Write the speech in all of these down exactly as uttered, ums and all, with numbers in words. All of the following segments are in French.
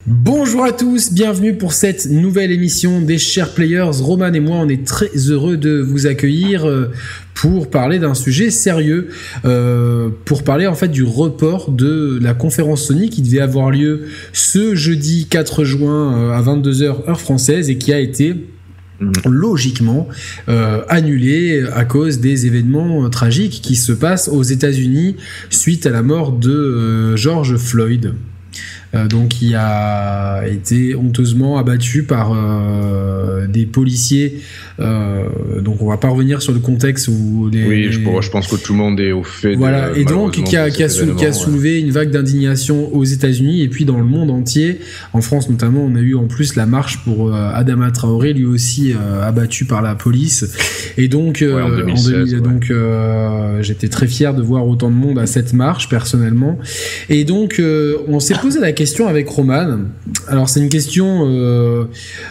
Bonjour à tous, bienvenue pour cette nouvelle émission des Chers Players. Roman et moi, on est très heureux de vous accueillir pour parler d'un sujet sérieux, euh, pour parler en fait du report de la conférence Sony qui devait avoir lieu ce jeudi quatre juin à vingt-deux heures heure française et qui a été logiquement euh, annulé à cause des événements euh, tragiques qui se passent aux États-Unis suite à la mort de euh, George Floyd. Euh, donc qui a été honteusement abattu par euh, des policiers. Euh, donc on va pas revenir sur le contexte où les, oui, je, je pense que tout le monde est au fait. Voilà, de, et donc qui a, qui a, sou, qui a soulevé ouais. une vague d'indignation aux États-Unis et puis dans le monde entier. En France notamment, on a eu en plus la marche pour euh, Adama Traoré, lui aussi euh, abattu par la police. Et donc, euh, ouais, en deux mille seize, en deux mille, ouais. donc euh, j'étais très fier de voir autant de monde à cette marche personnellement. Et donc euh, on s'est posé la question avec Roman. Alors c'est une question euh,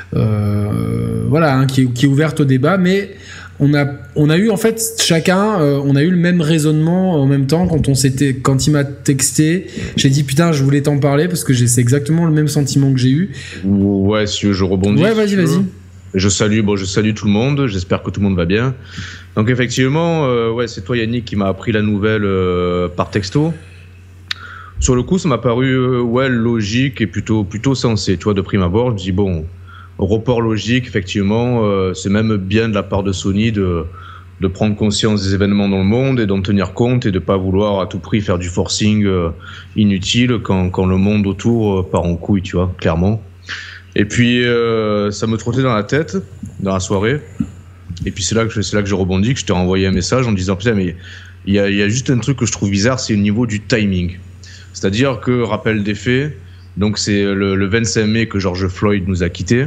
euh, voilà hein, qui, est, qui est ouverte au débat, mais on a on a eu en fait chacun euh, on a eu le même raisonnement en même temps quand on s'était quand il m'a texté. J'ai dit putain, je voulais t'en parler parce que j'ai, c'est exactement le même sentiment que j'ai eu. Ouais, si je rebondis. Ouais, vas-y, vas-y. Je salue, bon, je salue tout le monde. J'espère que tout le monde va bien. Donc effectivement, euh, ouais, c'est toi Yannick qui m'a appris la nouvelle euh, par texto. Sur le coup, ça m'a paru euh, ouais, logique et plutôt, plutôt sensé. Tu vois, de prime abord, je me dis, bon, report logique, effectivement, euh, c'est même bien de la part de Sony de, de prendre conscience des événements dans le monde et d'en tenir compte et de ne pas vouloir à tout prix faire du forcing euh, inutile quand, quand le monde autour euh, part en couille, tu vois, clairement. Et puis, euh, ça me trottait dans la tête, dans la soirée. Et puis, c'est là que je, c'est là que je rebondis, que je t'ai renvoyé un message en me disant, putain, mais il y a, y a juste un truc que je trouve bizarre, c'est au niveau du timing. C'est-à-dire que, rappel des faits, donc c'est le, le vingt-cinq mai que George Floyd nous a quittés.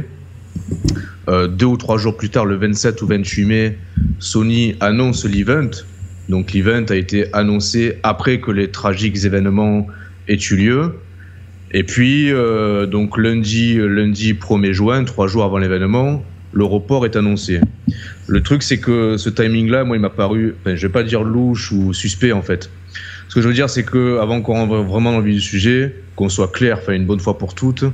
Euh, deux ou trois jours plus tard, le vingt-sept ou vingt-huit mai, Sony annonce l'event. Donc l'event a été annoncé après que les tragiques événements aient eu lieu. Et puis, euh, donc lundi, lundi premier juin, trois jours avant l'événement, le report est annoncé. Le truc, c'est que ce timing-là, moi, il m'a paru, enfin, je vais pas dire louche ou suspect en fait. Ce que je veux dire, c'est que avant qu'on rentre vraiment dans le vif du sujet, qu'on soit clair, enfin une bonne fois pour toutes,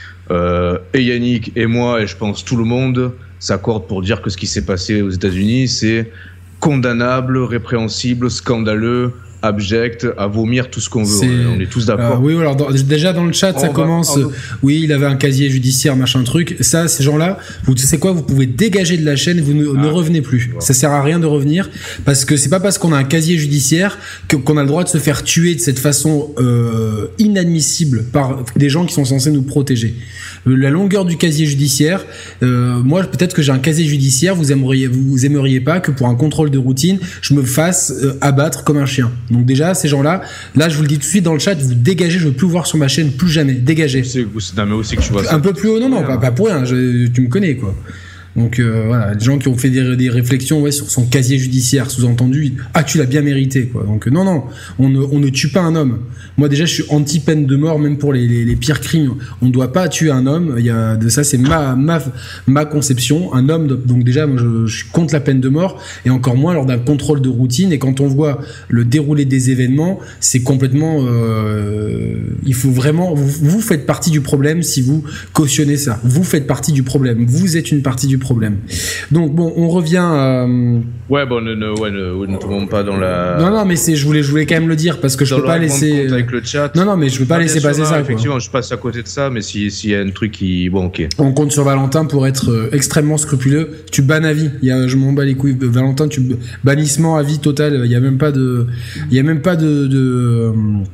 euh, et Yannick et moi, et je pense tout le monde, s'accordent pour dire que ce qui s'est passé aux États-Unis, c'est condamnable, répréhensible, scandaleux, abject, à vomir tout ce qu'on veut. C'est... On est tous d'accord. Euh, oui, alors dans, déjà dans le chat, on ça commence. Va... Oui, il avait un casier judiciaire, machin truc. Ça, ces gens-là, vous savez quoi, vous pouvez dégager de la chaîne, vous ne, ah, ne revenez plus. Wow. Ça sert à rien de revenir parce que c'est pas parce qu'on a un casier judiciaire que, qu'on a le droit de se faire tuer de cette façon euh, inadmissible par des gens qui sont censés nous protéger. La longueur du casier judiciaire, euh, moi peut-être que j'ai un casier judiciaire, vous aimeriez, vous aimeriez pas que pour un contrôle de routine, je me fasse euh, abattre comme un chien. Donc déjà ces gens-là, là je vous le dis tout de suite dans le chat, vous dégagez, je veux plus vous voir sur ma chaîne, plus jamais, dégagez. C'est, c'est non, mais aussi que tu vois ça. Un peu plus haut, non non, pas, pas pour rien, je, tu me connais quoi. Donc euh, voilà, des gens qui ont fait des, des réflexions ouais, sur son casier judiciaire, sous-entendu, ah tu l'as bien mérité quoi. Donc non non, on ne, on ne tue pas un homme. Moi déjà je suis anti-peine de mort même pour les, les, les pires crimes. On ne doit pas tuer un homme. Il y a de ça, c'est ma ma ma conception. Un homme, donc déjà moi je, je suis contre la peine de mort et encore moins lors d'un contrôle de routine. Et quand on voit le déroulé des événements, c'est complètement. Euh, il faut vraiment. Vous, vous faites partie du problème si vous cautionnez ça. Vous faites partie du problème. Vous êtes une partie du problème. problème. Donc bon, on revient. Euh... Ouais, bon, ne, ne, ouais, ne, ne tombons pas dans la. Non, non, mais c'est, je voulais, je voulais quand même le dire parce que je dans peux pas laisser. Avec le chat. Non, non, mais je peux pas ah, laisser passer non, ça. Effectivement, quoi. Je passe à côté de ça, mais si s'il y a un truc qui, bon, ok. On compte sur Valentin pour être euh, extrêmement scrupuleux. Tu bannes à vie. Il y a, je m'en bats les couilles. Valentin, tu bannissement à vie total. Il y a même pas de, il y a même pas de. de euh...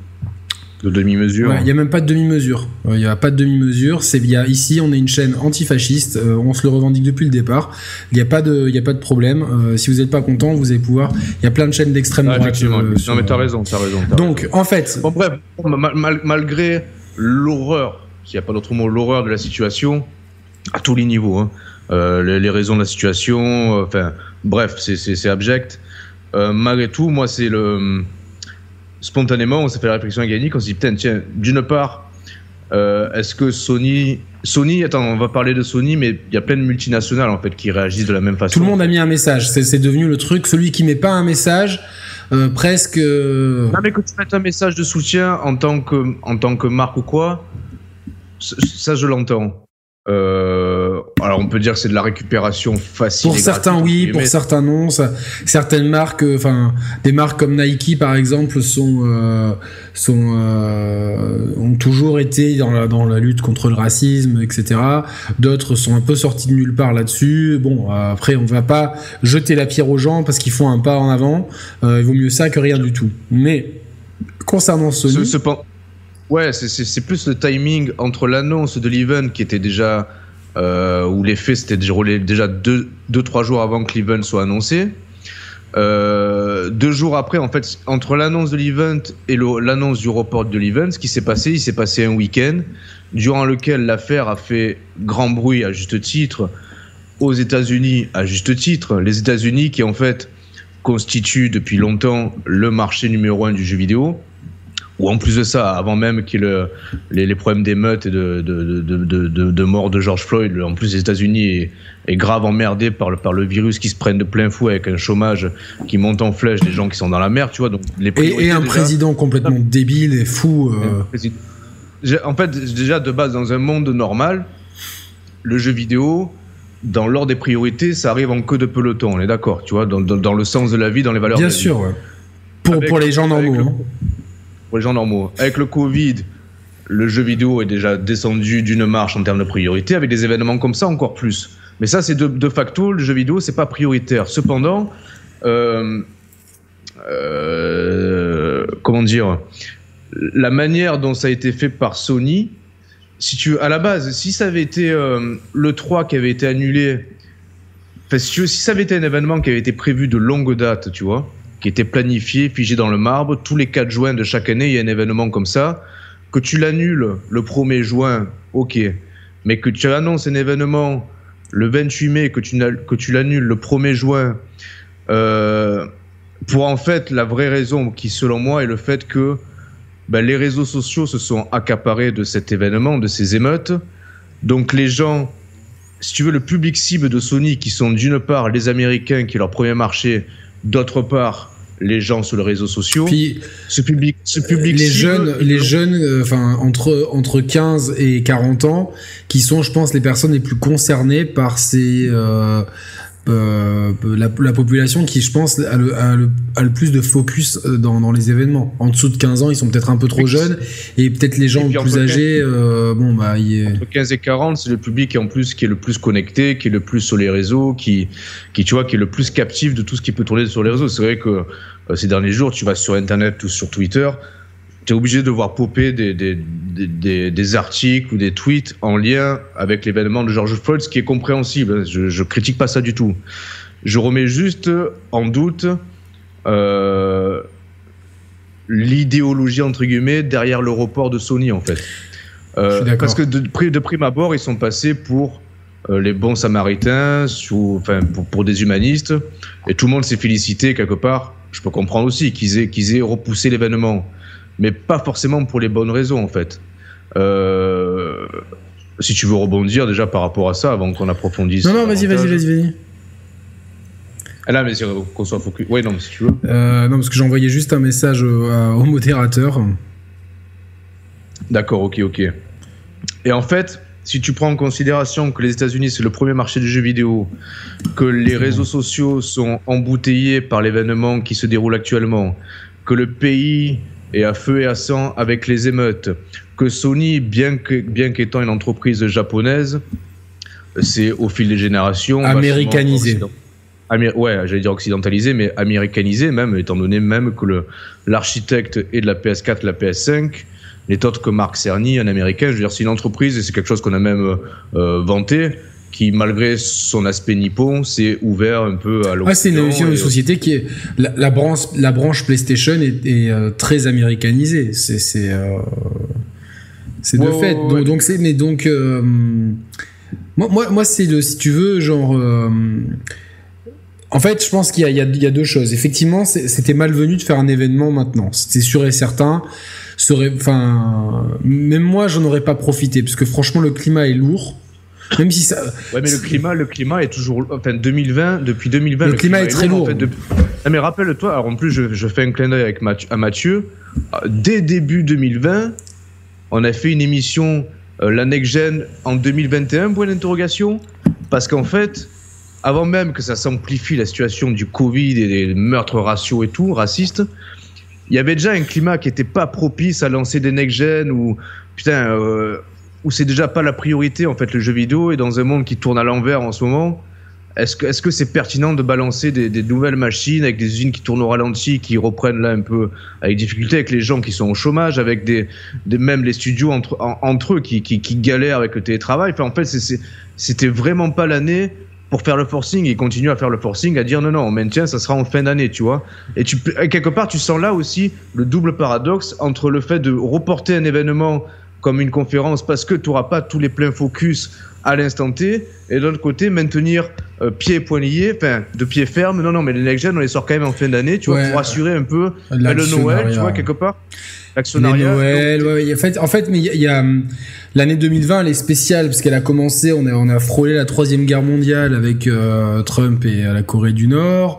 De demi-mesure. Ouais, il y a même pas de demi-mesure. Il y a pas de demi-mesure. C'est via ici, on est une chaîne antifasciste. Euh, on se le revendique depuis le départ. Il y a pas de, il y a pas de problème. Euh, si vous êtes pas content, vous allez pouvoir. Il y a plein de chaînes d'extrême ah, droite. Euh, non sur... mais t'as raison, t'as raison. T'as Donc raison. en fait. Bon bref, mal, mal, malgré l'horreur, s'il y a pas d'autre mot, l'horreur de la situation à tous les niveaux. Hein. Euh, les, les raisons de la situation. Enfin, euh, bref, c'est, c'est, c'est abject. Euh, malgré tout, moi, c'est le spontanément, on s'est fait la réflexion à Yannick, on s'est dit, putain, tiens, d'une part, euh, est-ce que Sony... Sony, attends, on va parler de Sony, mais il y a plein de multinationales, en fait, qui réagissent de la même façon. Tout le monde a mis un message, c'est, c'est devenu le truc, celui qui met pas un message, euh, presque... Non, mais que tu mettes un message de soutien en tant que, en tant que marque ou quoi, ça je l'entends. Euh, alors on peut dire que c'est de la récupération facile. Pour certains oui, pour certains non. Ça, certaines marques, enfin euh, des marques comme Nike par exemple, sont euh, sont euh, ont toujours été dans la dans la lutte contre le racisme, et cetera. D'autres sont un peu sortis de nulle part là-dessus. Bon, euh, après on va pas jeter la pierre aux gens parce qu'ils font un pas en avant. Euh, il vaut mieux ça que rien du tout. Mais concernant Sony. Ce, ce pan- Ouais, c'est, c'est, c'est plus le timing entre l'annonce de l'event qui était déjà euh, où les faits s'étaient déroulés déjà deux, deux, trois jours avant que l'event soit annoncé. Euh, deux jours après, en fait, entre l'annonce de l'event et le, l'annonce du report de l'event, ce qui s'est passé, il s'est passé un week-end durant lequel l'affaire a fait grand bruit à juste titre aux États-Unis, à juste titre. Les États-Unis qui en fait constituent depuis longtemps le marché numéro un du jeu vidéo. Ou en plus de ça, avant même qu'il y ait le, les, les problèmes d'émeutes et de, de, de, de, de, de mort de George Floyd, en plus les États-Unis est, est grave emmerdé par le, par le virus qui se prennent de plein fouet avec un chômage qui monte en flèche, des gens qui sont dans la merde, tu vois. Donc les et, et un déjà, président complètement débile et fou. Euh... En fait, déjà de base, dans un monde normal, le jeu vidéo, dans l'ordre des priorités, ça arrive en queue de peloton, on est d'accord, tu vois, dans, dans, dans le sens de la vie, dans les valeurs Bien de la sûr, vie. Ouais. Pour, pour les gens normaux. Le, pour les gens normaux. Avec le Covid, le jeu vidéo est déjà descendu d'une marche en termes de priorité. Avec des événements comme ça, encore plus. Mais ça, c'est de, de facto, le jeu vidéo, c'est pas prioritaire. Cependant, euh, euh, comment dire, la manière dont ça a été fait par Sony, si tu, à la base, si ça avait été euh, l'E trois qui avait été annulé, enfin, si, tu, si ça avait été un événement qui avait été prévu de longue date, tu vois, qui était planifié, figé dans le marbre, tous les quatre juin de chaque année, il y a un événement comme ça, que tu l'annules le premier juin, ok, mais que tu annonces un événement le vingt-huit mai, que tu, que tu l'annules le premier juin, euh, pour en fait, la vraie raison qui, selon moi, est le fait que ben, les réseaux sociaux se sont accaparés de cet événement, de ces émeutes, donc les gens, si tu veux, le public cible de Sony, qui sont d'une part les Américains, qui est leur premier marché, d'autre part les gens sur les réseaux sociaux. Puis, ce public, ce public les cible, jeunes, les jeunes, enfin euh, entre entre quinze et quarante ans, qui sont, je pense, les personnes les plus concernées par ces euh, euh, la, la population qui, je pense, a le, a le, a le plus de focus dans, dans les événements. En dessous de quinze ans, ils sont peut-être un peu trop jeunes, et peut-être les gens plus âgés, euh, bon bah, il est... entre quinze et quarante, c'est le public qui en plus qui est le plus connecté, qui est le plus sur les réseaux, qui, qui tu vois, qui est le plus captif de tout ce qui peut tourner sur les réseaux. C'est vrai que euh, ces derniers jours, tu vas sur Internet ou sur Twitter, tu es obligé de voir popper des, des, des, des, des articles ou des tweets en lien avec l'événement de George Floyd, ce qui est compréhensible. Je, je critique pas ça du tout. Je remets juste en doute euh, l'idéologie entre guillemets derrière le report de Sony en fait. Euh, parce que de, de prime abord, ils sont passés pour euh, les bons samaritains, sous, enfin pour, pour des humanistes, et tout le monde s'est félicité quelque part. Je peux comprendre aussi qu'ils aient, qu'ils aient repoussé l'événement, mais pas forcément pour les bonnes raisons en fait. Euh, si tu veux rebondir déjà par rapport à ça avant qu'on approfondisse. Non non, vas-y vas-y vas-y vas-y. Ah là, mais c'est qu'on soit focus. Ouais, non, si tu veux. Euh, non, parce que j'ai envoyé juste un message au, au modérateur. D'accord, ok, ok. Et en fait, si tu prends en considération que les États-Unis c'est le premier marché du jeu vidéo, que les réseaux sociaux sont embouteillés par l'événement qui se déroule actuellement, que le pays est à feu et à sang avec les émeutes, que Sony, bien que bien qu'étant une entreprise japonaise, c'est au fil des générations américanisé. Amé- ouais, j'allais dire occidentalisé, mais américanisé même, étant donné même que le, l'architecte est de la P S quatre, de la P S cinq, n'est autre que Mark Cerny, un américain. Je veux dire, c'est une entreprise, et c'est quelque chose qu'on a même euh, vanté, qui, malgré son aspect nippon, s'est ouvert un peu à l'Occident. Ah, c'est une, une, une société qui est... La, la, branche, la branche PlayStation est, est euh, très américanisée. C'est... c'est, euh, c'est de ouais, fait. Ouais, donc, ouais. donc, c'est... Mais donc... Euh, moi, moi, moi, c'est le... Si tu veux, genre... Euh, en fait, je pense qu'il y a, il y a, il y a deux choses. Effectivement, c'est, c'était malvenu de faire un événement maintenant. C'était sûr et certain. Serait, enfin, même moi, j'en aurais pas profité parce que franchement, le climat est lourd. Même si ça. Ouais, mais le climat, le climat est toujours. Enfin, deux mille vingt, depuis deux mille vingt, le, le climat, climat est, est très lourd. lourd. En fait, depuis... non, mais rappelle-toi. Alors en plus, je, je fais un clin d'œil avec Mathieu, à Mathieu. Dès début deux mille vingt, on a fait une émission euh, la next-gen en deux mille vingt et un, point d'interrogation. Parce qu'en fait, avant même que ça s'amplifie la situation du Covid et des meurtres raciaux et tout, racistes, il y avait déjà un climat qui n'était pas propice à lancer des next-gen ou putain, euh, où c'est déjà pas la priorité en fait le jeu vidéo, et dans un monde qui tourne à l'envers en ce moment, est-ce que est-ce que c'est pertinent de balancer des, des nouvelles machines avec des usines qui tournent au ralenti, qui reprennent là un peu avec difficulté, avec les gens qui sont au chômage, avec des, des même les studios entre en, entre eux qui, qui qui galèrent avec le télétravail. Enfin en fait c'est, c'est c'était vraiment pas l'année pour faire le forcing, et continuer à faire le forcing, à dire non, non, on maintient, ça sera en fin d'année, tu vois. Et tu, quelque part, tu sens là aussi le double paradoxe entre le fait de reporter un événement comme une conférence parce que tu n'auras pas tous les pleins focus à l'instant T, et de l'autre côté, maintenir euh, pieds et poings liés, enfin, de pied ferme. Non, non, mais les next-gen, on les sort quand même en fin d'année, tu vois, ouais, pour assurer un peu bah, le Noël, tu vois, quelque part. L'actionnariat. Noël, donc... ouais, en fait, en fait, mais il y, y a l'année deux mille vingt, elle est spéciale parce qu'elle a commencé, on a on a frôlé la troisième guerre mondiale avec euh, Trump et la Corée du Nord.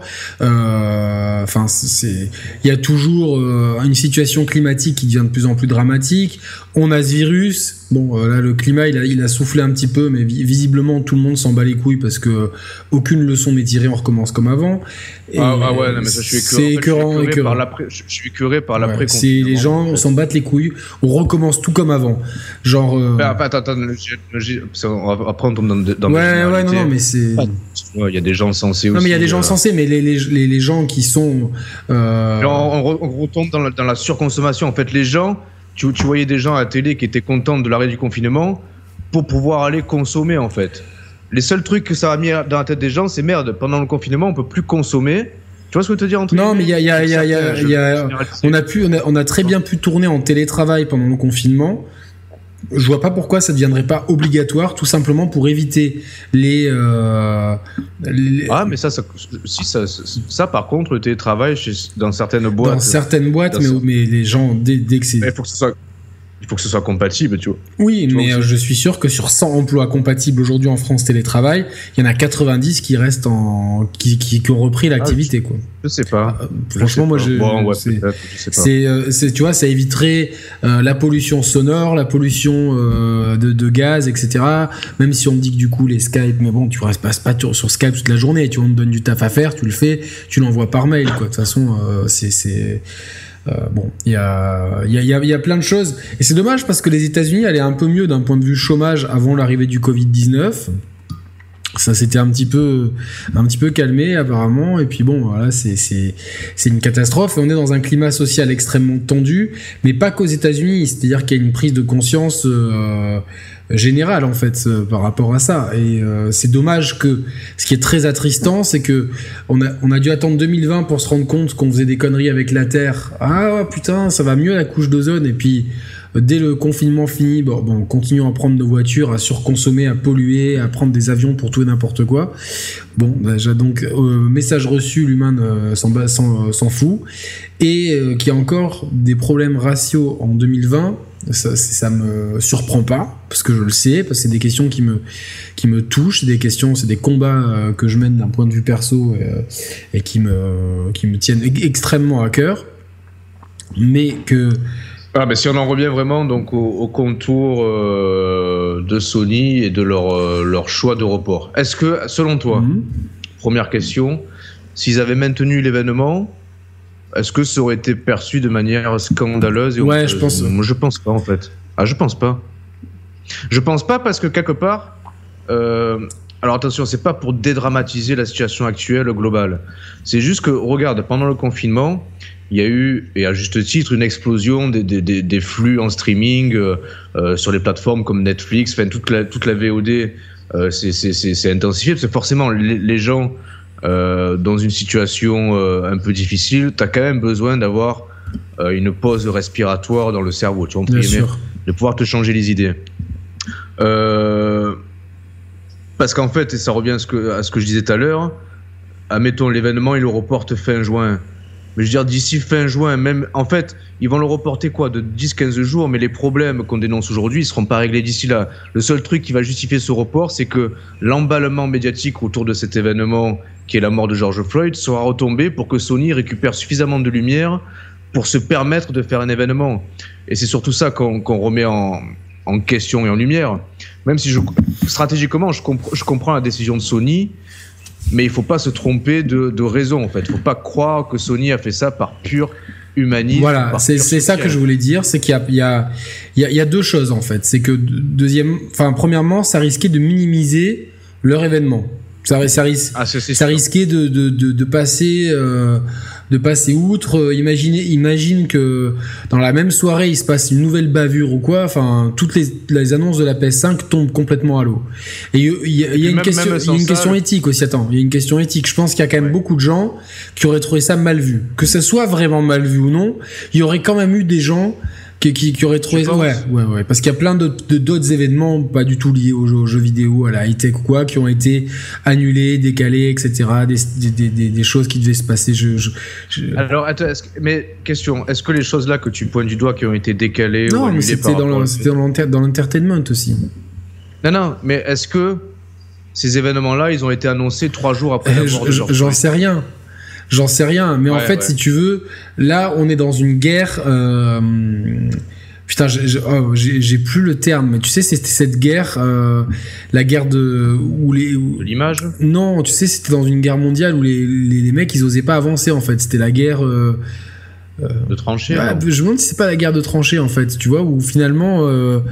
Enfin, euh, c'est, il y a toujours euh, une situation climatique qui devient de plus en plus dramatique. On a ce virus. Bon, euh, là, le climat, il a, il a soufflé un petit peu, mais vi- visiblement, tout le monde s'en bat les couilles parce que aucune leçon n'est tirée, on recommence comme avant. Et ah, ah ouais, non, mais ça, je suis écœuré. C'est écœurant, écœuré par l'après, je suis écœuré par l'après. Ouais, c'est les gens, on s'en battent les couilles, on recommence tout comme avant. Genre. Euh... Bah, attends, attends, après on tombe dans, dans ouais, ouais, non, non, mais c'est. Il y a des gens sensés aussi. Non, mais il y a des gens euh... sensés, mais les, les, les, les gens qui sont. Euh... Alors, on, on retombe dans la, dans la surconsommation. En fait, les gens. Tu, tu voyais des gens à la télé qui étaient contents de l'arrêt du confinement pour pouvoir aller consommer, en fait. Les seuls trucs que ça a mis dans la tête des gens, c'est merde, pendant le confinement, on peut plus consommer. Tu vois ce que je veux te dire, Anthony ? Non, mais il y a, y a, y a, y a, y a on a pu, on a, on a très bien pu tourner en télétravail pendant le confinement. Je vois pas pourquoi ça ne deviendrait pas obligatoire, tout simplement pour éviter les. Euh, les... Ah, mais ça, ça, si ça, ça, ça, par contre, le télétravail chez, dans certaines boîtes. Dans certaines boîtes, dans mais, ce... mais les gens, dès, dès que c'est. Il faut que ce soit. Il faut que ce soit compatible, tu vois. Oui, tu mais vois, je suis sûr que sur cent emplois compatibles aujourd'hui en France télétravail, il y en a quatre-vingt-dix qui restent en, qui, qui, qui ont repris l'activité, ah, je, quoi. Je sais pas. Euh, franchement, moi, je, bon, ouais, c'est, je sais pas. C'est, euh, c'est, tu vois, ça éviterait euh, la pollution sonore, la pollution euh, de, de gaz, et cetera. Même si on me dit que du coup les Skype, mais bon, tu restes pas, pas sur Skype toute la journée. Tu vois, on te donne du taf à faire, tu le fais, tu l'envoies par mail, quoi. De toute façon, euh, c'est, c'est Euh, bon, il y a, y, a, y, a, y a plein de choses. Et c'est dommage parce que les États-Unis allaient un peu mieux d'un point de vue chômage avant l'arrivée du covid dix-neuf. Ça s'était un petit peu, un petit peu calmé apparemment. Et puis bon, voilà, c'est, c'est, c'est une catastrophe. Et on est dans un climat social extrêmement tendu, mais pas qu'aux États-Unis. C'est-à-dire qu'il y a une prise de conscience euh, générale en fait euh, par rapport à ça. Et euh, c'est dommage que ce qui est très attristant, c'est que on a, on a dû attendre deux mille vingt pour se rendre compte qu'on faisait des conneries avec la Terre. Ah putain, ça va mieux la couche d'ozone. Et puis dès le confinement fini, bon, bon, on continue à prendre nos voitures, à surconsommer, à polluer, à prendre des avions pour tout et n'importe quoi. Bon, déjà donc, euh, message reçu, l'humain euh, s'en, s'en, s'en fout. Et euh, qu'il y a encore des problèmes raciaux en deux mille vingt, ça, ça me surprend pas, parce que je le sais, parce que c'est des questions qui me, qui me touchent, des questions, c'est des combats euh, que je mène d'un point de vue perso euh, et qui me, qui me tiennent extrêmement à cœur. Mais que... Ah, mais si on en revient vraiment donc au, au contour euh, de Sony et de leur, euh, leur choix de report, est-ce que, selon toi, mmh. première question, s'ils avaient maintenu l'événement, est-ce que ça aurait été perçu de manière scandaleuse et Ouais, honteuse ? je pense. Moi, je pense pas, en fait. Ah, je pense pas. Je pense pas parce que, quelque part, euh, alors attention, c'est pas pour dédramatiser la situation actuelle globale. C'est juste que, regarde, pendant le confinement, il y a eu, et à juste titre, une explosion des, des, des, des flux en streaming euh, euh, sur les plateformes comme Netflix, enfin toute la, toute la V O D euh, c'est, c'est, c'est, c'est intensifié, parce que forcément les, les gens euh, dans une situation euh, un peu difficile, tu as quand même besoin d'avoir euh, une pause respiratoire dans le cerveau, tu vois, entre guillemets, de pouvoir te changer les idées. Euh, parce qu'en fait, et ça revient à ce que, à ce que je disais tout à l'heure, admettons l'événement, il le reporte fin juin. Mais je veux dire, d'ici fin juin, même, en fait, ils vont le reporter quoi, de dix à quinze jours, mais les problèmes qu'on dénonce aujourd'hui, ils seront pas réglés d'ici là. Le seul truc qui va justifier ce report, c'est que l'emballement médiatique autour de cet événement, qui est la mort de George Floyd, sera retombé pour que Sony récupère suffisamment de lumière pour se permettre de faire un événement. Et c'est surtout ça qu'on, qu'on remet en, en question et en lumière. Même si je, stratégiquement, je, comp- je comprends la décision de Sony, mais il ne faut pas se tromper de, de raison, en fait. Il ne faut pas croire que Sony a fait ça par pur humanisme. Voilà, c'est, c'est ça que je voulais dire, c'est qu'il y a, il y a, il y a, il y a deux choses, en fait. C'est que, deuxième, enfin, premièrement, ça risquait de minimiser leur événement. Ça, ça, ris- ah, c'est, c'est ça risquait de, de, de, de passer... Euh, de passer outre. Imaginez, imagine que dans la même soirée il se passe une nouvelle bavure ou quoi. Enfin, toutes les, les annonces de la P S cinq tombent complètement à l'eau. Et il y, y, y a une même, question, même il y a une question éthique aussi. Attends, il y a une question éthique. Je pense qu'il y a quand même ouais. beaucoup de gens qui auraient trouvé ça mal vu. Que ça soit vraiment mal vu ou non, il y aurait quand même eu des gens qui, qui, qui auraient trouvé ça. Ouais, ouais, ouais. Parce qu'il y a plein d'autres, d'autres événements pas du tout liés aux jeux, aux jeux vidéo, à la high-tech ou quoi, qui ont été annulés, décalés, et cetera. Des, des, des, des choses qui devaient se passer. Je, je, je... Alors, attends, est-ce que, mais question, est-ce que les choses là que tu pointes du doigt qui ont été décalées non, ou annulées mais c'était, par dans, le, c'était dans, l'enter, dans l'entertainment aussi. Non, non, mais est-ce que ces événements-là, ils ont été annoncés trois jours après euh, la mort de George J'en sais rien. J'en sais rien, mais ouais, en fait, ouais. si tu veux, là, on est dans une guerre. Euh, putain, j'ai, j'ai, oh, j'ai, j'ai plus le terme, mais tu sais, c'était cette guerre, euh, la guerre de où les où, de l'image. Non, tu sais, c'était dans une guerre mondiale où les, les, les mecs, ils osaient pas avancer. En fait, c'était la guerre. Euh, Euh, de tranchées. Bah, je me demande si c'est pas la guerre de tranchées en fait, tu vois, où finalement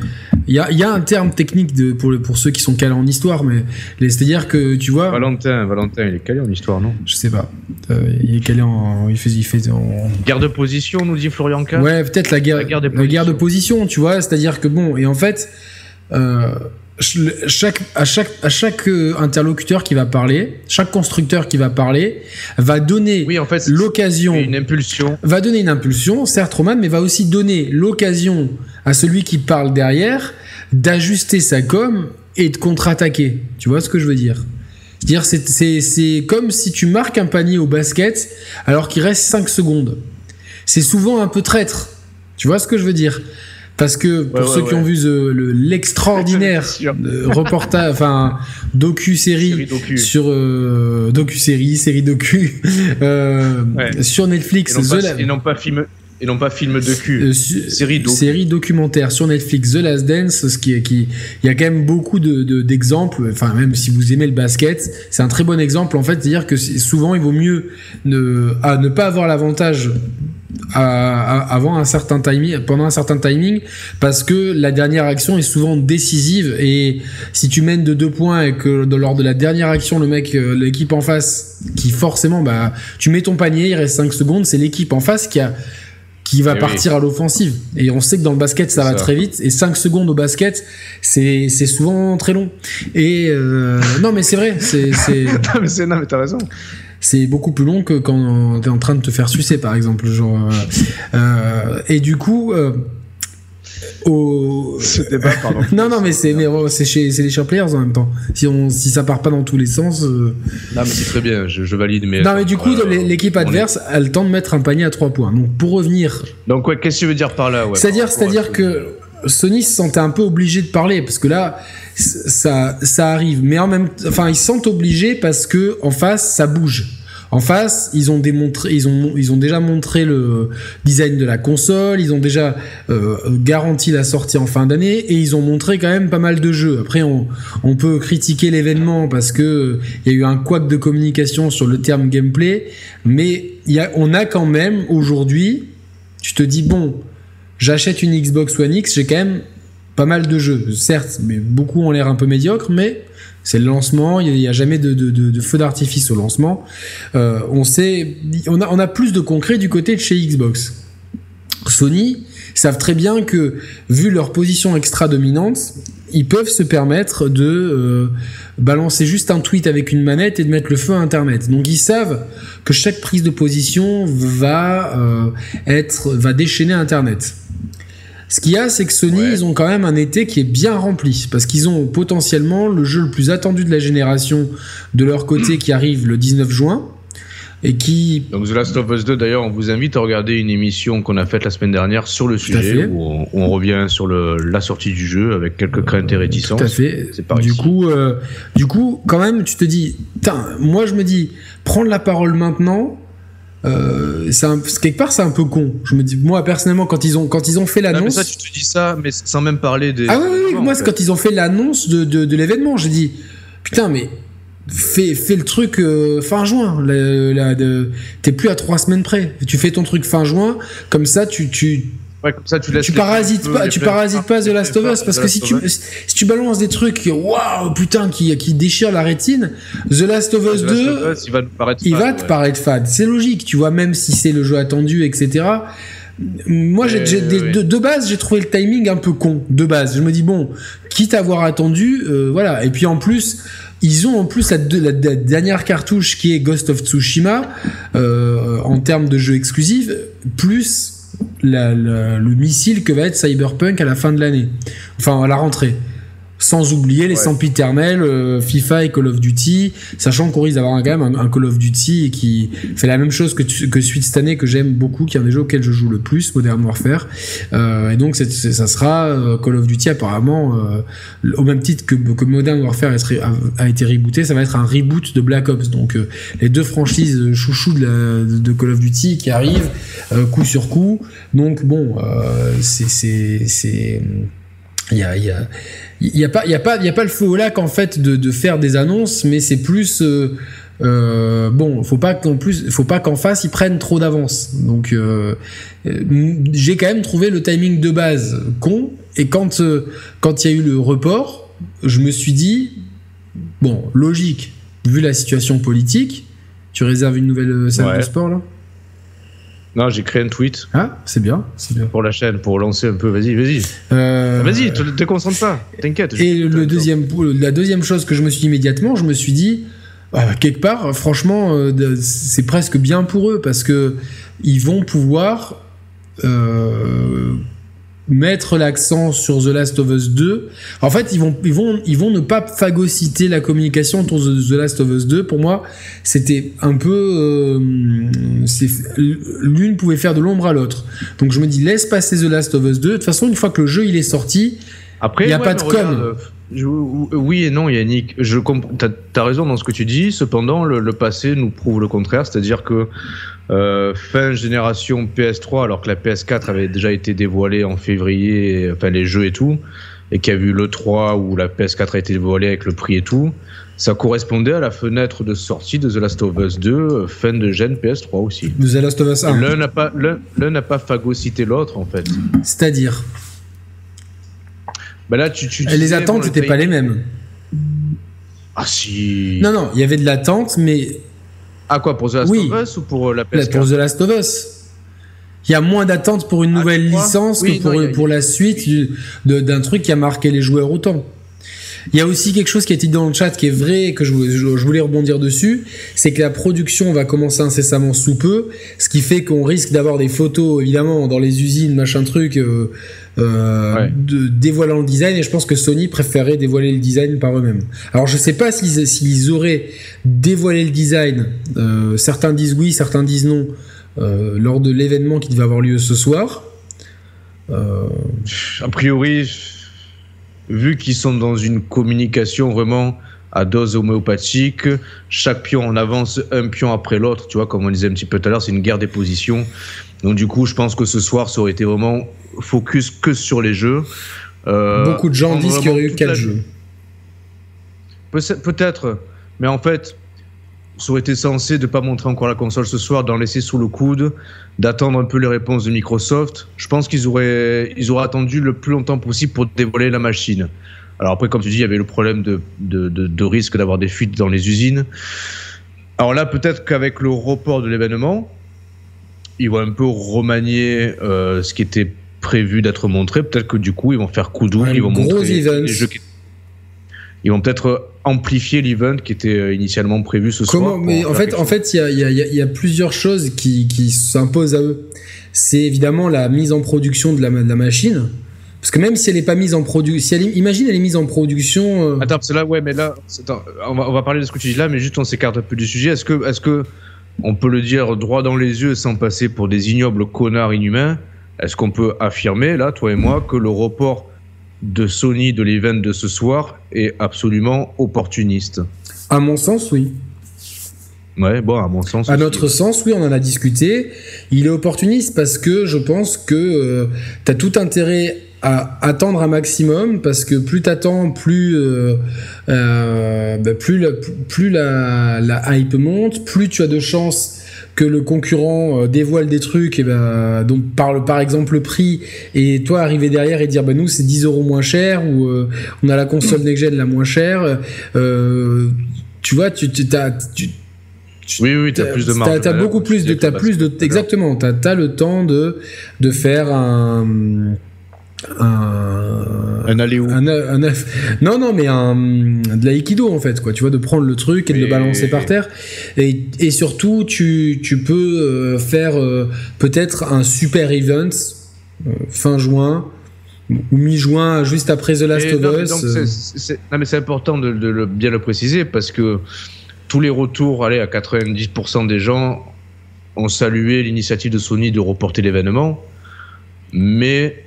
il euh, y, y a un terme technique de, pour, pour ceux qui sont calés en histoire, mais les, c'est-à-dire que tu vois. Valentin, Valentin, il est calé en histoire, non? Je sais pas. Euh, il est calé en. Il fait, il fait en. Guerre de position, nous dit Florian K. Ouais, peut-être la guerre, la guerre, la guerre de position, tu vois, c'est-à-dire que bon, et en fait. Euh, Chaque, à chaque, à chaque interlocuteur qui va parler, chaque constructeur qui va parler, va donner oui, en fait, l'occasion, une impulsion. Va donner une impulsion, certes Roman, mais va aussi donner l'occasion à celui qui parle derrière d'ajuster sa com et de contre-attaquer. Tu vois ce que je veux dire? C'est-à-dire, c'est, c'est, c'est comme si tu marques un panier au basket alors qu'il reste cinq secondes. C'est souvent un peu traître. Tu vois ce que je veux dire? Parce que pour ouais, ceux ouais, qui ouais. ont vu the, le, l'extraordinaire reportage, enfin docu-série docu. sur euh, docu-série, série docu euh, ouais. sur Netflix, et non, pas, et non pas film, et non pas film docu, euh, su, série, docu. série documentaire sur Netflix, The Last Dance, ce qui, qui, il y a quand même beaucoup de, de d'exemples. Enfin, même si vous aimez le basket, c'est un très bon exemple en fait, c'est-à-dire que souvent il vaut mieux ne, à ne pas avoir l'avantage. À, à, avant un certain timing, pendant un certain timing, parce que la dernière action est souvent décisive, et si tu mènes de deux points et que de, lors de la dernière action le mec, l'équipe en face, qui forcément, bah, tu mets ton panier, il reste cinq secondes, c'est l'équipe en face qui a qui va et partir oui. à l'offensive, et on sait que dans le basket ça, ça va très vite, et cinq secondes au basket c'est c'est souvent très long, et euh, non mais c'est vrai, c'est c'est non mais c'est non mais t'as raison. C'est beaucoup plus long que quand t'es en train de te faire sucer, par exemple. Genre, euh, euh, et du coup, euh, au... Ce débat, pardon. non, non, mais c'est, mais c'est, chez, c'est les Share Players en même temps. Si, on, si ça part pas dans tous les sens. Euh... Non, mais c'est très bien, je, je valide. Mais non, mais du coup, euh, l'équipe adverse est... a le temps de mettre un panier à trois points. Donc, pour revenir. Donc, ouais, qu'est-ce que tu veux dire par là ouais, C'est-à-dire, par c'est-à-dire que Sony se sentait un peu obligé de parler, parce que là, ça, ça arrive. Mais en même temps, enfin, ils se sentent obligés parce que en face, ça bouge. En face, ils ont démontré, ils ont, ils ont déjà montré le design de la console, ils ont déjà euh, garanti la sortie en fin d'année, et ils ont montré quand même pas mal de jeux. Après, on, on peut critiquer l'événement parce que il y a eu un couac de communication sur le terme gameplay, mais il y a, on a quand même aujourd'hui, tu te dis bon, j'achète une Xbox One X, j'ai quand même pas mal de jeux, certes, mais beaucoup ont l'air un peu médiocres, mais c'est le lancement, il n'y a jamais de, de, de, de feu d'artifice au lancement. Euh, on sait, on a, on a plus de concret du côté de chez Xbox. Sony savent très bien que, vu leur position extra dominante, ils peuvent se permettre de euh, balancer juste un tweet avec une manette et de mettre le feu à Internet. Donc ils savent que chaque prise de position va euh, être, va déchaîner Internet. Ce qu'il y a, c'est que Sony, ouais. ils ont quand même un été qui est bien rempli, parce qu'ils ont potentiellement le jeu le plus attendu de la génération de leur côté qui arrive le dix-neuf juin, et qui... Donc The Last of Us deux, d'ailleurs, on vous invite à regarder une émission qu'on a faite la semaine dernière sur le sujet, où on, où on revient sur le, la sortie du jeu avec quelques craintes et réticences. Tout à fait. C'est par du ici. coup, euh, du coup, quand même, tu te dis, moi je me dis, prendre la parole maintenant, euh, c'est un, quelque part c'est un peu con. Je me dis, moi personnellement, quand ils ont quand ils ont fait l'annonce, non, mais ça tu te dis ça, mais sans même parler des. Ah oui, oui, moi c'est quand ils ont fait l'annonce de de, de l'événement, j'ai dit putain mais fais fais le truc euh, fin juin. La, la, de, t'es plus à trois semaines près. Tu fais ton truc fin juin, comme ça tu tu Ouais, comme ça, tu, laisses tu parasites pas, tu parasites pas The Last of Us parce que si tu si tu balances des trucs waouh putain qui qui déchirent la rétine, The Last of Us deux, il va, il va te ouais. paraître fade. C'est logique, tu vois, même si c'est le jeu attendu, et cetera. Moi, j'ai, j'ai, des, de, de base, j'ai trouvé le timing un peu con. De base, je me dis bon, quitte à avoir attendu, euh, voilà. Et puis en plus, ils ont en plus la, la, la dernière cartouche qui est Ghost of Tsushima euh, en termes de jeu exclusif, plus La, la, le missile que va être Cyberpunk à la fin de l'année, enfin à la rentrée, sans oublier les ouais. sempiternels euh, FIFA et Call of Duty, sachant qu'on risque d'avoir quand même un, un Call of Duty qui fait la même chose que, tu, que celui de cette année que j'aime beaucoup, qui est un des jeux auxquels je joue le plus, Modern Warfare, euh, et donc c'est, c'est, ça sera euh, Call of Duty apparemment euh, au même titre que, que Modern Warfare a, a été rebooté, ça va être un reboot de Black Ops, donc euh, les deux franchises chouchous de, la, de Call of Duty qui arrivent euh, coup sur coup, donc bon euh, c'est c'est c'est il y a il y a il y a pas il y a pas il y a pas le feu au lac en fait de de faire des annonces, mais c'est plus euh, euh, bon, faut pas qu'en plus faut pas qu'en face ils prennent trop d'avance. Donc euh, j'ai quand même trouvé le timing de base con, et quand euh, quand il y a eu le report, je me suis dit bon, logique, vu la situation politique, tu réserves une nouvelle salle ouais. de sport là? Non, j'ai créé un tweet. Ah, c'est bien, c'est bien. Pour la chaîne, pour lancer un peu. Vas-y, vas-y. Euh... Vas-y, te, te concentre pas. T'inquiète. Et le deuxième, la deuxième chose que je me suis dit immédiatement, je me suis dit, euh, quelque part, franchement, euh, c'est presque bien pour eux, parce que ils vont pouvoir euh, mettre l'accent sur The Last of Us deux. En fait, ils vont, ils vont, ils vont ne pas phagocyter la communication autour de The Last of Us deux. Pour moi, c'était un peu, euh, c'est, l'une pouvait faire de l'ombre à l'autre. Donc je me dis, laisse passer The Last of Us deux. De toute façon, une fois que le jeu il est sorti, il n'y a ouais, pas de com. Je, oui et non, Yannick. Je comp- t'as, t'as raison dans ce que tu dis. Cependant, le, le passé nous prouve le contraire. C'est-à-dire que euh, fin génération P S trois, alors que la P S quatre avait déjà été dévoilée en février, enfin les jeux et tout, et qu'il y a eu l'E trois où la P S quatre a été dévoilée avec le prix et tout, ça correspondait à la fenêtre de sortie de The Last of Us deux, fin de gen P S trois aussi. The Last of Us un. L'un n'a pas, l'un, l'un n'a pas phagocyté l'autre en fait. C'est-à-dire bah là, tu, tu les attentes n'étaient pas les mêmes. Ah si. Non, non, il y avait de l'attente, mais. Ah quoi, pour The Last oui. of Us ou pour la P S quatre? Pour The Last of Us. Il y a moins d'attente pour une ah, nouvelle licence oui, que pour, non, a, pour la suite du, de, d'un truc qui a marqué les joueurs autant. Il y a aussi quelque chose qui est dit dans le chat qui est vrai et que je, je, je voulais rebondir dessus, c'est que la production va commencer incessamment sous peu, ce qui fait qu'on risque d'avoir des photos évidemment dans les usines, machin truc, euh, euh, ouais. de, dévoilant le design, et je pense que Sony préférait dévoiler le design par eux-mêmes. Alors je sais pas s'ils, s'ils auraient dévoilé le design, euh, certains disent oui, certains disent non, euh, lors de l'événement qui devait avoir lieu ce soir. Euh... A priori... Vu qu'ils sont dans une communication vraiment à dose homéopathique, chaque pion en avance un pion après l'autre, tu vois, comme on disait un petit peu tout à l'heure, c'est une guerre des positions. Donc du coup, je pense que ce soir, ça aurait été vraiment focus que sur les jeux. Euh, Beaucoup de gens disent qu'il y aurait eu quatre jeux. Peut-être, mais en fait, ça aurait été censé de ne pas montrer encore la console ce soir, d'en laisser sous le coude, d'attendre un peu les réponses de Microsoft. Je pense qu'ils auraient, ils auraient attendu le plus longtemps possible pour dévoiler la machine. Alors après, comme tu dis, il y avait le problème de, de, de, de risque d'avoir des fuites dans les usines. Alors là, peut-être qu'avec le report de l'événement, ils vont un peu remanier euh, ce qui était prévu d'être montré. Peut-être que du coup, ils vont faire coup double, ouais, ils vont montrer les jeux qui... Ils vont peut-être amplifier l'event qui était initialement prévu ce Comment, soir. Mais en fait, en fait, il y a, y, a, y a plusieurs choses qui, qui s'imposent à eux. C'est évidemment la mise en production de la, de la machine. Parce que même si elle n'est pas mise en production, si elle, imagine elle est mise en production. Euh... Attends, parce que là, ouais, mais là, attends, on va, on va parler de ce que tu dis là, mais juste on s'écarte un peu du sujet. Est-ce que, est-ce que on peut le dire droit dans les yeux sans passer pour des ignobles connards inhumains? Est-ce qu'on peut affirmer là, toi et moi, que le report de Sony de l'event de ce soir est absolument opportuniste? À mon sens, oui. Ouais, bon, à mon sens. À aussi, notre ouais. sens, oui, on en a discuté. Il est opportuniste parce que je pense que euh, t'as tout intérêt à attendre un maximum parce que plus t'attends, plus euh, euh, bah, plus la, plus la, la hype monte, plus tu as de chances que le concurrent euh, dévoile des trucs et ben donc par le, par exemple le prix, et toi arriver derrière et dire bah nous c'est dix euros moins cher, ou euh, on a la console next-gen la moins chère, euh, tu vois, tu tu t'as tu, Oui, oui, t'as, t'as plus de marge. T'as, t'as beaucoup plus de, t'as plus de, exactement, t'as, t'as le temps de, de faire un, un, un aller où un, un, un, non, non, mais un, de l'aïkido, en fait, quoi, tu vois, de prendre le truc et de et... le balancer par terre. Et, et surtout, tu, tu peux faire, euh, peut-être un super event, euh, fin juin, ou mi-juin, juste après The Last et of non, Us. Donc c'est, c'est, non, mais c'est important de, de, de bien le préciser parce que tous les retours, allez, à quatre-vingt-dix pour cent des gens ont salué l'initiative de Sony de reporter l'événement. Mais,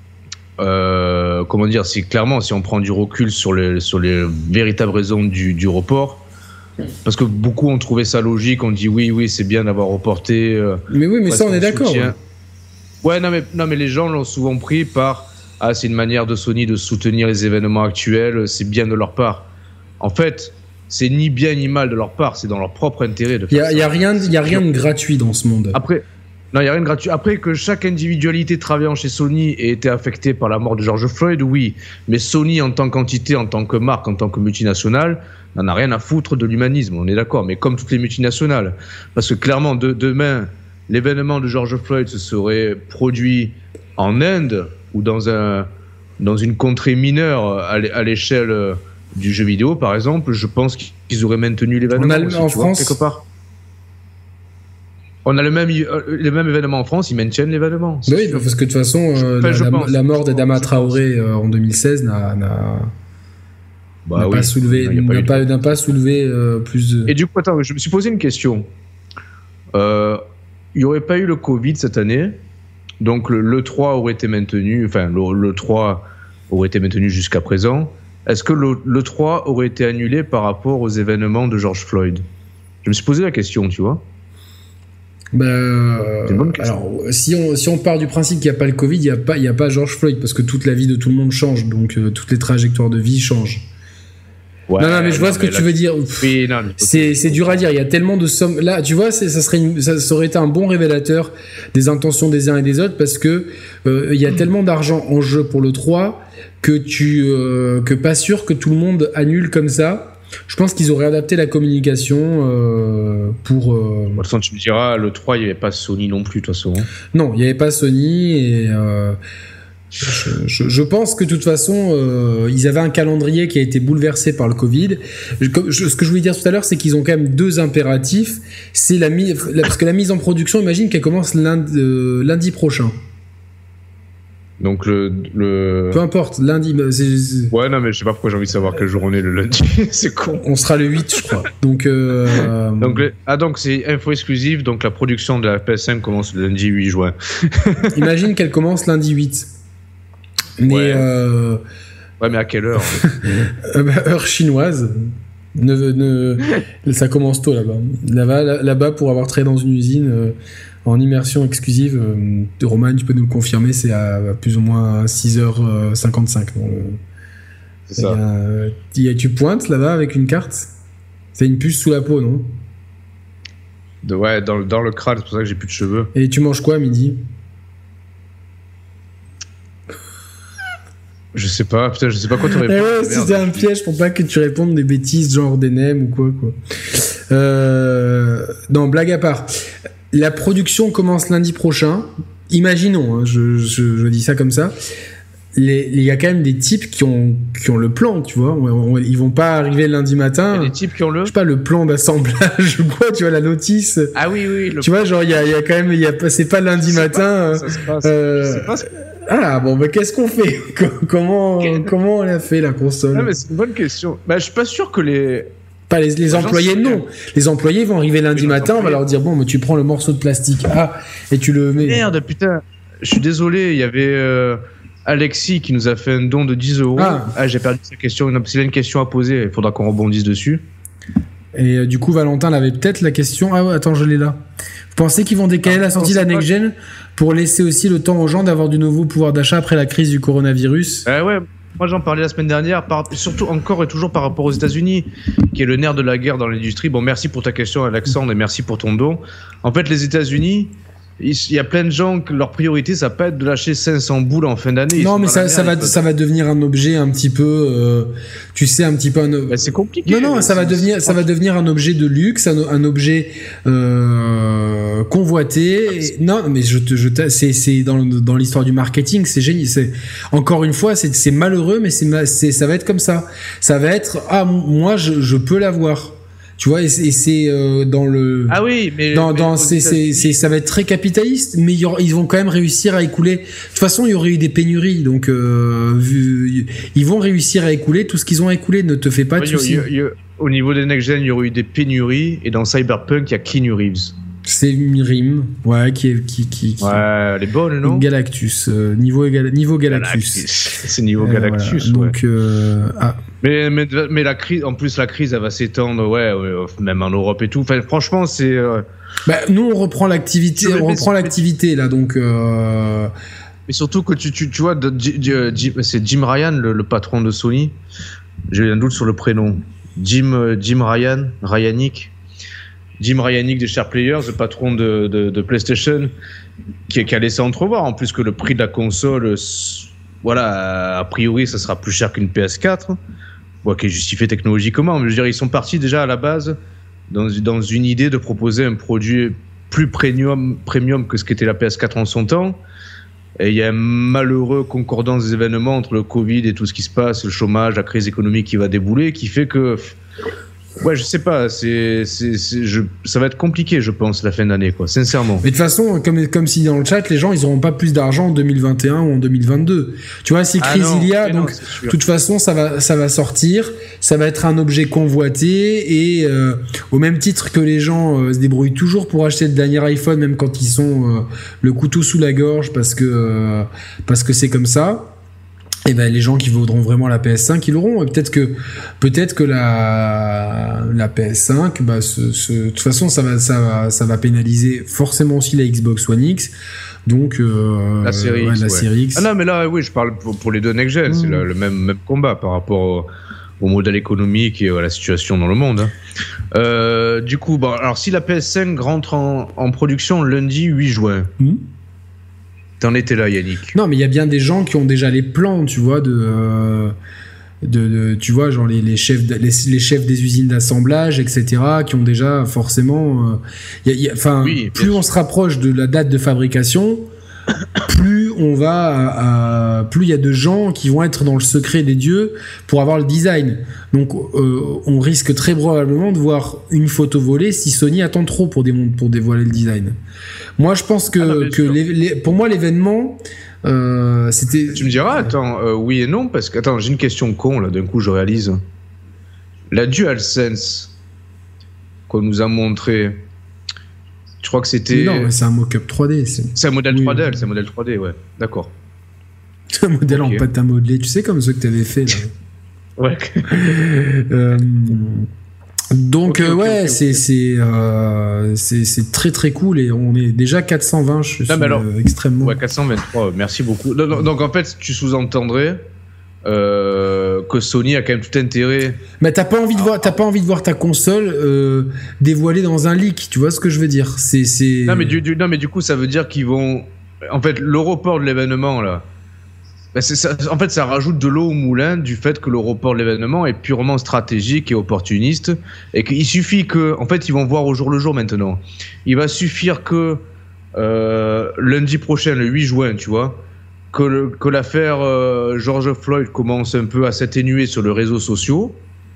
euh, comment dire, c'est clairement, si on prend du recul sur les, sur les véritables raisons du, du report, parce que beaucoup ont trouvé ça logique, on dit oui, oui, c'est bien d'avoir reporté. Euh, mais oui, mais ça, on est d'accord. Ouais, ouais non, mais, non, mais les gens l'ont souvent pris par ah, c'est une manière de Sony de soutenir les événements actuels, c'est bien de leur part. En fait, c'est ni bien ni mal de leur part, c'est dans leur propre intérêt de faire ça. Il n'y a, rien, y a rien de gratuit dans ce monde. Après, non, il n'y a rien de gratuit. Après, que chaque individualité travaillant chez Sony ait été affectée par la mort de George Floyd, oui. Mais Sony, en tant qu'entité, en tant que marque, en tant que multinationale, n'en a rien à foutre de l'humanisme, on est d'accord. Mais comme toutes les multinationales. Parce que clairement, de, demain, l'événement de George Floyd se serait produit en Inde ou dans, un, dans une contrée mineure à l'échelle du jeu vidéo, par exemple, je pense qu'ils auraient maintenu l'événement. On a, aussi, en tu France, vois, quelque part. On a le même, le même événement en France, ils maintiennent l'événement. Oui, sûr. Parce que de toute façon, euh, enfin, la, la, la mort d'Adama Traoré euh, en deux mille seize n'a, n'a, bah, n'a oui, pas soulevé, n'a, n'a pas, n'a pas soulevé euh, plus de... Et du coup, attends, je me suis posé une question. Euh, il n'y aurait pas eu le Covid cette année, donc le, l'E trois aurait été maintenu, enfin le, l'E trois aurait été maintenu jusqu'à présent. Est-ce que le, l'E trois aurait été annulé par rapport aux événements de George Floyd ? Je me suis posé la question, tu vois. Ben, euh, alors, si on, si on part du principe qu'il n'y a pas le Covid, il n'y a pas, il n'y a pas George Floyd, parce que toute la vie de tout le monde change, donc euh, toutes les trajectoires de vie changent. Ouais, non, non, mais je vois non, ce que tu là, veux dire. Oui, non, c'est, c'est dur à dire. Il y a tellement de sommes. Là, tu vois, c'est, ça serait, une, ça, ça aurait été un bon révélateur des intentions des uns et des autres, parce que euh, il y a tellement d'argent en jeu pour le trois que tu, euh, que pas sûr que tout le monde annule comme ça. Je pense qu'ils auraient adapté la communication euh, pour. Euh... De toute façon, tu me diras, le trois, il n'y avait pas Sony non plus, de toute façon. Non, il n'y avait pas Sony et. Euh... Je, je, je pense que de toute façon, euh, ils avaient un calendrier qui a été bouleversé par le Covid. Je, je, ce que je voulais dire tout à l'heure, c'est qu'ils ont quand même deux impératifs. C'est la mise, parce que la mise en production, imagine qu'elle commence lundi, euh, lundi prochain. Donc le, le... Peu importe, lundi. C'est, c'est... Ouais, non, mais je sais pas pourquoi j'ai envie de savoir quelle jour on est le lundi. C'est con. On sera le huit, je crois. Donc, euh... donc le... Ah, donc c'est info exclusive. Donc la production de la P S cinq commence le lundi huit juin. Imagine qu'elle commence lundi huit. Mais ouais. Euh... ouais, mais à quelle heure heure chinoise. Ne, ne... Ça commence tôt là-bas. Là-bas, là-bas, pour avoir travaillé dans une usine euh, en immersion exclusive, euh, Roman, tu peux nous le confirmer, c'est à, à plus ou moins six heures cinquante-cinq. Donc, euh, c'est ça. Euh, y a, tu pointes là-bas avec une carte. C'est une puce sous la peau, non? De, ouais, dans, dans le crâne, c'est pour ça que j'ai plus de cheveux. Et tu manges quoi à midi? Je sais pas, putain, je sais pas quoi te répondre. Ouais, c'était un piège pour pas que tu répondes des bêtises genre des nems ou quoi, quoi. Euh, non, blague à part. La production commence lundi prochain. Imaginons, hein, je, je, je dis ça comme ça. Il y a quand même des types qui ont, qui ont le plan, tu vois. On, on, ils vont pas arriver lundi matin. Il y a des types qui ont le. Je sais pas, le plan d'assemblage ou quoi, tu vois, la notice. Ah oui, oui. Le tu vois, genre, il y a, il y a quand même, il y a, c'est pas lundi c'est matin. Pas, ça se passe. Euh, c'est pas ce... Ah bon, bah qu'est-ce qu'on fait? Comment, okay. comment on a fait la console? Ah, mais c'est une bonne question. Bah, je suis pas sûr que les. Pas les, les employés, non. Les employés vont arriver lundi les matin, employés. On va leur dire bon, mais tu prends le morceau de plastique A et tu le mets. Merde, putain. Je suis désolé, il y avait euh, Alexis qui nous a fait un don de dix euros. Ah, ah j'ai perdu sa question. C'est une question à poser, il faudra qu'on rebondisse dessus. Et euh, du coup, Valentin l'avait peut-être la question. Ah ouais, attends, je l'ai là. Vous pensez qu'ils vont décaler ah, la sortie de la next-gen pour laisser aussi le temps aux gens d'avoir du nouveau pouvoir d'achat après la crise du coronavirus? euh, Ouais, moi j'en parlais la semaine dernière, par... surtout encore et toujours par rapport aux États-Unis, qui est le nerf de la guerre dans l'industrie. Bon, merci pour ta question, Alexandre, et merci pour ton don. En fait, les États-Unis, il y a plein de gens que leur priorité, ça peut être de lâcher cinq cents boules en fin d'année. Non, mais ça, ça va, ça va devenir un objet un petit peu, euh, tu sais, un petit peu. Un... Ben, c'est compliqué. Non, non, ça va devenir, ça va devenir un objet de luxe, un, un objet euh, convoité. Et, non, mais je te, je te, c'est, c'est dans, dans l'histoire du marketing, c'est génial. C'est encore une fois, c'est, c'est malheureux, mais c'est, c'est, ça va être comme ça. Ça va être, ah, moi, je, je peux l'avoir. Tu vois, et c'est, et c'est euh, dans le. Ah oui, mais. Dans, mais dans, c'est, c'est, c'est, ça va être très capitaliste, mais y aura, ils vont quand même réussir à écouler. De toute façon, il y aurait eu des pénuries, donc euh, vu, ils vont réussir à écouler tout ce qu'ils ont à écouler. Ne te fais pas de ouais, soucis. Y, y, y, au niveau des next-gen, il y aurait eu des pénuries, et dans Cyberpunk, il y a Keanu Reeves. C'est Mirim, ouais, qui est qui qui, qui ouais, elle est bonne, non? Galactus, euh, niveau niveau Galactus. Galactus. C'est niveau Galactus, voilà. ouais. Donc euh, ah. Mais, mais mais la crise, en plus la crise, elle va s'étendre, ouais, ouais même en Europe et tout. Enfin, franchement, c'est. Euh... Bah, nous, on reprend l'activité, on reprend l'activité là, donc. Euh... Mais surtout que tu tu tu vois, de, de, de, c'est Jim Ryan, le, le patron de Sony. J'ai eu un doute sur le prénom. Jim Jim Ryan, Ryanick. Jim Ryanick des Sharp Players, le patron de, de, de PlayStation, qui, qui a laissé entrevoir en plus que le prix de la console, voilà, a priori, ça sera plus cher qu'une P S quatre, bon, qui est justifié technologiquement. Mais je veux dire, ils sont partis déjà à la base dans, dans une idée de proposer un produit plus premium, premium que ce qu'était la P S quatre en son temps. Et il y a un malheureux concordance des événements entre le Covid et tout ce qui se passe, le chômage, la crise économique qui va débouler, qui fait que. Ouais, je sais pas, c'est, c'est, c'est, je, ça va être compliqué, je pense, la fin d'année, quoi, sincèrement. Mais de toute façon, comme, comme si dans le chat, les gens, ils auront pas plus d'argent en deux mille vingt et un ou en deux mille vingt-deux. Tu vois, si crise ah non, il y a, donc, de toute façon, ça va, ça va sortir, ça va être un objet convoité, et euh, au même titre que les gens euh, se débrouillent toujours pour acheter le dernier iPhone, même quand ils sont euh, le couteau sous la gorge, parce que, euh, parce que c'est comme ça. Et ben les gens qui vaudront vraiment la P S cinq, ils l'auront. Et peut-être que peut-être que la la P S cinq, bah ce, ce, de toute façon ça va ça va ça va pénaliser forcément aussi la Xbox One X. Donc euh, la série ouais, X. La ouais. série X. Ah non mais là oui je parle pour, pour les deux next gen, mmh. c'est le, le même même combat par rapport au, au modèle économique et à la situation dans le monde. Hein. Euh, du coup bon alors si la P S cinq rentre en, en production lundi huit juin. Mmh. T'en étais là, Yannick. Non, mais il y a bien des gens qui ont déjà les plans, tu vois, de, euh, de, de tu vois, genre les, les chefs, de, les, les chefs des usines d'assemblage, et cetera, qui ont déjà forcément, enfin, euh, oui, plus on se rapproche de la date de fabrication, plus on va, à, à, plus il y a de gens qui vont être dans le secret des dieux pour avoir le design. Donc, euh, on risque très probablement de voir une photo volée si Sony attend trop pour, dé- pour dévoiler le design. Moi, je pense que, ah non, que les, les, pour moi, l'événement, euh, c'était. Tu me diras, attends, euh, oui et non, parce que, attends, j'ai une question con, là, d'un coup, je réalise. La DualSense qu'on nous a montré, je crois que c'était. Non, mais c'est un mock-up trois D. C'est, c'est un modèle oui, trois D, c'est un modèle trois D, ouais, d'accord. C'est un modèle okay. en pâte à modeler, tu sais, comme ceux que tu avais fait, là. Ouais. euh. Donc okay, euh, ouais, okay, c'est okay. c'est euh, c'est c'est très très cool et on est déjà quatre cent vingt, je suis alors, euh, extrêmement. Ouais, quatre cent vingt-trois. Merci beaucoup. Donc, donc en fait, tu sous-entendrais euh, que Sony a quand même tout intérêt. Mais t'as pas envie de voir, t'as pas envie de voir ta console euh, dévoilée dans un leak. Tu vois ce que je veux dire? C'est c'est. Non mais du, du non mais du coup ça veut dire qu'ils vont. En fait, le report de l'événement là. Ben c'est ça, en fait, ça rajoute de l'eau au moulin du fait que le report de l'événement est purement stratégique et opportuniste et qu'il suffit que, en fait, ils vont voir au jour le jour maintenant. Il va suffire que euh, lundi prochain, le huit juin, tu vois, que, le, que l'affaire euh, George Floyd commence un peu à s'atténuer sur les réseaux sociaux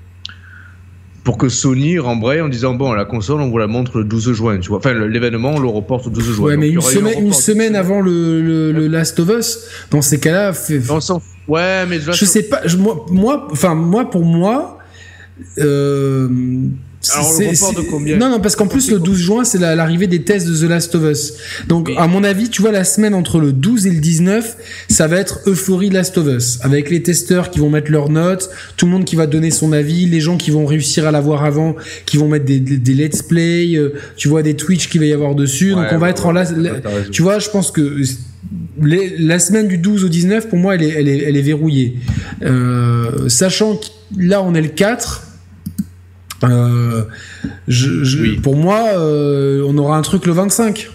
pour que Sony rembraye en disant bon, la console, on vous la montre le douze juin, tu vois. Enfin, l'événement, on le reporte au douze juin. Ouais, donc, mais une semaine, une semaine avant le, le, le Last of Us, dans ces cas-là, fait... on s'en... ouais, mais je sais pas. Je, moi, moi, enfin, moi, pour moi, Euh, Alors, c'est, le report c'est... de combien? Non, non, parce qu'en plus, le douze juin, c'est la, l'arrivée des tests de The Last of Us. Donc, oui. À mon avis, tu vois, la semaine entre le douze et le dix-neuf, ça va être euphorie Last of Us. Avec les testeurs qui vont mettre leurs notes, tout le monde qui va donner son avis, les gens qui vont réussir à l'avoir avant, qui vont mettre des, des, des let's play, euh, tu vois, des Twitch qu'il va y avoir dessus. Ouais, donc, on va ouais, être ouais, en la, la, tu vois, je pense que les, la semaine du douze au dix-neuf, pour moi, elle est, elle est, elle est verrouillée. Euh, sachant que là, on est le quatre. Euh, je, je, oui. Pour moi, euh, on aura un truc le vingt-cinq.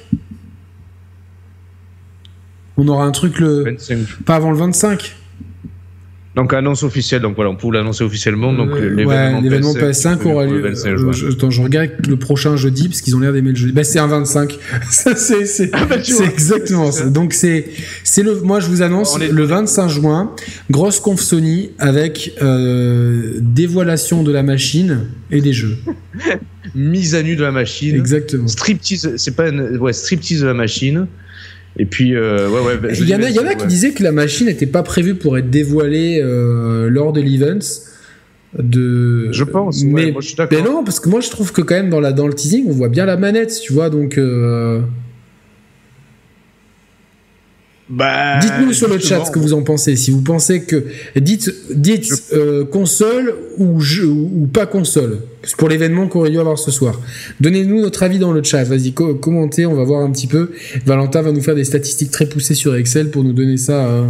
On aura un truc le vingt-cinq. Pas avant le vingt-cinq. Donc annonce officielle. Donc voilà, on peut l'annoncer officiellement. Donc euh, l'événement, ouais, l'événement P S cinq aura lieu. Euh, je, attends, je regarde le prochain jeudi parce qu'ils ont l'air d'aimer le jeudi. Bah c'est un vingt-cinq. Ça c'est c'est, ah bah, c'est vois, exactement c'est ça. ça. Donc c'est c'est le. Moi je vous annonce est... le vingt-cinq juin, grosse conf Sony avec euh, dévoilation de la machine et des jeux. Mise à nu de la machine. Exactement. Striptease, c'est pas une... ouais striptease de la machine. Et puis, euh, ouais, ouais. Il y en a, il y en a ouais. qui disaient que la machine n'était pas prévue pour être dévoilée euh, lors de l'event. De... Je pense, mais, ouais, moi je suis d'accord. Mais non, parce que moi je trouve que quand même dans, la, dans le teasing, on voit bien la manette, tu vois, donc. Euh... Bah, dites-nous sur le chat ce que vous en pensez. Si vous pensez que. Dites, dites je... euh, console ou, jeu, ou pas console. Pour l'événement qu'on aurait dû avoir ce soir. Donnez-nous notre avis dans le chat. Vas-y, co- commentez, on va voir un petit peu. Valentin va nous faire des statistiques très poussées sur Excel pour nous donner ça. Euh...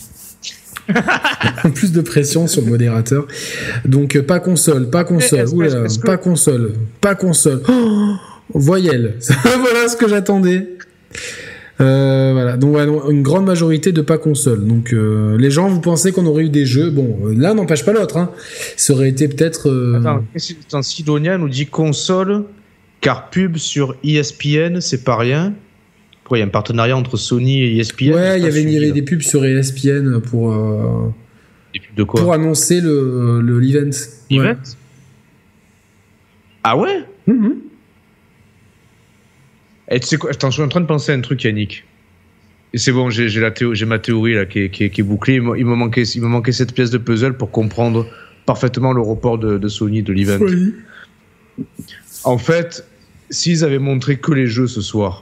plus de pression sur le modérateur. Donc, pas console, pas console. Est-ce, Oula, est-ce que... pas console, pas console. Oh, voyelle. Voilà ce que j'attendais. Euh, voilà, donc ouais, une grande majorité de pas console. Donc euh, les gens, vous pensez qu'on aurait eu des jeux. Bon, euh, l'un n'empêche pas l'autre. Hein. Ça aurait été peut-être. Euh... Attends, attends, Sidonia nous dit console, car pub sur E S P N, c'est pas rien. Pourquoi il y a un partenariat entre Sony et E S P N? Ouais, il y avait, il y avait des pubs sur E S P N pour. Euh, des pubs de quoi? Pour annoncer le, le l'event. Event? Ouais. Ah ouais? Mm-hmm. Et tu sais quoi, attends, je suis en train de penser à un truc, Yannick. Et c'est bon, j'ai, j'ai, la théo- j'ai ma théorie là, qui, est, qui, est, qui est bouclée. Il me, il, me manquait, il me manquait cette pièce de puzzle pour comprendre parfaitement le report de, de Sony de l'event. Oui. En fait, s'ils avaient montré que les jeux ce soir,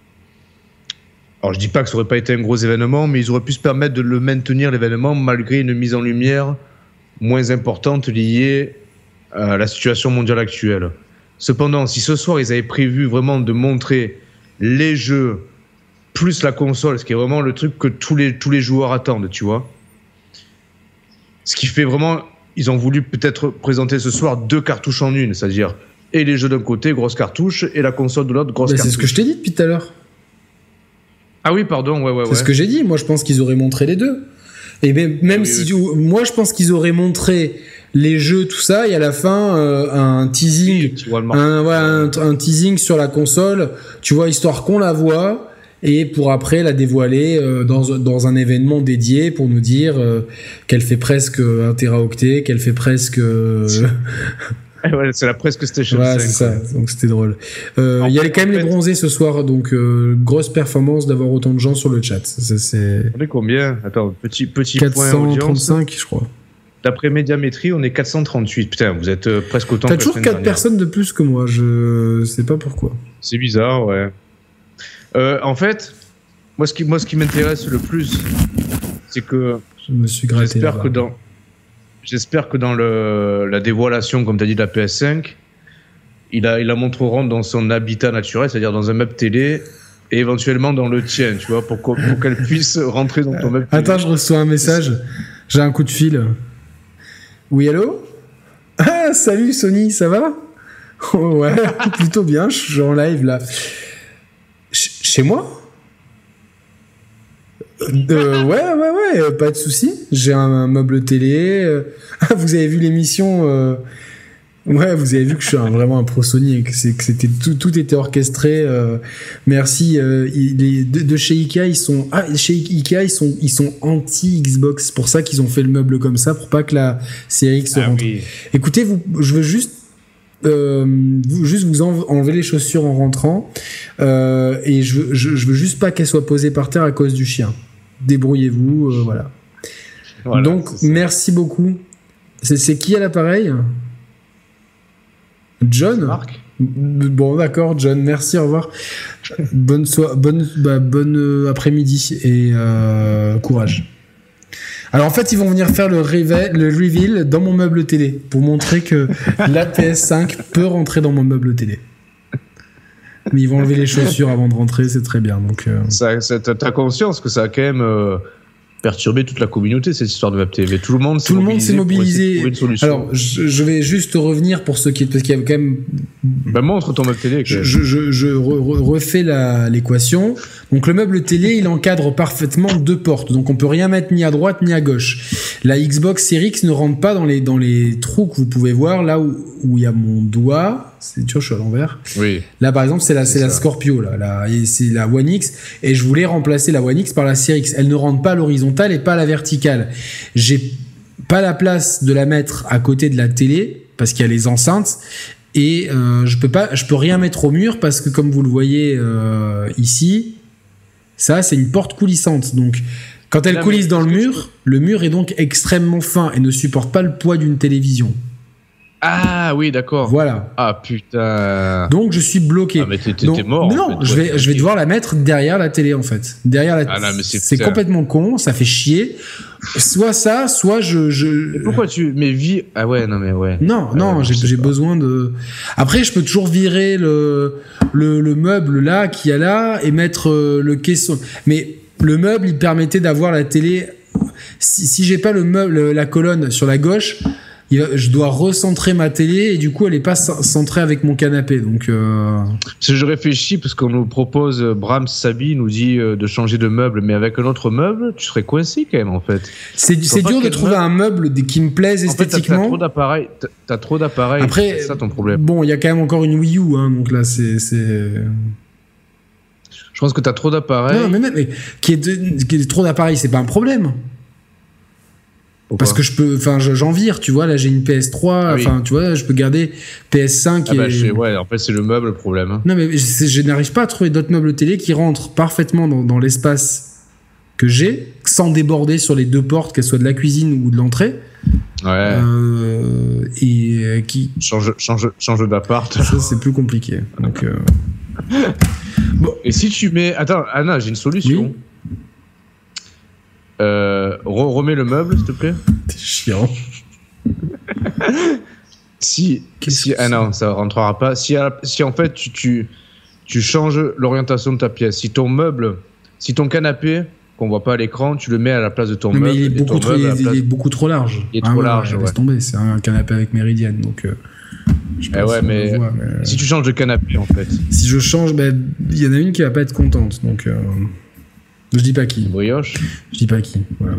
alors je dis pas que ça aurait pas été un gros événement, mais ils auraient pu se permettre de le maintenir, l'événement, malgré une mise en lumière moins importante liée à la situation mondiale actuelle. Cependant, si ce soir ils avaient prévu vraiment de montrer les jeux plus la console, ce qui est vraiment le truc que tous les, tous les joueurs attendent, tu vois. Ce qui fait vraiment, ils ont voulu peut-être présenter ce soir deux cartouches en une, c'est-à-dire et les jeux d'un côté, grosse cartouche, et la console de l'autre, grosse bah, cartouche. C'est ce que je t'ai dit depuis tout à l'heure. Ah oui, pardon, ouais, ouais, c'est ouais. ce que j'ai dit. Moi, je pense qu'ils auraient montré les deux. Et même, même oui, si, oui. Tu, moi, je pense qu'ils auraient montré les jeux, tout ça, et à la fin euh, un teasing, oui, un, ouais, un, un teasing sur la console, tu vois, histoire qu'on la voit, et pour après la dévoiler euh, dans dans un événement dédié pour nous dire euh, qu'elle fait presque un téraoctet, qu'elle fait presque. Euh... ouais, c'est la presque Station ouais, cinq. C'est ça. Donc c'était drôle. Euh, il y avait quand même fait... les bronzés ce soir, donc euh, grosse performance d'avoir autant de gens sur le chat. Ça, c'est. On est combien? Attends, petit petit quatre cent trente-cinq, point audience. Je crois. D'après Médiamétrie, on est quatre cent trente-huit. Putain, vous êtes euh, presque autant. T'as que toujours quatre personnes de plus que moi. Je sais pas pourquoi. C'est bizarre, ouais. Euh, en fait, moi ce qui moi ce qui m'intéresse le plus, c'est que je me suis gratté. J'espère que dans j'espère que dans le la dévoilation, comme t'as dit, de la P S cinq, il a ils la montreront dans son habitat naturel, c'est-à-dire dans un meuble télé. Et éventuellement dans le tien, tu vois, pour, pour qu'elle puisse rentrer dans ton meuble télé. Attends, je reçois un message. J'ai un coup de fil. Oui, allô? Ah, salut Sony, ça va? Oh, ouais, plutôt bien, je suis en live là. Ch- chez moi? euh, Ouais, ouais, ouais, pas de souci. J'ai un, un meuble télé. Euh... Ah, vous avez vu l'émission euh... Ouais, vous avez vu que je suis un, vraiment un pro Sony et que, c'est, que c'était tout, tout était orchestré. Euh, merci. Euh, les, de, de chez Ikea, ils sont ah, chez Ikea, ils sont ils sont anti Xbox. C'est pour ça qu'ils ont fait le meuble comme ça pour pas que la série X se ah, rentre. Oui. Écoutez, vous, je veux juste euh, vous, juste vous en, enlever les chaussures en rentrant euh, et je veux je, je veux juste pas qu'elles soient posées par terre à cause du chien. Débrouillez-vous, euh, voilà. voilà. Donc merci beaucoup. C'est, c'est qui à l'appareil? John. Marc. Bon, d'accord, John. Merci, au revoir. Bonne soirée, bonne, bah, bonne euh, après-midi et euh, courage. Alors en fait, ils vont venir faire le reveal, le reveal dans mon meuble télé pour montrer que la P S cinq peut rentrer dans mon meuble télé. Mais ils vont enlever les chaussures avant de rentrer, c'est très bien. Donc, euh... ça, ça, t'as conscience que ça a quand même euh, perturbé toute la communauté, cette histoire de Web T V. Tout le monde s'est Tout le mobilisé. monde s'est mobilisé. Pour une solution. Alors, je, je vais juste revenir pour ceux qui, parce qu'il y a quand même. Ben montre ton meuble télé. Je, je, je, je re, re, refais la, l'équation. Donc le meuble télé, il encadre parfaitement deux portes. Donc on peut rien mettre ni à droite ni à gauche. La Xbox Series X ne rentre pas dans les dans les trous que vous pouvez voir là où où il y a mon doigt. C'est sûr, je suis à l'envers. Oui. Là par exemple, c'est la c'est, c'est la Scorpio là, là et c'est la One X et je voulais remplacer la One X par la Series X. Elle ne rentre pas à l'horizontale et pas à la verticale. J'ai pas la place de la mettre à côté de la télé parce qu'il y a les enceintes. Et euh, je peux pas, je peux rien mettre au mur parce que comme vous le voyez euh, ici, ça c'est une porte coulissante. Donc quand elle Là, coulisse dans le mur, le mur est donc extrêmement fin et ne supporte pas le poids d'une télévision. Ah oui, d'accord. Voilà. Ah putain. Donc je suis bloqué. Ah mais t'es, t'es donc, mort. Non, en fait, je vais, je vais devoir la mettre derrière la télé en fait. Derrière la. Ah non, mais c'est c'est complètement con, ça fait chier. Soit ça, soit je. je... Mais pourquoi tu. Mais vie. Ah ouais, non mais ouais. Non, non, euh, j'ai, j'ai besoin de. Après, je peux toujours virer le le, le meuble là qu'il y a là et mettre euh, le caisson. Mais le meuble, il permettait d'avoir la télé. Si, si j'ai pas le meuble, la colonne sur la gauche. Je dois recentrer ma télé et du coup elle est pas centrée avec mon canapé donc euh... parce que je réfléchis parce qu'on nous propose Brahms Sabi nous dit de changer de meuble mais avec un autre meuble tu serais coincé quand même en fait c'est, c'est dur de trouver meuble... un meuble qui me plaise esthétiquement. En fait, t'as, t'as trop d'appareils t'as, t'as trop d'appareils après c'est ça ton problème. Bon il y a quand même encore une Wii U hein, donc là c'est, c'est... je pense que t'as trop d'appareils. Non mais même mais, qui est, de, qui est trop d'appareils c'est pas un problème. Pourquoi? Parce que je peux, enfin, j'en vire, tu vois. Là, j'ai une P S trois, enfin, oui. Tu vois, je peux garder P S cinq. Ah bah, et... ouais, en fait, c'est le meuble le problème. Hein. Non, mais je, je n'arrive pas à trouver d'autres meubles télé qui rentrent parfaitement dans, dans l'espace que j'ai, sans déborder sur les deux portes, qu'elles soient de la cuisine ou de l'entrée. Ouais. Euh, et qui change, change, change d'appart. Ça, c'est plus compliqué. Donc. Euh... bon. Et si tu mets, attends, Anna, j'ai une solution. Oui. Euh, remets le meuble, s'il te plaît. T'es chiant. si, si ah non, ça rentrera pas. Si, si en fait tu, tu, tu changes l'orientation de ta pièce, si ton meuble, si ton canapé qu'on voit pas à l'écran, tu le mets à la place de ton non, meuble. Mais il est, beaucoup trop, il, place... il est beaucoup trop large. Il est ah, trop ouais, large. Ouais, ouais. Laisse tomber, c'est un canapé avec méridienne, donc. Euh, je eh ouais, mais, voit, mais si tu changes de canapé, en fait. Si je change, il ben, y en a une qui va pas être contente, donc. Euh... Je dis pas qui. Brioche. Je dis pas qui. Voilà.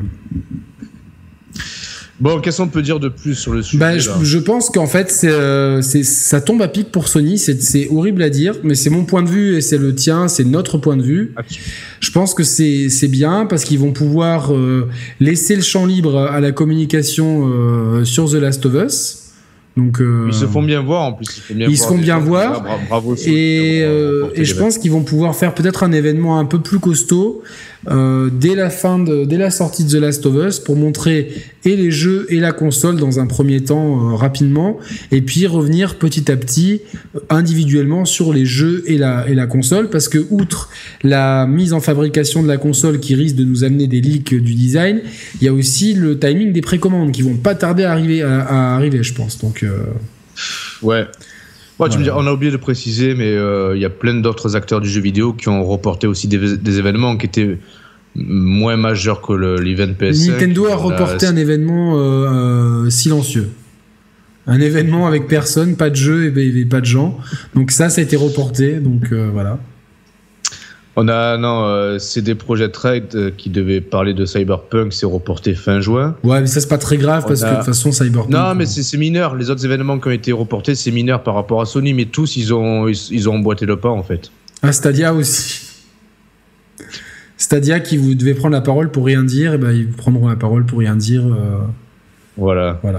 Bon, qu'est-ce qu'on peut dire de plus sur le sujet bah, je, je pense qu'en fait, c'est, euh, c'est, ça tombe à pic pour Sony. C'est, c'est horrible à dire, mais c'est mon point de vue et c'est le tien, c'est notre point de vue. Je pense que c'est, c'est bien parce qu'ils vont pouvoir euh, laisser le champ libre à la communication euh, sur The Last of Us. Donc, euh, ils se font bien voir en plus. Ils, font bien ils se font bien voir. Bravo, bravo et euh, et je pense qu'ils vont pouvoir faire peut-être un événement un peu plus costaud euh, dès la fin de, dès la sortie de The Last of Us pour montrer et les jeux et la console dans un premier temps euh, rapidement et puis revenir petit à petit euh, individuellement sur les jeux et la et la console parce que outre la mise en fabrication de la console qui risque de nous amener des leaks du design, il y a aussi le timing des précommandes qui vont pas tarder à arriver à, à arriver, je pense. Donc euh... ouais. Ouais, tu ouais. me dis, on a oublié de préciser, mais il euh, y a plein d'autres acteurs du jeu vidéo qui ont reporté aussi des, des événements qui étaient moins majeurs que le, l'event P S cinq. Nintendo a reporté la... un événement euh, euh, silencieux. Un événement avec personne, pas de jeu et, et pas de gens. Donc ça, ça a été reporté. Donc euh, voilà. On a, non, euh, C D Projekt Red euh, qui devait parler de Cyberpunk, c'est reporté fin juin. Ouais, mais ça, c'est pas très grave on parce a... que de toute façon, Cyberpunk. Non, mais c'est, c'est mineur. Les autres événements qui ont été reportés, c'est mineur par rapport à Sony, mais tous, ils ont, ils, ils ont emboîté le pas, en fait. Ah, Stadia aussi. Stadia qui vous devez prendre la parole pour rien dire, et ben ils prendront la parole pour rien dire. Euh... Voilà. Voilà.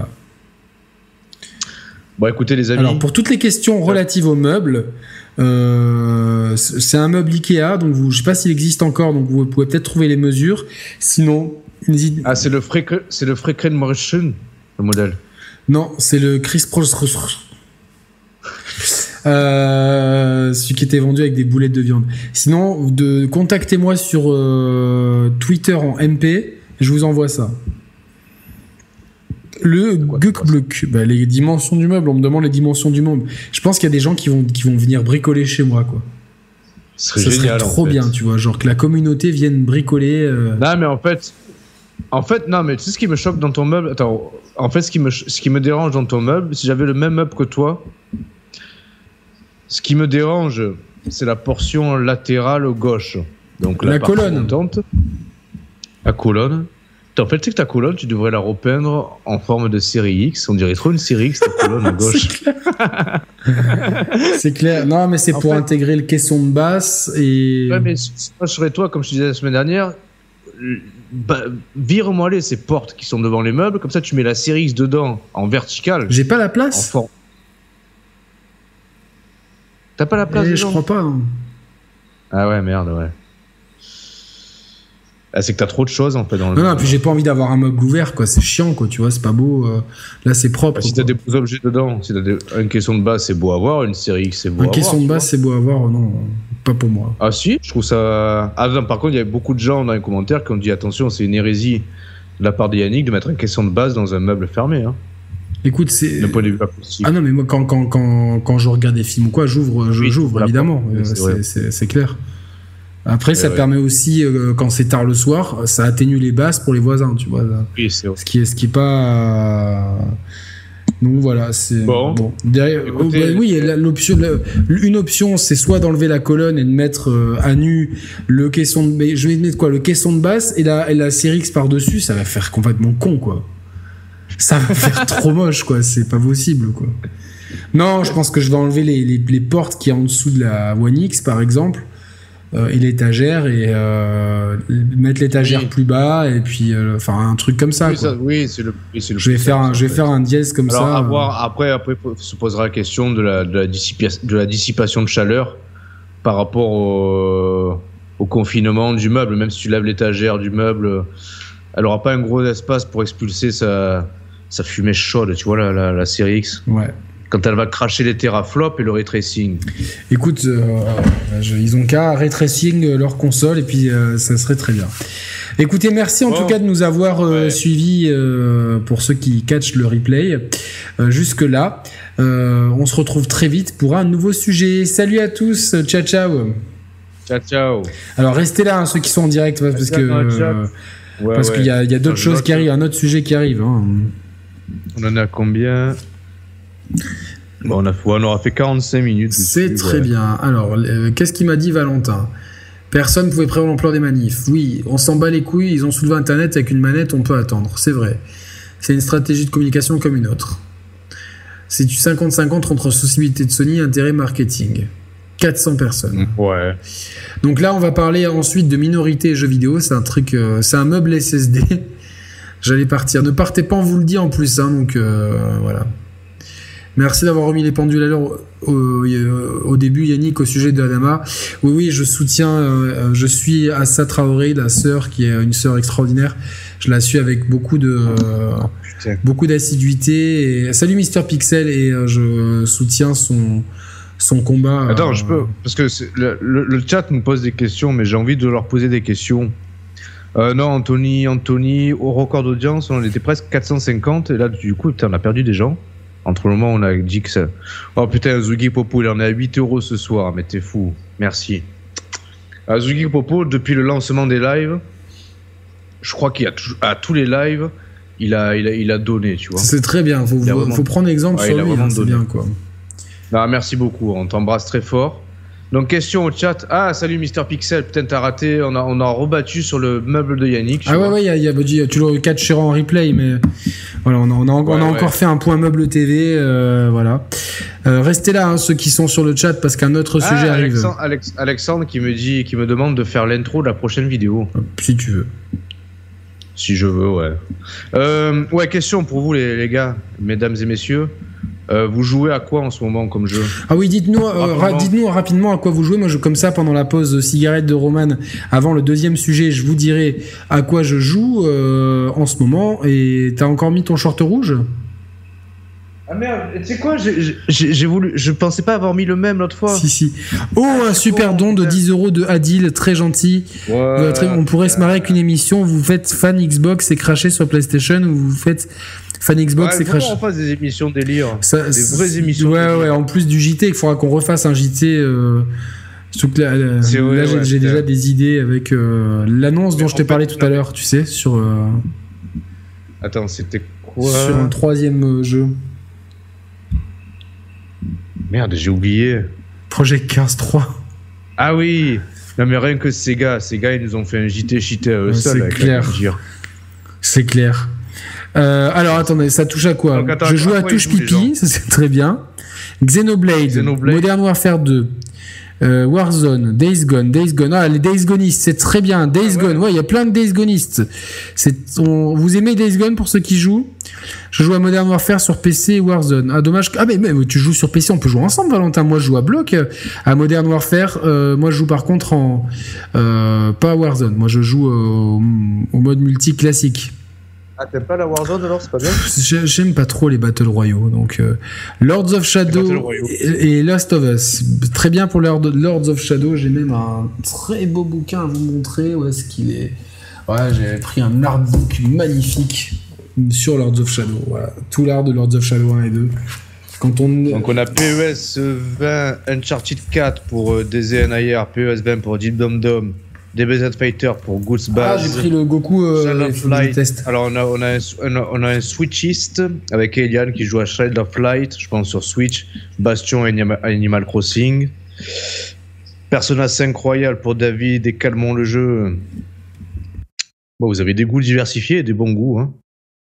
Bon, écoutez, les amis. Alors, pour toutes les questions relatives aux meubles. Euh, c'est un meuble Ikea, donc vous, je sais pas s'il existe encore, donc vous pouvez peut-être trouver les mesures. Sinon, n'hésitez. Ah, c'est le Frekren, c'est le Frekren Motion, le modèle. Non, c'est le Chris Pro. Euh, celui qui était vendu avec des boulettes de viande. Sinon, de, contactez-moi sur euh, Twitter en M P, je vous envoie ça. Le Gukbluk, bah, les dimensions du meuble, on me demande les dimensions du meuble. Je pense qu'il y a des gens qui vont, qui vont venir bricoler chez moi, quoi. Ce serait ça génial, serait trop en fait. bien, tu vois, genre que la communauté vienne bricoler. Euh... Non, mais en fait, en fait, non, mais tu sais ce qui me choque dans ton meuble. Attends, en fait, ce qui me, ce qui me dérange dans ton meuble, si j'avais le même meuble que toi, ce qui me dérange, c'est la portion latérale gauche. Donc la, la partie colonne. montante. La colonne. En fait, tu sais que ta colonne, tu devrais la repeindre en forme de série X. On dirait trop une série X, ta colonne à gauche. C'est clair. C'est clair. Non, mais c'est en pour fait, intégrer le caisson de basse et. Ouais, mais moi, je serais toi, comme je disais la semaine dernière, bah, vire-moi les ces portes qui sont devant les meubles. Comme ça, tu mets la série X dedans en verticale. J'ai pas la place. En forme. T'as pas la place et dedans? Je crois pas. Hein. Ah ouais, merde, ouais. Ah, c'est que t'as trop de choses en fait dans le. Non, non, puis j'ai pas envie d'avoir un meuble ouvert, quoi. C'est chiant, quoi. Tu vois, c'est pas beau. Euh... Là, c'est propre. Bah, si t'as des beaux objets dedans, si t'as des... une caisson de base, c'est beau à voir. Une série X, c'est beau une à voir. Une caisson de base, c'est beau à voir. Non, pas pour moi. Ah si, je trouve ça. Ah non, par contre, il y avait beaucoup de gens dans les commentaires qui ont dit attention, c'est une hérésie de la part de Yannick de mettre une caisson de base dans un meuble fermé. Hein. Écoute, c'est. D'un point de vue acoustique. Ah non, mais moi, quand, quand, quand, quand je regarde des films ou quoi, j'ouvre, je, oui, j'ouvre évidemment. Oui, c'est, c'est, c'est, c'est clair. Après, ça ouais. permet aussi, euh, quand c'est tard le soir, ça atténue les basses pour les voisins, tu vois. Oui, c'est vrai. Ce qui est, ce qui est pas. Euh... Donc voilà, c'est. Bon. bon. Derrière, Écoutez, oh, bah, oui, l'option, la, une option, c'est soit d'enlever la colonne et de mettre euh, à nu le caisson de. Mais je vais mettre quoi? Le caisson de basse et la, et la série X par-dessus, ça va faire complètement con, quoi. Ça va faire trop moche, quoi. C'est pas possible, quoi. Non, je pense que je vais enlever les, les, les portes qui est en dessous de la One X, par exemple. Euh, et l'étagère et euh, mettre l'étagère oui. plus bas et puis enfin euh, un truc comme ça, oui, quoi. ça oui c'est le, oui, c'est le je vais faire un, je vais faire un dièse comme alors, ça à voir, après après se posera la question de la, de la, dissipa- de la dissipation de chaleur par rapport au, au confinement du meuble. Même si tu lèves l'étagère du meuble, elle aura pas un gros espace pour expulser sa, sa fumée chaude, tu vois, la, la, la série X. Ouais. Quand elle va cracher les teraflops et le ray tracing. Écoute, euh, je, ils ont qu'à ray tracing leur console et puis euh, ça serait très bien. Écoutez, merci en oh. tout cas de nous avoir euh, ouais. suivis euh, pour ceux qui catchent le replay euh, jusque là. Euh, on se retrouve très vite pour un nouveau sujet. Salut à tous, ciao ciao. Ciao ciao. Alors restez là, hein, ceux qui sont en direct parce, parce que euh, ouais, parce ouais. qu'il y a, il y a d'autres Attends, choses qui arrivent, un autre sujet qui arrive. Hein. On en a combien? Bon, on, a, on aura fait quarante-cinq minutes. C'est dessus, très ouais. bien. Alors, euh, qu'est-ce qu'il m'a dit Valentin? Personne ne pouvait prévoir l'ampleur des manifs. Oui, on s'en bat les couilles, ils ont soulevé Internet avec une manette, on peut attendre. C'est vrai. C'est une stratégie de communication comme une autre. C'est du cinquante cinquante entre sensibilité de Sony et intérêt marketing. quatre cents personnes. Ouais. Donc là, on va parler ensuite de minorité et jeux vidéo. C'est un truc, euh, c'est un meuble S S D. J'allais partir. Ne partez pas, on vous le dit en plus. Hein, donc euh, voilà. Merci d'avoir remis les pendules à l'heure au, au, au début, Yannick, au sujet de Adama. Oui, oui, je soutiens. Euh, je suis Assa Traoré, la sœur, qui est une sœur extraordinaire. Je la suis avec beaucoup de euh, beaucoup d'assiduité. Et... Salut Mister Pixel, et euh, je soutiens son son combat. Attends, euh... je peux parce que c'est, le, le, le chat nous pose des questions, mais j'ai envie de leur poser des questions. Euh, non, Anthony, Anthony, au record d'audience, on était presque quatre cent cinquante, et là, du coup, putain, on a perdu des gens. Entre le moment où on a dit que ça... Oh putain, Zugi Popo, il en est à huit euros ce soir, mais t'es fou. Merci. Euh, Zugi Popo, depuis le lancement des lives, je crois qu'il y a t- à tous les lives, il a, il a, il a donné, tu vois. C'est très bien, faut, il faut, vraiment... faut prendre exemple ouais, sur lui, hein, c'est bien, quoi. Ah, merci beaucoup, on t'embrasse très fort. Donc, question au chat. Ah, salut Mister Pixel, putain, t'as raté. On a, on a rebattu sur le meuble de Yannick. Ah, ouais, ouais, y a, y a, tu le catcheras en replay, mais voilà, on a, on a, ouais, on a ouais. encore fait un point meuble T V. Euh, voilà. Euh, restez là, hein, ceux qui sont sur le chat, parce qu'un autre ah, sujet Alexandre, arrive. Alex, Alexandre qui me, dit, qui me demande de faire l'intro de la prochaine vidéo. Si tu veux. Si je veux, ouais. Euh, ouais, question pour vous, les, les gars, mesdames et messieurs. Euh, vous jouez à quoi en ce moment comme jeu? Ah oui, dites-nous, euh, ra- dites-nous rapidement à quoi vous jouez. Moi, je, comme ça, pendant la pause cigarette de Roman, avant le deuxième sujet, je vous dirai à quoi je joue euh, en ce moment. Et t'as encore mis ton short rouge? Ah merde, tu sais quoi, j'ai, j'ai, j'ai voulu, je pensais pas avoir mis le même l'autre fois. Si, si. Oh, ah, un super don de dix euros de Adil, très gentil. Ouais, très, on pourrait se marrer avec une émission, vous faites fan Xbox et cracher sur PlayStation, ou vous faites fan Xbox ouais, et cracher. On fasse des émissions délire. Ça, des vraies émissions. Ouais, délire. ouais, en plus du J T, il faudra qu'on refasse un J T. Euh, surtout que là, là, vrai, j'ai, ouais, j'ai déjà des idées avec euh, l'annonce dont je t'ai parlé tout à l'heure, tu sais, sur. Euh, Attends, c'était quoi? Sur un troisième jeu. Merde, j'ai oublié. Project Cars trois. Ah oui. Non mais rien que Sega, Sega ils nous ont fait un J T cheaté à eux seuls. C'est clair. C'est clair. Euh, alors attendez, ça touche à quoi? Donc, attends, je joue à touche pipi, ça c'est très bien. Xenoblade, Xenoblade. Modern Warfare deux. Euh, Warzone, Days Gone, Days Gone, ah les Days Gonistes, c'est très bien. Days ah, Gone, ouais, il ouais, y a plein de Days Gonistes. C'est, on, vous aimez Days Gone pour ceux qui jouent? Je joue à Modern Warfare sur P C et Warzone. Ah dommage, que... ah mais, mais tu joues sur P C, on peut jouer ensemble, Valentin. Moi je joue à bloc à Modern Warfare. Euh, moi je joue par contre en euh, pas à Warzone. Moi je joue au, au mode multi classique. Ah, t'aimes pas la Warzone alors, c'est pas bien? J'aime pas trop les Battle Royaux. Donc, euh, Lords of Shadow et, et Last of Us. Très bien pour Lords of Shadow. J'ai même un très beau bouquin à vous montrer. Où est-ce qu'il est? Ouais, j'ai pris un artbook magnifique sur Lords of Shadow. Voilà. Tout l'art de Lords of Shadow un et deux. Quand on... Donc, on a P E S vingt, Uncharted quatre pour euh, D Z N I R, P E S vingt pour Deep Dom Dom. D B Z Fighter pour Goose Baz. Ah, j'ai pris le Goku euh, test. Alors, on a, on, a un, on, a, on a un Switchiste avec Eliane qui joue à Shred of Light, je pense sur Switch. Bastion Animal, Animal Crossing. Persona cinq Royal pour David et Calmons le jeu. Bon, vous avez des goûts diversifiés et des bons goûts. Hein.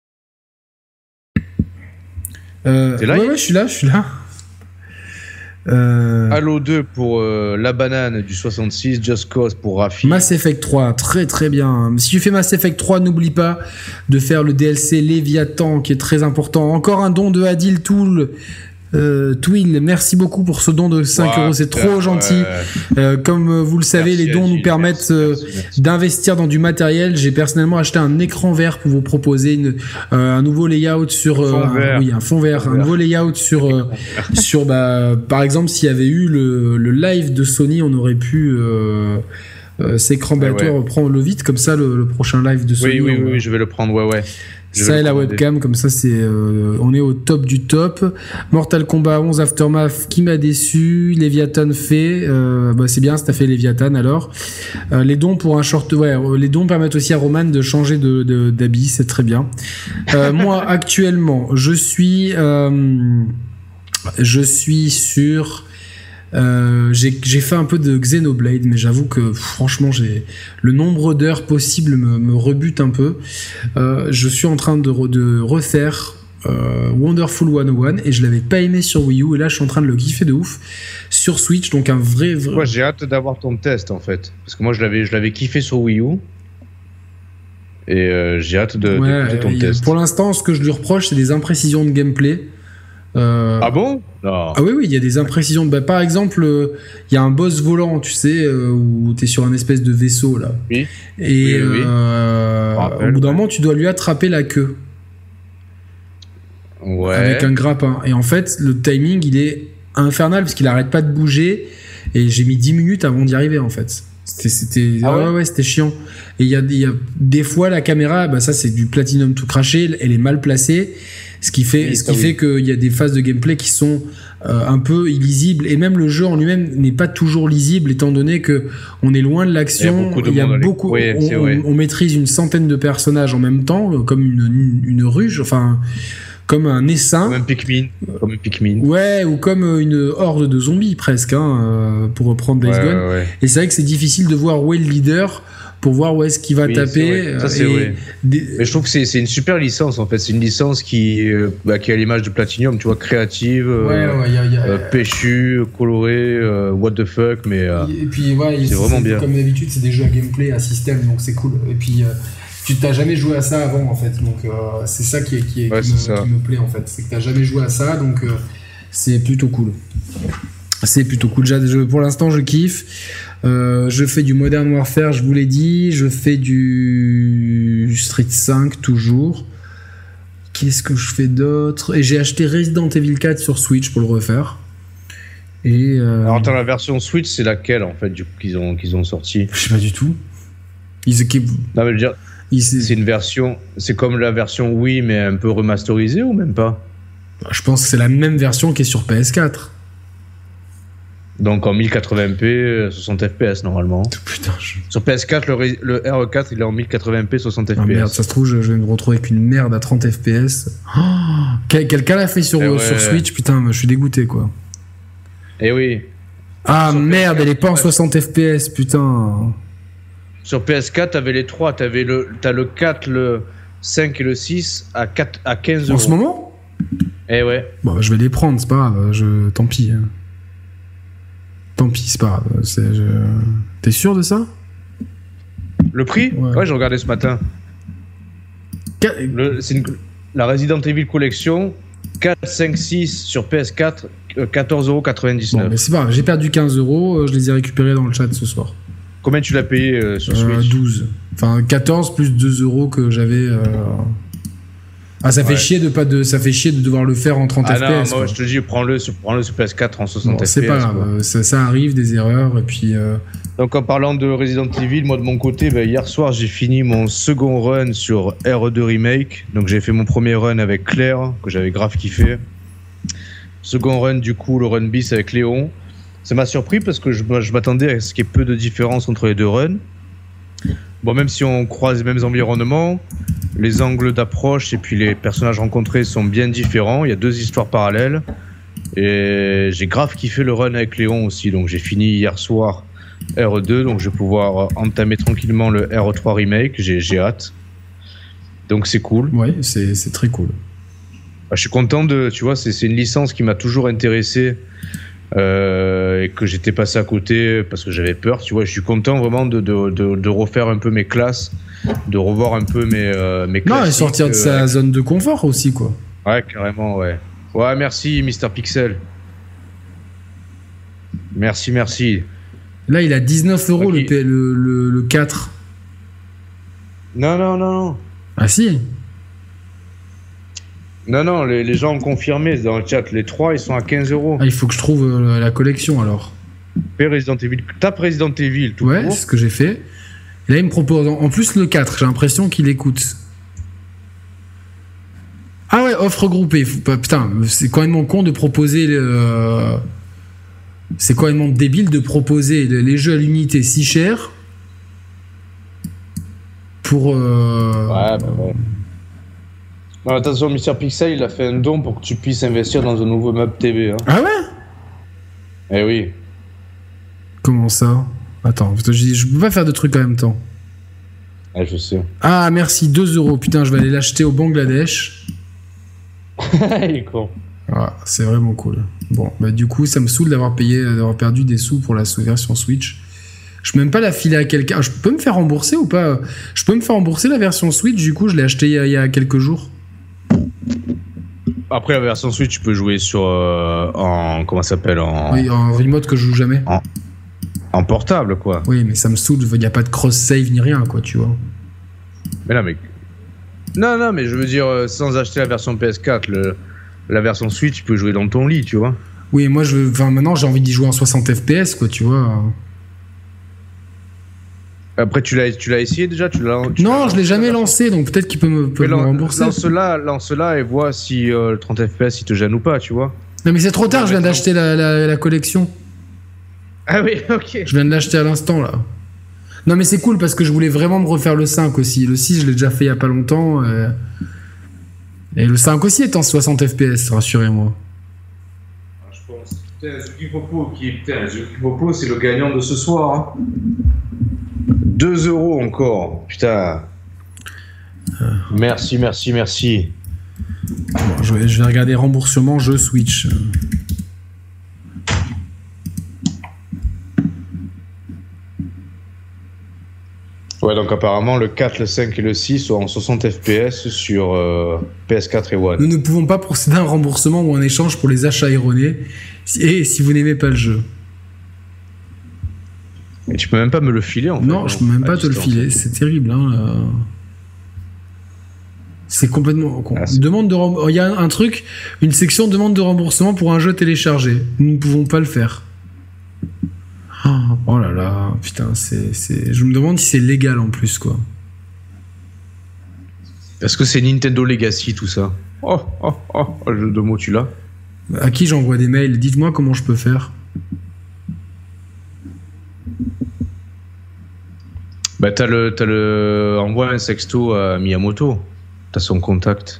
Euh, T'es là? Ouais, ouais, je suis là, je suis là. Euh... Halo deux pour euh, La Banane du soixante-six, Just Cause pour Rafi. Mass Effect trois, très très bien. Si tu fais Mass Effect trois, n'oublie pas de faire le D L C Léviathan qui est très important. Encore un don de Adil Tool. Euh, Twill, merci beaucoup pour ce don de cinq euros, c'est trop gentil. Ouais. Euh, comme vous le savez, merci les dons Adil, nous permettent merci, euh, merci, merci. d'investir dans du matériel. J'ai personnellement acheté un écran vert pour vous proposer une, euh, un nouveau layout sur euh, un, oui, un fond vert, fond un vert. nouveau layout sur euh, sur bah, par exemple, s'il y avait eu le, le live de Sony, on aurait pu euh, euh, s'écran batteur, ouais, ouais. prendre le vite comme ça le, le prochain live de Sony. Oui, oui, on, oui, je vais le prendre, ouais, ouais. Ça et la webcam, comme ça, c'est, euh, on est au top du top. Mortal Kombat onze Aftermath qui m'a déçu. Léviathan fait, euh, bah c'est bien, si t'as fait Léviathan alors. Euh, les dons pour un short, ouais, les dons permettent aussi à Roman de changer de, de, d'habit, c'est très bien. Euh, moi, actuellement, je suis, euh, je suis sur. Euh, j'ai, j'ai fait un peu de Xenoblade, mais j'avoue que franchement, j'ai le nombre d'heures possibles me, me rebute un peu. Euh, je suis en train de, re, de refaire euh, Wonderful cent un et je l'avais pas aimé sur Wii U et là, je suis en train de le kiffer de ouf sur Switch. Donc un vrai, vrai... Moi, j'ai hâte d'avoir ton test en fait, parce que moi, je l'avais, je l'avais kiffé sur Wii U. Et euh, j'ai hâte de, ouais, d'écouter ton test. Pour l'instant, ce que je lui reproche, c'est des imprécisions de gameplay. Euh... Ah bon? Non. Ah oui, oui, il y a des imprécisions. Bah, par exemple, il euh, y a un boss volant, tu sais, euh, où t'es sur un espèce de vaisseau, là. Oui. Et oui, oui, euh, rappelle, au bout d'un ouais. moment, tu dois lui attraper la queue. Ouais. Avec un grappin. Et en fait, le timing, il est infernal parce qu'il arrête pas de bouger. Et j'ai mis dix minutes avant d'y arriver, en fait. C'était, c'était, ah ouais, ouais, ouais, c'était chiant. Et il y a, y a des fois, la caméra, bah, ça, c'est du platinum tout craché, elle est mal placée. Ce qui fait, oui, ce qui oui. fait qu'il y a des phases de gameplay qui sont euh, un peu illisibles et même le jeu en lui-même n'est pas toujours lisible étant donné que on est loin de l'action. Il y a beaucoup, de beaucoup oui, on, on, on maîtrise une centaine de personnages en même temps, comme une, une, une ruche, enfin comme un essaim. Comme un Pikmin. Comme un Pikmin. Ouais, ou comme une horde de zombies presque, hein, pour reprendre Days Gone. Ouais, ouais. Et c'est vrai que c'est difficile de voir où est le leader. Pour voir où est-ce qu'il va oui, taper. Ça, c'est vrai. Des... Mais je trouve que c'est, c'est une super licence en fait. C'est une licence qui, euh, bah, qui a l'image de Platinum, tu vois, créative, ouais, euh, ouais, y a, y a... Euh, péchue, colorée, euh, what the fuck, mais euh, et puis ouais, c'est, c'est vraiment bien. Comme d'habitude, c'est des jeux à gameplay, à système, donc c'est cool. Et puis euh, tu t'as jamais joué à ça avant en fait, donc euh, c'est ça qui, est, qui, est, ouais, qui, c'est me, ça. qui me plaît en fait, c'est que t'as jamais joué à ça, donc euh, c'est plutôt cool. C'est plutôt cool. Je, pour l'instant, je kiffe. Euh, je fais du Modern Warfare, je vous l'ai dit. Je fais du Street cinq toujours. Qu'est-ce que je fais d'autre? Et j'ai acheté Resident Evil quatre sur Switch pour le refaire. Et euh... Alors, attends, la version Switch, c'est laquelle en fait, du coup, qu'ils ont, qu'ils ont sorti? Je sais pas du tout. Ils... Non, mais je veux dire, Ils... c'est une version. C'est comme la version Wii, mais un peu remasterisée ou même pas? Je pense que c'est la même version qui est sur P S quatre. Donc en mille quatre-vingts p, soixante F P S normalement. Putain, je... Sur P S quatre, le, le R quatre il est en mille quatre-vingts p, soixante F P S. Ah merde, ça se trouve, je, je vais me retrouver avec une merde à trente F P S. Oh, quel, quelqu'un l'a fait sur, ouais, sur Switch, putain, je suis dégoûté quoi. Eh oui. Ah sur merde, P S quatre, elle est pas en soixante F P S, putain. Sur P S quatre, t'avais les trois. T'avais le, t'as le quatre, le cinq et le six à, quatre, à quinze euros. En ce moment? Eh ouais. Bon, je vais les prendre, c'est pas grave, je... tant pis. Tant pis, c'est pas grave. C'est, je... T'es sûr de ça? Le prix? Ouais, ouais j'ai regardé ce matin. Qu- le, c'est une, la Resident Evil Collection, quatre, cinq, six sur P S quatre, quatorze euros quatre-vingt-dix-neuf. Bon, mais c'est pas grave, j'ai perdu quinze euros, je les ai récupérés dans le chat ce soir. Combien tu l'as payé euh, sur Switch? euh, douze. Enfin, quatorze plus deux euros que j'avais... Euh... Ah, ça fait ouais. chier de pas de, ça fait chier de devoir le faire en trente ah F P S. Non, moi je te dis, prends-le sur, prends-le sur P S quatre en soixante bon, F P S. C'est pas grave, ça, ça arrive, des erreurs, et puis. Euh... Donc en parlant de Resident Evil, moi de mon côté, bah, hier soir j'ai fini mon second run sur R deux Remake. Donc j'ai fait mon premier run avec Claire, que j'avais grave kiffé. Second run du coup, le run bis avec Léon. Ça m'a surpris parce que je, je m'attendais à ce qu'il y ait peu de différence entre les deux runs. Bon, même si on croise les mêmes environnements, les angles d'approche et puis les personnages rencontrés sont bien différents. Il y a deux histoires parallèles. Et j'ai grave kiffé le run avec Léon aussi. Donc j'ai fini hier soir R deux. Donc je vais pouvoir entamer tranquillement le R trois Remake. J'ai, j'ai hâte. Donc c'est cool. Ouais, c'est, c'est très cool. Bah, je suis content de... Tu vois, c'est, c'est une licence qui m'a toujours intéressé. Euh, et que j'étais passé à côté parce que j'avais peur, tu vois. Je suis content vraiment de, de, de, de refaire un peu mes classes, de revoir un peu mes, euh, mes classiques. Non, et sortir de euh, sa avec... zone de confort aussi, quoi. Ouais, carrément, ouais. Ouais, merci, Mister Pixel. Merci, merci. Là, il a dix-neuf euros okay. le, le, le, le quatre. Non, non, non, non. Ah si. Non, non, les, les gens ont confirmé dans le chat. Les trois, ils sont à quinze euros. Ah, il faut que je trouve euh, la collection alors. Fais Resident Evil. Tape Resident Evil. Tout ouais, court. C'est ce que j'ai fait. Et là, il me propose en plus le quatre. J'ai l'impression qu'il écoute. Ah ouais, offre groupée. Putain, c'est quand même con de proposer. Euh... C'est quand même débile de proposer les jeux à l'unité si cher. Pour. Euh... Ouais, bah ouais. Non, attention, Mister Pixel, il a fait un don pour que tu puisses investir dans un nouveau meuble T V. Hein. Ah ouais? Eh oui. Comment ça? Attends, je, je peux pas faire de trucs en même temps. Ah, je sais. Ah, merci, deux euros. Putain, je vais aller l'acheter au Bangladesh. Il est con. Ah, c'est vraiment cool. Bon, bah du coup, ça me saoule d'avoir payé, d'avoir perdu des sous pour la version Switch. Je peux même pas la filer à quelqu'un. Je peux me faire rembourser ou pas? Je peux me faire rembourser la version Switch, du coup, je l'ai acheté il y a, il y a quelques jours. Après la version Switch, tu peux jouer sur euh, en comment ça s'appelle en oui, en remote que je joue jamais. En, en portable quoi. Oui, mais ça me saoule, il y a pas de cross save ni rien quoi, tu vois. Mais là mec. Non non, mais je veux dire euh, sans acheter la version P S quatre, le, la version Switch, tu peux jouer dans ton lit, tu vois. Oui, moi je enfin maintenant j'ai envie d'y jouer en soixante F P S quoi, tu vois. Après, tu l'as, tu l'as essayé déjà tu l'as, tu Non, l'as je l'ai jamais lancé, donc peut-être qu'il peut me, peut me rembourser. Lance-la, lance-la et vois si euh, le trente F P S il te gêne ou pas, tu vois. Non, mais c'est trop tard, je viens d'acheter la, la, la collection. Ah oui, ok. Je viens de l'acheter à l'instant, là. Non, mais c'est cool parce que je voulais vraiment me refaire le cinq aussi. Le six, je l'ai déjà fait il y a pas longtemps. Et, et le cinq aussi est en soixante F P S, rassurez-moi. Ah, je pense. Putain, Zuki Popo, qui... Putain, Zuki Popo, c'est le gagnant de ce soir, hein. deux euros encore, putain. Euh. Merci, merci, merci. Bon, je, vais, je vais regarder remboursement, jeu Switch. Ouais, donc apparemment le quatre, le cinq et le six sont en soixante F P S sur euh, P S quatre et One. Nous ne pouvons pas procéder à un remboursement ou un échange pour les achats erronés et si vous n'aimez pas le jeu. Et tu peux même pas me le filer en fait. Non, je peux même pas te le filer, c'est terrible. Hein, là. C'est complètement con. Ah, c'est... Demande de rem... Il y a un truc, une section demande de remboursement pour un jeu téléchargé. Nous ne pouvons pas le faire. Oh là là, putain, c'est, c'est... je me demande si c'est légal en plus, quoi. Est-ce que c'est Nintendo Legacy tout ça? Oh, oh, oh, le jeu de mots, tu l'as? À qui j'envoie des mails? Dites-moi comment je peux faire. Bah t'as le, t'as le... Envoie un sexto à Miyamoto. T'as son contact.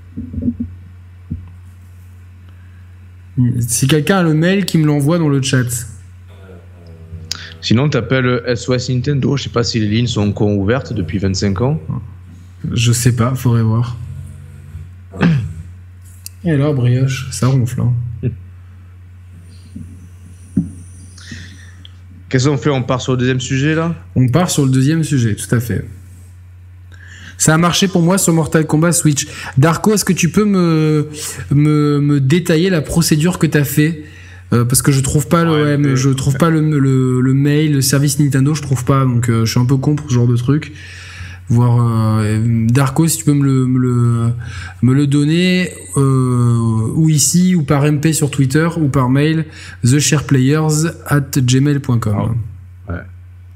Si quelqu'un a le mail, qui me l'envoie dans le chat. Sinon t'appelles S O S Nintendo. Je sais pas si les lignes sont encore ouvertes depuis vingt-cinq ans. Je sais pas, faudrait voir. Et alors, brioche, ça ronfle. Hein. Qu'est-ce qu'on fait? On part sur le deuxième sujet là? On part sur le deuxième sujet, tout à fait. Ça a marché pour moi sur Mortal Kombat Switch. Darko, est-ce que tu peux me, me, me détailler la procédure que tu as fait? euh, Parce que je trouve pas le, ouais, ouais, je trouve pas le, le, le mail, le service Nintendo, je trouve pas. Donc euh, je suis un peu con pour ce genre de truc. Voir euh, Darko, si tu peux me le, me le, me le donner, euh, ou ici, ou par M P sur Twitter, ou par mail, the share players at gmail point com. Oh. Ouais.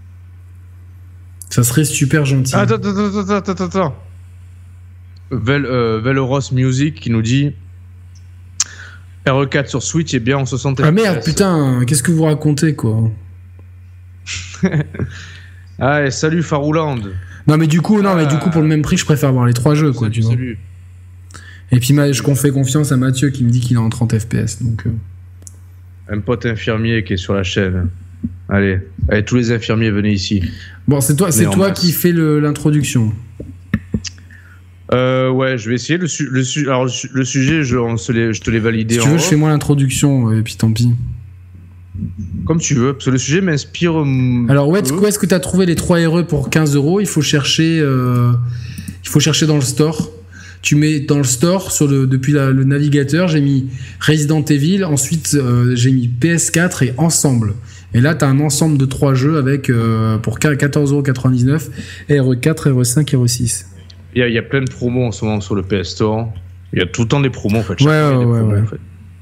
Ça serait super gentil. Attends, attends, attends, attends, attends. Vel, euh, Veloros Music qui nous dit R E quatre sur Switch est bien en soixante F P S. Ah merde, putain, qu'est-ce que vous racontez, quoi? Ah, salut Farouland. Non mais du coup, non, mais du coup pour le même prix, je préfère avoir les trois jeux, quoi, salut, tu vois. Salut. Et puis je qu'on fait confiance à Mathieu qui me dit qu'il est en trente F P S, donc. Euh... Un pote infirmier qui est sur la chaîne. Allez, allez, tous les infirmiers venez ici. Bon, c'est toi, c'est toi qui fais le, l'introduction. Euh, ouais, je vais essayer le, su- le, su- alors, le, su- le sujet. Je, on se les, je te l'ai validé. Si tu en veux, off. je fais moi l'introduction et puis tant pis. Comme tu veux, parce que le sujet m'inspire. Hum, Alors où est-ce, où est-ce que tu as trouvé les trois R E pour quinze euros? Il faut chercher, euh, il faut chercher dans le store. Tu mets dans le store sur le depuis la, le navigateur, j'ai mis Resident Evil, ensuite euh, j'ai mis P S quatre et Ensemble. Et là, tu as un ensemble de trois jeux avec euh, pour quatorze euros quatre-vingt-dix-neuf, R E quatre, R E cinq, R E six. Il y, a, il y a plein de promos en ce moment sur le P S Store. Il y a tout le temps des promos en fait. Ouais, ouais, ouais, promos, ouais. En fait.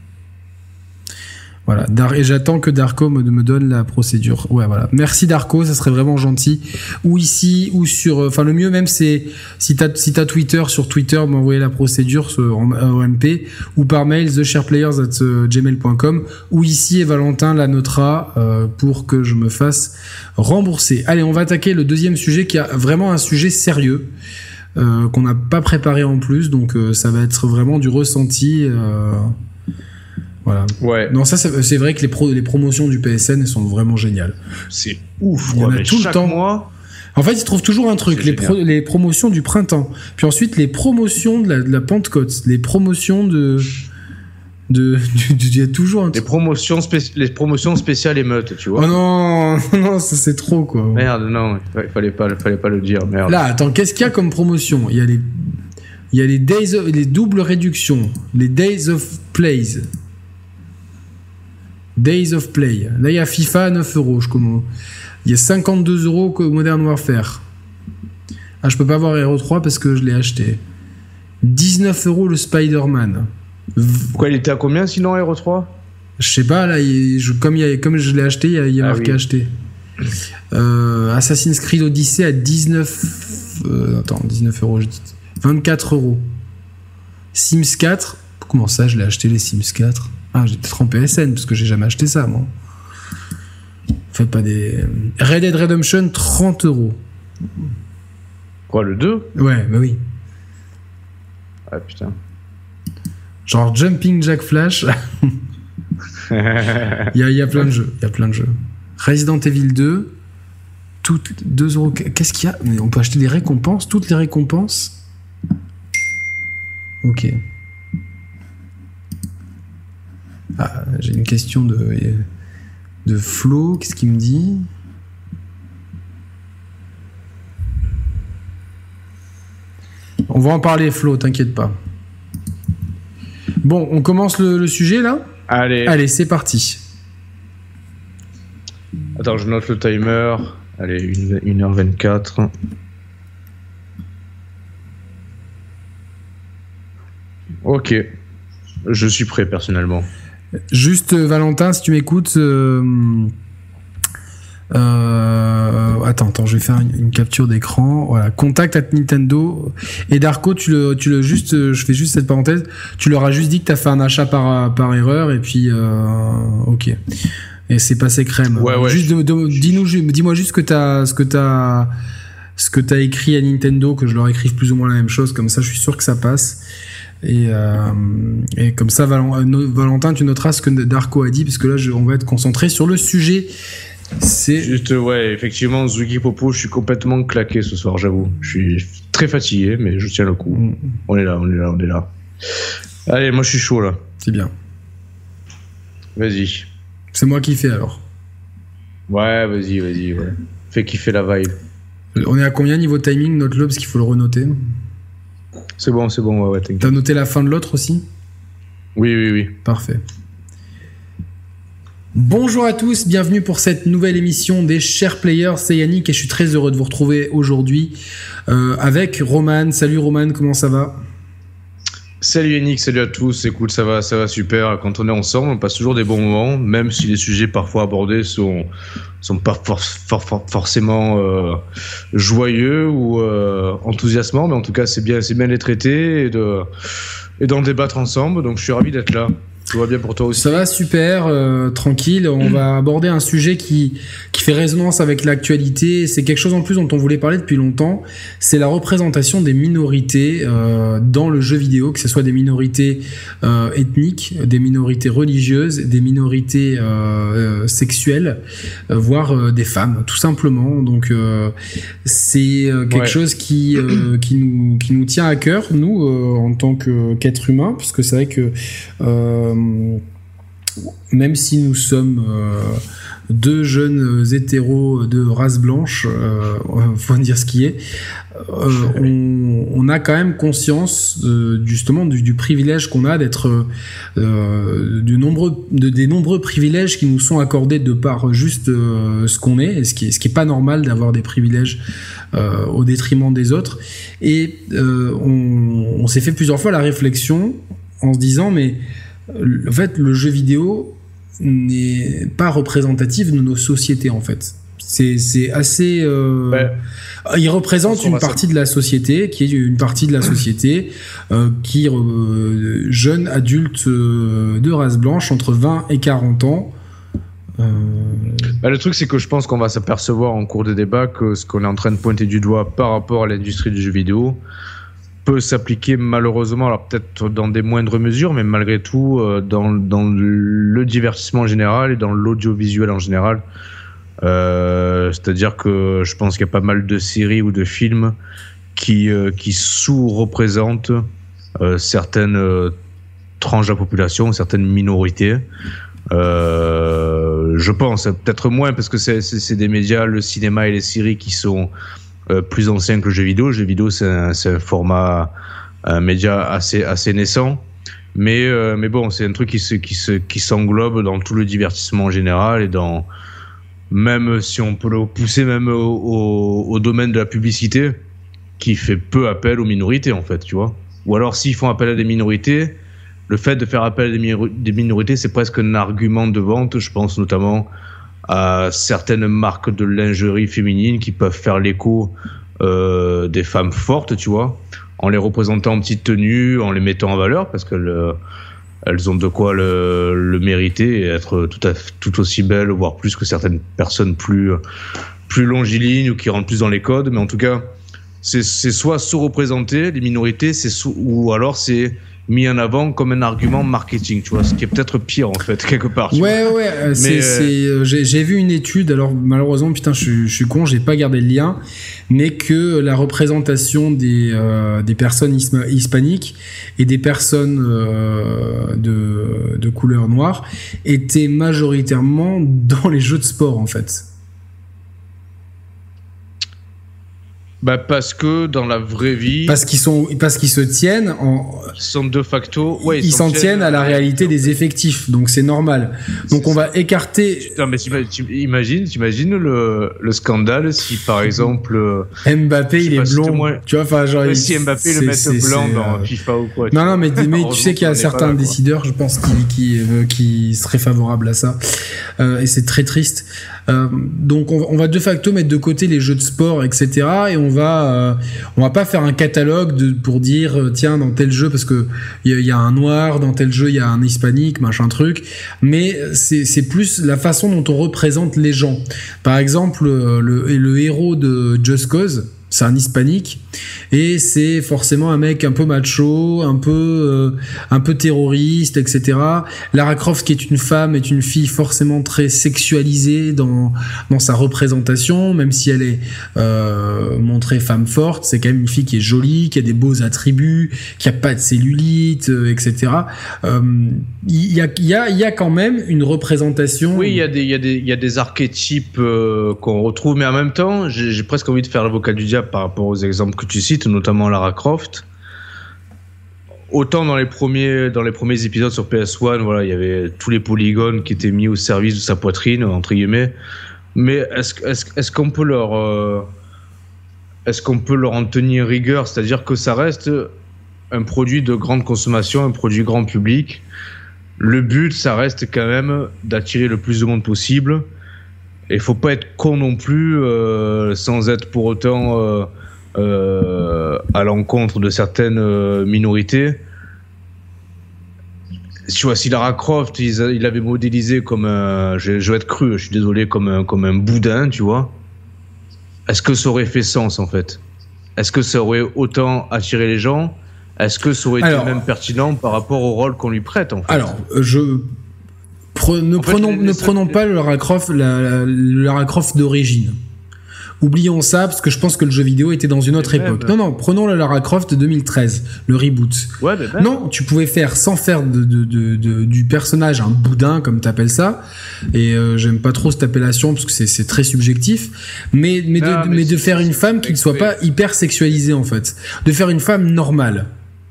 Voilà, Dar- et j'attends que Darko me, me donne la procédure. Ouais, voilà. Merci Darko, ça serait vraiment gentil. Ou ici, ou sur... Enfin, le mieux même, c'est si t'as, si t'as Twitter, sur Twitter, m'envoyer la procédure sur, en, en M P, ou par mail, the share players at gmail point com, ou ici, et Valentin la notera euh, pour que je me fasse rembourser. Allez, on va attaquer le deuxième sujet, qui a vraiment un sujet sérieux, euh, qu'on n'a pas préparé en plus, donc euh, ça va être vraiment du ressenti... Euh, Voilà. Ouais. Non, ça c'est, c'est vrai que les, pro, les promotions du P S N elles sont vraiment géniales. C'est ouf. Il y en a tout le chaque temps. Mois, en fait, ils trouvent toujours un truc. Les, pro, les promotions du printemps, puis ensuite les promotions de la, de la Pentecôte, les promotions de, de, il y a toujours un truc. Les promotions, spéci- les promotions spéciales émeutes, tu vois. Oh non, non, ça c'est trop quoi. Merde, non, il fallait pas, fallait pas le dire. Merde. Là, attends, qu'est-ce qu'il y a comme promotion? Il y a les, il y a les days, of, les doubles réductions, les days of plays. Days of Play. Là, il y a FIFA à neuf euros. Je commence. Il y a cinquante-deux euros Modern Warfare. Ah, je peux pas avoir R E trois parce que je l'ai acheté. dix-neuf euros le Spider-Man. Pourquoi il était à combien sinon R E trois? Je sais pas, là, il, je, comme, il y a, comme je l'ai acheté, il y a, il y a ah, marqué oui. acheté. Euh, Assassin's Creed Odyssey à dix-neuf. Euh, attends, dix-neuf euros, je dis. vingt-quatre euros. Sims quatre. Comment ça, je l'ai acheté les Sims quatre? Ah, j'ai peut-être en P S N, parce que j'ai jamais acheté ça, moi. Faites pas des... Red Dead Redemption, trente euros. Quoi, le deux? Ouais, bah oui. Ah, putain. Genre Jumping Jack Flash. Il y a, y a plein de jeux. Il y a plein de jeux. Resident Evil deux, toutes deux euros. Qu'est-ce qu'il y a? Mais on peut acheter des récompenses, toutes les récompenses. Ok. Ah, j'ai une question de, de Flo. Qu'est-ce qu'il me dit? On va en parler, Flo, t'inquiète pas. Bon, on commence le, le sujet, là? Allez. Allez, c'est parti. Attends, je note le timer. Allez, une heure vingt-quatre. Ok, je suis prêt personnellement. Juste euh, Valentin, si tu m'écoutes, euh, euh, attends, attends, je vais faire une, une capture d'écran. Voilà, contact at Nintendo. Et Darko, tu le, tu le juste, euh, je fais juste cette parenthèse. Tu leur as juste dit que t'as fait un achat par par erreur et puis euh, ok. Et c'est passé crème. Ouais, ouais. Juste, de, de, dis-nous, dis-moi juste ce que t'as, ce que t'as, ce que t'as écrit à Nintendo, que je leur écrive plus ou moins la même chose. Comme ça, je suis sûr que ça passe. Et, euh, et comme ça, Valentin, tu noteras ce que Darko a dit, parce que là, je, on va être concentré sur le sujet. C'est juste, ouais, effectivement, Zuki Popo, je suis complètement claqué ce soir, j'avoue. Je suis très fatigué, mais je tiens le coup. Mm. On est là, on est là, on est là. Allez, moi, je suis chaud là. C'est bien. Vas-y. C'est moi qui fais alors. Ouais, vas-y, vas-y, ouais. Fais kiffer la vibe. On est à combien niveau timing, note-le, parce qu'il faut le renoter. C'est bon, c'est bon, ouais, ouais, t'inquiète. T'as noté la fin de l'autre aussi ? Oui, oui, oui. Parfait. Bonjour à tous, bienvenue pour cette nouvelle émission des Chers Players. C'est Yannick et je suis très heureux de vous retrouver aujourd'hui euh, avec Roman. Salut Roman, comment ça va ? Salut Yannick, salut à tous. Écoute, ça va, ça va super. Quand on est ensemble, on passe toujours des bons moments, même si les sujets parfois abordés sont sont pas for- for- for- forcément euh, joyeux ou euh, enthousiasmants, mais en tout cas, c'est bien, c'est bien de les traiter et de et d'en débattre ensemble. Donc, je suis ravi d'être là. Tout va bien pour toi aussi ? Ça va super, euh, tranquille. On mmh. va aborder un sujet qui qui fait résonance avec l'actualité. C'est quelque chose en plus dont on voulait parler depuis longtemps. C'est la représentation des minorités euh, dans le jeu vidéo, que ce soit des minorités euh, ethniques, des minorités religieuses, des minorités euh, sexuelles, euh, voire euh, des femmes, tout simplement. Donc euh, c'est euh, quelque ouais. chose qui euh, qui nous qui nous tient à cœur, nous euh, en tant que qu'être humain, puisque c'est vrai que euh, même si nous sommes euh, deux jeunes hétéros de race blanche, euh, faut dire ce qui est, euh, on, on a quand même conscience euh, justement du, du privilège qu'on a d'être euh, du nombreux, de, des nombreux privilèges qui nous sont accordés de par juste euh, ce qu'on est, et ce qui est, ce qui est pas normal d'avoir des privilèges euh, au détriment des autres. Et euh, on, on s'est fait plusieurs fois la réflexion en se disant mais en fait, le jeu vidéo n'est pas représentatif de nos sociétés, en fait. C'est, c'est assez... Euh... Ouais. Il représente une partie de la société, qui est une partie de la société euh, qui, euh, jeunes adultes euh, de race blanche, entre vingt et quarante ans. Euh... Bah, le truc, c'est que je pense qu'on va s'apercevoir en cours de débat que ce qu'on est en train de pointer du doigt par rapport à l'industrie du jeu vidéo peut s'appliquer malheureusement, alors peut-être dans des moindres mesures, mais malgré tout euh, dans, dans le divertissement en général et dans l'audiovisuel en général. Euh, c'est-à-dire que je pense qu'il y a pas mal de séries ou de films qui, euh, qui sous-représentent euh, certaines euh, tranches de la population, certaines minorités. Euh, je pense, peut-être moins parce que c'est, c'est, c'est des médias, le cinéma et les séries qui sont Euh, plus ancien que le jeu vidéo. Le jeu vidéo, c'est un, c'est un format, un média assez, assez naissant. Mais, euh, mais bon, c'est un truc qui, se, qui, se, qui s'englobe dans tout le divertissement en général et dans, même si on peut le pousser même au, au, au domaine de la publicité, qui fait peu appel aux minorités, en fait, tu vois. Ou alors, s'ils font appel à des minorités, le fait de faire appel à des, minori- des minorités, c'est presque un argument de vente. Je pense notamment à certaines marques de lingerie féminine qui peuvent faire l'écho euh, des femmes fortes, tu vois, en les représentant en petite tenue, en les mettant en valeur, parce qu'elles euh, elles ont de quoi le, le mériter et être tout, à, tout aussi belles, voire plus que certaines personnes plus, plus longilignes ou qui rentrent plus dans les codes. Mais en tout cas, c'est, c'est soit sous-représenté, les minorités, c'est sous, ou alors c'est mis en avant comme un argument marketing, tu vois, ce qui est peut-être pire en fait quelque part. Ouais ouais, ouais euh, c'est, euh... c'est euh, j'ai, j'ai vu une étude, alors malheureusement putain je, je suis con, j'ai pas gardé le lien, mais que la représentation des euh, des personnes hisma- hispaniques et des personnes euh, de de couleur noire était majoritairement dans les jeux de sport en fait. Bah parce que dans la vraie vie, parce qu'ils sont, parce qu'ils se tiennent en, ils sont de facto, ouais, ils, ils s'en tiennent à la réalité des effectifs, donc c'est normal. Donc on va écarter. Non mais tu imagines, tu imagines le, le scandale si par exemple Mbappé il est blond, moi... tu vois, enfin genre il... si Mbappé le met blanc dans euh... FIFA ou quoi. Non non mais mais tu sais qu'il y a certains là, décideurs, je pense, qui qui euh, qui seraient favorables à ça, euh, et c'est très triste. Euh, donc on, on va de facto mettre de côté les jeux de sport, et cetera. Et on va euh, on va pas faire un catalogue de, pour dire euh, tiens dans tel jeu parce que il y, y a un noir, dans tel jeu il y a un hispanique, machin truc. Mais c'est c'est plus la façon dont on représente les gens. Par exemple le le héros de Just Cause, c'est un hispanique et c'est forcément un mec un peu macho, un peu euh, un peu terroriste, et cetera. Lara Croft, qui est une femme, est une fille forcément très sexualisée dans dans sa représentation, même si elle est euh, montrée femme forte. C'est quand même une fille qui est jolie, qui a des beaux attributs, qui a pas de cellulite, euh, et cetera. Euh, il y a il y a il y a quand même une représentation. Oui, il y a des il y a des il y a des archétypes euh, qu'on retrouve, mais en même temps, j'ai, j'ai presque envie de faire l'avocat du diable par rapport aux exemples que tu cites, notamment Lara Croft. Autant dans les premiers dans les premiers épisodes sur P S un, voilà, il y avait tous les polygones qui étaient mis au service de sa poitrine, entre guillemets. Mais est-ce est-ce est-ce qu'on peut leur euh, est-ce qu'on peut leur en tenir rigueur, c'est-à-dire que ça reste un produit de grande consommation, un produit grand public. Le but, ça reste quand même d'attirer le plus de monde possible. Et il faut pas être con non plus, euh, sans être pour autant euh, euh, à l'encontre de certaines euh, minorités. Tu vois, si Lara Croft, il, il avait modélisé comme un, je, je vais être cru, je suis désolé, comme un, comme un boudin, tu vois. Est-ce que ça aurait fait sens en fait ? Est-ce que ça aurait autant attiré les gens ? Est-ce que ça aurait alors, été même pertinent par rapport au rôle qu'on lui prête en fait ? Alors, je Pre- ne, prenons, fait, ne prenons pas le Lara Croft, la, la, le Lara Croft d'origine. Oublions ça, parce que je pense que le jeu vidéo était dans une autre même. époque. Non, non, prenons le Lara Croft de deux mille treize, le reboot. Ouais, mais ben. Non, tu pouvais faire, sans faire de, de, de, de, du personnage un boudin, comme t'appelles ça, et euh, j'aime pas trop cette appellation, parce que c'est, c'est très subjectif, mais, mais, non, de, mais, mais de faire une femme qui ne soit pas hyper sexualisée, en fait. De faire une femme normale.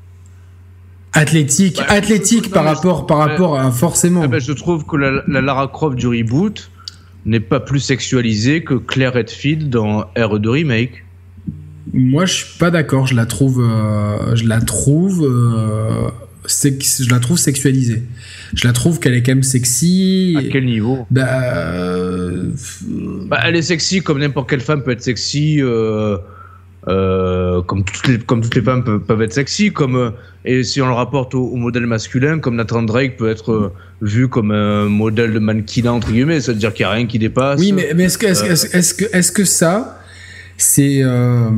Athlétique, bah, athlétique trouve, par non, rapport, je, par bah, rapport à forcément. Bah, je trouve que la, la Lara Croft du reboot n'est pas plus sexualisée que Claire Redfield dans R deux Remake. Moi, je suis pas d'accord. Je la trouve, euh, je la trouve, euh, sex, je la trouve sexualisée. Je la trouve qu'elle est quand même sexy. À quel niveau ? Bah, euh... bah, elle est sexy comme n'importe quelle femme peut être sexy. Euh... Euh, comme toutes les comme toutes les femmes peuvent, peuvent être sexy, comme euh, et si on le rapporte au, au modèle masculin, comme Nathan Drake peut être euh, vu comme un modèle de mannequinat entre guillemets, c'est à dire qu'il n'y a rien qui dépasse. Oui, mais, mais est-ce que est-ce, euh, est-ce, est-ce que est-ce que ça c'est euh,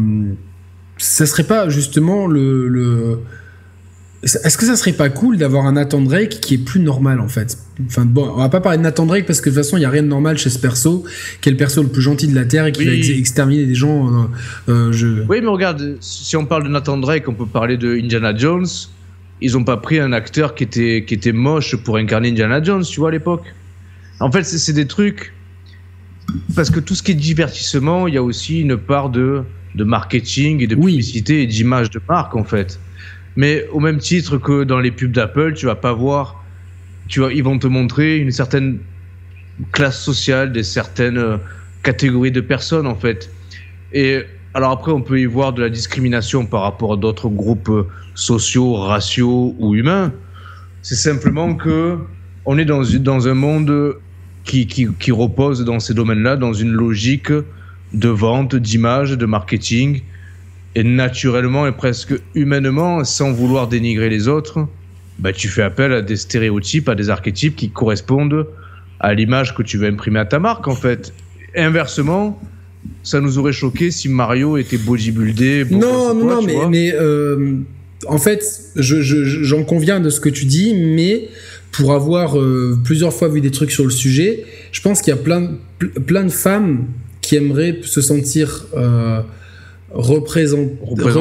ça serait pas justement le le est-ce que ça serait pas cool d'avoir un Nathan Drake qui est plus normal en fait ? Enfin bon, on va pas parler de Nathan Drake parce que de toute façon il y a rien de normal chez ce perso, qui est le perso le plus gentil de la terre et qui oui. va ex- exterminer des gens. Euh, euh, je... Oui, mais regarde, si on parle de Nathan Drake, on peut parler de Indiana Jones. Ils ont pas pris un acteur qui était qui était moche pour incarner Indiana Jones, tu vois, à l'époque. En fait, c'est, c'est des trucs parce que tout ce qui est divertissement, il y a aussi une part de de marketing et de publicité oui. et d'image de marque en fait. Mais au même titre que dans les pubs d'Apple, tu vas pas voir, tu vois, ils vont te montrer une certaine classe sociale, des certaines euh, catégories de personnes en fait. Et alors après, on peut y voir de la discrimination par rapport à d'autres groupes euh, sociaux, raciaux ou humains. C'est simplement que on est dans dans un monde qui qui qui repose dans ces domaines-là, dans une logique de vente, d'image, de marketing. Et naturellement et presque humainement, sans vouloir dénigrer les autres, bah tu fais appel à des stéréotypes, à des archétypes qui correspondent à l'image que tu veux imprimer à ta marque en fait. Et inversement, ça nous aurait choqué si Mario était bodybuildé. Bon, non, non, non, mais, mais euh, en fait, je, je, j'en conviens de ce que tu dis, mais pour avoir euh, plusieurs fois vu des trucs sur le sujet, je pense qu'il y a plein, plein de femmes qui aimeraient se sentir euh, Représent,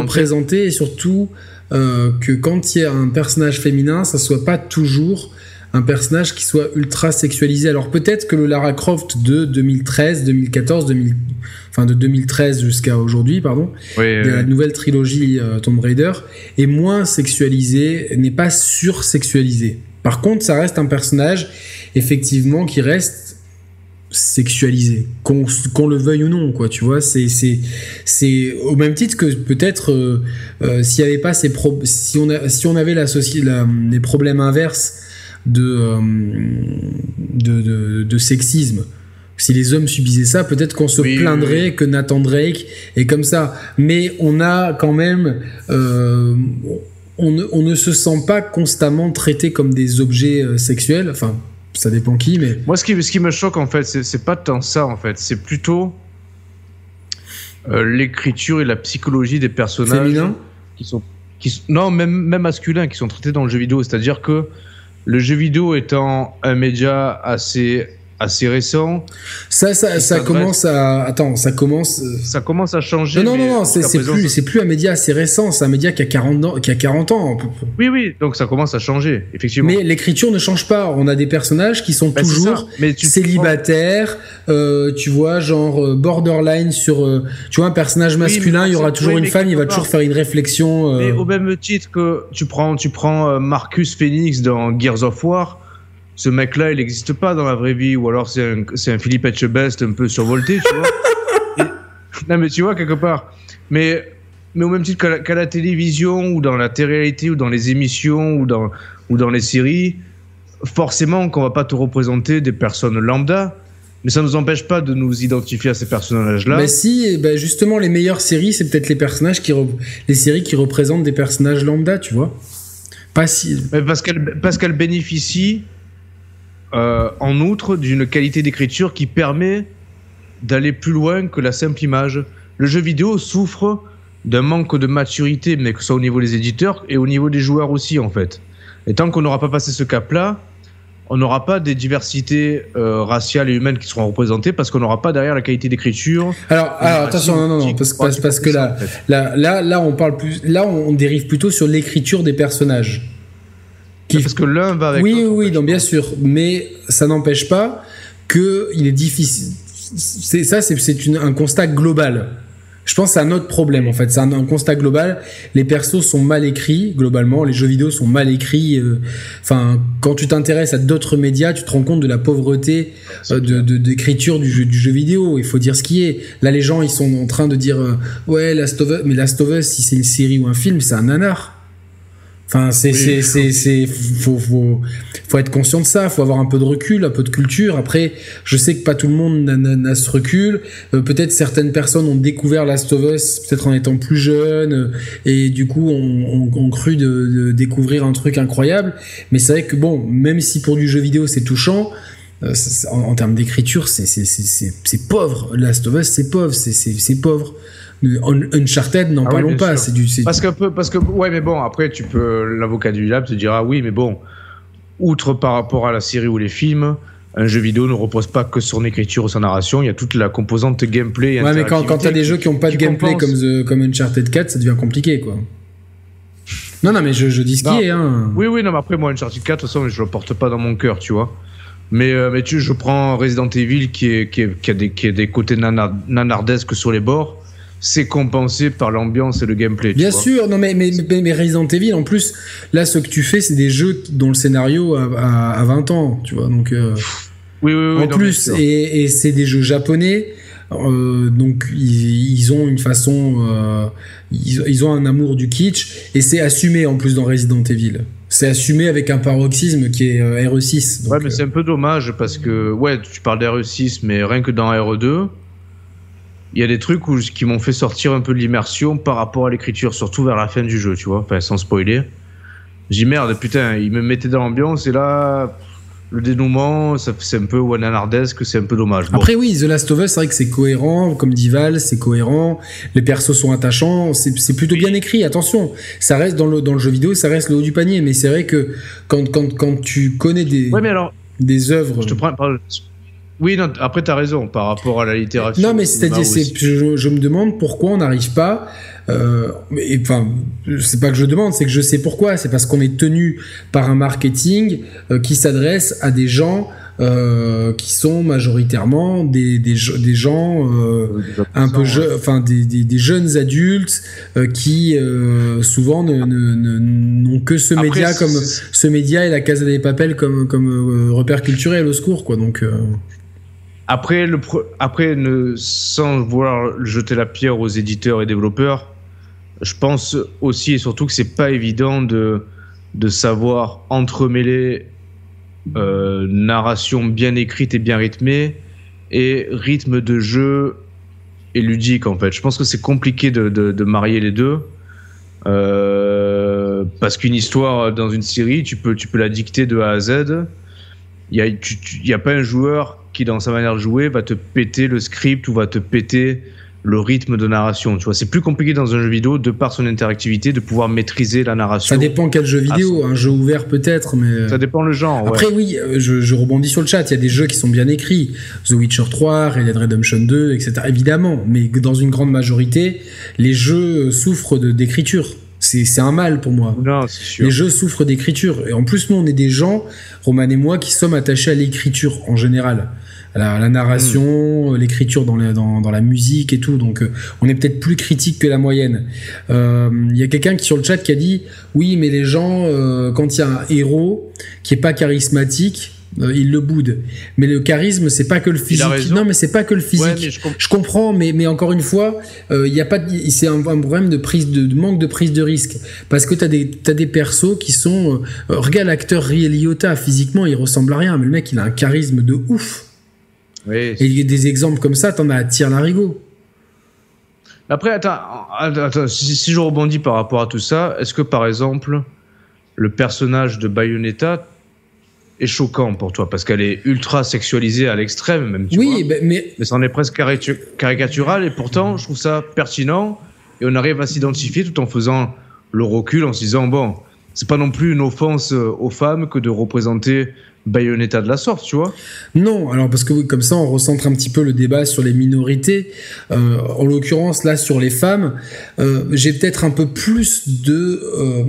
représenté et surtout euh, que quand il y a un personnage féminin, ça soit pas toujours un personnage qui soit ultra sexualisé. Alors peut-être que le Lara Croft de deux mille treize, deux mille quatorze, deux mille... enfin de deux mille treize jusqu'à aujourd'hui, pardon, oui, de oui. la nouvelle trilogie euh, Tomb Raider, est moins sexualisé, n'est pas sursexualisé. Par contre, ça reste un personnage, effectivement, qui reste sexualisé, qu'on, qu'on le veuille ou non, quoi, tu vois, c'est, c'est, c'est au même titre que peut-être euh, euh, s'il y avait pas ces pro- si on a, si on avait la soci- la, les problèmes inverses de, euh, de, de, de sexisme, si les hommes subissaient ça, peut-être qu'on se oui, plaindrait oui. que Nathan Drake est comme ça, mais on a quand même euh, on, ne, on ne se sent pas constamment traité comme des objets euh, sexuels, enfin ça dépend qui, mais... Moi, ce qui, ce qui me choque, en fait, c'est, c'est pas tant ça, en fait. C'est plutôt euh, l'écriture et la psychologie des personnages... Féminin qui sont, qui, Non, même, même masculins, qui sont traités dans le jeu vidéo. C'est-à-dire que le jeu vidéo étant un média assez... assez récent. Ça, ça, ça commence à. Attends, ça commence. Ça commence à changer. Non, non, non, non c'est, c'est, présent, plus, ça... c'est plus un média assez récent, c'est un média qui a quarante ans. Qui a quarante ans. Oui, oui, donc ça commence à changer, effectivement. Mais l'écriture ne change pas. On a des personnages qui sont bah, toujours mais tu célibataires, euh, tu vois, genre euh, borderline sur. Euh, tu vois, un personnage masculin, oui, il y aura toujours oui, une femme, il va toujours faire une réflexion. Euh... Mais au même titre que tu prends, tu prends Marcus Phoenix dans Gears of War. Ce mec-là, il n'existe pas dans la vraie vie, ou alors c'est un, c'est un Philippe Etchebest un peu survolté, tu vois. Et, non, mais tu vois, quelque part. Mais, mais au même titre qu'à la, qu'à la télévision, ou dans la télé-réalité, ou dans les émissions, ou dans, ou dans les séries, forcément qu'on ne va pas te représenter des personnes lambda, mais ça ne nous empêche pas de nous identifier à ces personnages-là. Bah si, bah justement, les meilleures séries, c'est peut-être les personnages qui... Re... les séries qui représentent des personnages lambda, tu vois. Pas si... Mais parce qu'elles, parce qu'elles bénéficient... Euh, en outre d'une qualité d'écriture qui permet d'aller plus loin que la simple image. Le jeu vidéo souffre d'un manque de maturité, mais que ce soit au niveau des éditeurs et au niveau des joueurs aussi, en fait. Et tant qu'on n'aura pas passé ce cap-là, on n'aura pas des diversités euh, raciales et humaines qui seront représentées parce qu'on n'aura pas derrière la qualité d'écriture. Alors, alors attention, non, non, non, parce, parce, parce que là, en fait. là, là, là, on parle plus, là, on dérive plutôt sur l'écriture des personnages. Qui... Parce que l'un va avec oui, l'autre. Oui, oui, non, bien sûr, mais ça n'empêche pas que il est difficile. C'est ça, c'est, c'est une, un constat global. Je pense que c'est un autre problème en fait. C'est un, un constat global. Les persos sont mal écrits globalement. Les jeux vidéo sont mal écrits. Enfin, euh, quand tu t'intéresses à d'autres médias, tu te rends compte de la pauvreté euh, de, de, d'écriture du jeu, du jeu vidéo. Il faut dire ce qui est. Là, les gens, ils sont en train de dire euh, ouais, Last of Us, mais Last of Us, si c'est une série ou un film, c'est un nanar. Enfin, c'est, oui, c'est, c'est, c'est, faut, faut, faut être conscient de ça. Faut avoir un peu de recul, un peu de culture. Après, je sais que pas tout le monde n'a, n'a, n'a ce recul. Euh, peut-être certaines personnes ont découvert Last of Us, peut-être en étant plus jeunes, euh, et du coup, ont, ont, ont cru de, de découvrir un truc incroyable. Mais c'est vrai que bon, même si pour du jeu vidéo c'est touchant, euh, c'est, en, en termes d'écriture, c'est, c'est, c'est, c'est, c'est pauvre. Last of Us, c'est pauvre, c'est, c'est, c'est pauvre. Uncharted, n'en ah parlons ouais, pas. C'est du, c'est parce que parce que ouais, mais bon, après tu peux, l'avocat du diable te dira oui, mais bon, outre par rapport à la série ou les films, un jeu vidéo ne repose pas que sur son écriture ou sa narration. Il y a toute la composante gameplay. Et ouais, mais quand quand t'as des jeux qui ont pas de gameplay comme the, comme Uncharted quatre, ça devient compliqué, quoi. Non, non, mais je, je dis ce qui est. Hein. Oui, oui, non, mais après moi Uncharted quatre, de toute façon, je le porte pas dans mon cœur, tu vois. Mais, euh, mais tu, je prends Resident Evil qui est qui est, qui a des qui a des côtés nanar, nanardesques sur les bords. C'est compensé par l'ambiance et le gameplay. Bien tu vois. sûr, non mais, mais, mais Resident Evil, en plus, là, ce que tu fais, c'est des jeux dont le scénario a, a, a vingt ans, tu vois, donc... Euh, oui, oui, oui. En non, plus, et, et c'est des jeux japonais, euh, donc ils, ils ont une façon... Euh, ils, ils ont un amour du kitsch, et c'est assumé, en plus, dans Resident Evil. C'est assumé avec un paroxysme qui est euh, R E six. Donc, ouais, mais euh... c'est un peu dommage, parce que, ouais, tu parles d'R E six, mais rien que dans R E deux... il y a des trucs où, qui m'ont fait sortir un peu de l'immersion par rapport à l'écriture, surtout vers la fin du jeu, tu vois, enfin, sans spoiler. J'ai dit merde, putain, ils me mettaient dans l'ambiance et là, le dénouement, ça, c'est un peu one-anardesque, c'est un peu dommage. Bon. Après, oui, The Last of Us, c'est vrai que c'est cohérent, comme dit Val, c'est cohérent, les persos sont attachants, c'est, c'est plutôt bien écrit, attention, ça reste dans le, dans le jeu vidéo, ça reste le haut du panier, mais c'est vrai que quand, quand, quand tu connais des, ouais, mais alors, des œuvres. Je te prends, Oui, non, après, t'as raison, par rapport à la littérature. Non, mais c'est-à-dire, c'est, je, je me demande pourquoi on n'arrive pas. Euh, et, enfin, c'est pas que je demande, c'est que je sais pourquoi. C'est parce qu'on est tenu par un marketing euh, qui s'adresse à des gens euh, qui sont majoritairement des, des, des gens euh, un peu jeunes, enfin des, des, des jeunes adultes euh, qui euh, souvent ne, ne, ne, n'ont que ce après, média comme ce média et la Casa de Papel comme, comme euh, repère culturel au secours, quoi. Donc. Euh... Après, le pro- après ne, sans vouloir jeter la pierre aux éditeurs et développeurs, je pense aussi et surtout que c'est pas évident de, de savoir entremêler euh, narration bien écrite et bien rythmée et rythme de jeu et ludique, en fait. Je pense que c'est compliqué de, de, de marier les deux. Euh, parce qu'une histoire dans une série, tu peux, tu peux la dicter de A à Z. Il n'y a, y a pas un joueur qui, dans sa manière de jouer, va te péter le script ou va te péter le rythme de narration. Tu vois, c'est plus compliqué dans un jeu vidéo, de par son interactivité, de pouvoir maîtriser la narration. Ça dépend quel jeu vidéo, un jeu ouvert peut-être, mais... Ça dépend le genre, Après, ouais. oui, je, je rebondis sur le chat, il y a des jeux qui sont bien écrits. The Witcher trois, Red Dead Redemption deux, et cetera. Évidemment, mais dans une grande majorité, les jeux souffrent de, d'écriture. C'est, c'est un mal pour moi. Non, c'est sûr. Les jeux souffrent d'écriture. Et en plus, nous, on est des gens, Roman et moi, qui sommes attachés à l'écriture en général. À la, à la narration, mmh. l'écriture dans la, dans, dans la musique et tout. Donc, euh, on est peut-être plus critique que la moyenne. Il euh, y a quelqu'un qui, sur le chat qui a dit « Oui, mais les gens, euh, quand il y a un héros qui est pas charismatique, Euh, il le boude. Mais le charisme, c'est pas que le physique. Non, mais c'est pas que le physique. Ouais, je, comp- je comprends, mais, mais encore une fois, il euh, y a pas de, c'est un, un problème de prise de, de manque de prise de risque. Parce que t'as des, t'as des persos qui sont, euh, regarde l'acteur Ray Liotta, physiquement, il ressemble à rien, mais le mec, il a un charisme de ouf. Oui, et il y a des exemples comme ça, t'en as à tire-larigot. Après, attends, attends si, si je rebondis par rapport à tout ça, est-ce que par exemple, le personnage de Bayonetta est choquant pour toi parce qu'elle est ultra sexualisée à l'extrême même, tu oui, vois. Bah, mais mais ça en est presque caritu- caricatural et pourtant je trouve ça pertinent et on arrive à s'identifier tout en faisant le recul en se disant bon, c'est pas non plus une offense aux femmes que de représenter Bayonetta de la sorte, tu vois. Non, alors parce que oui, comme ça on recentre un petit peu le débat sur les minorités. Euh, en l'occurrence là sur les femmes, euh, j'ai peut-être un peu plus de euh,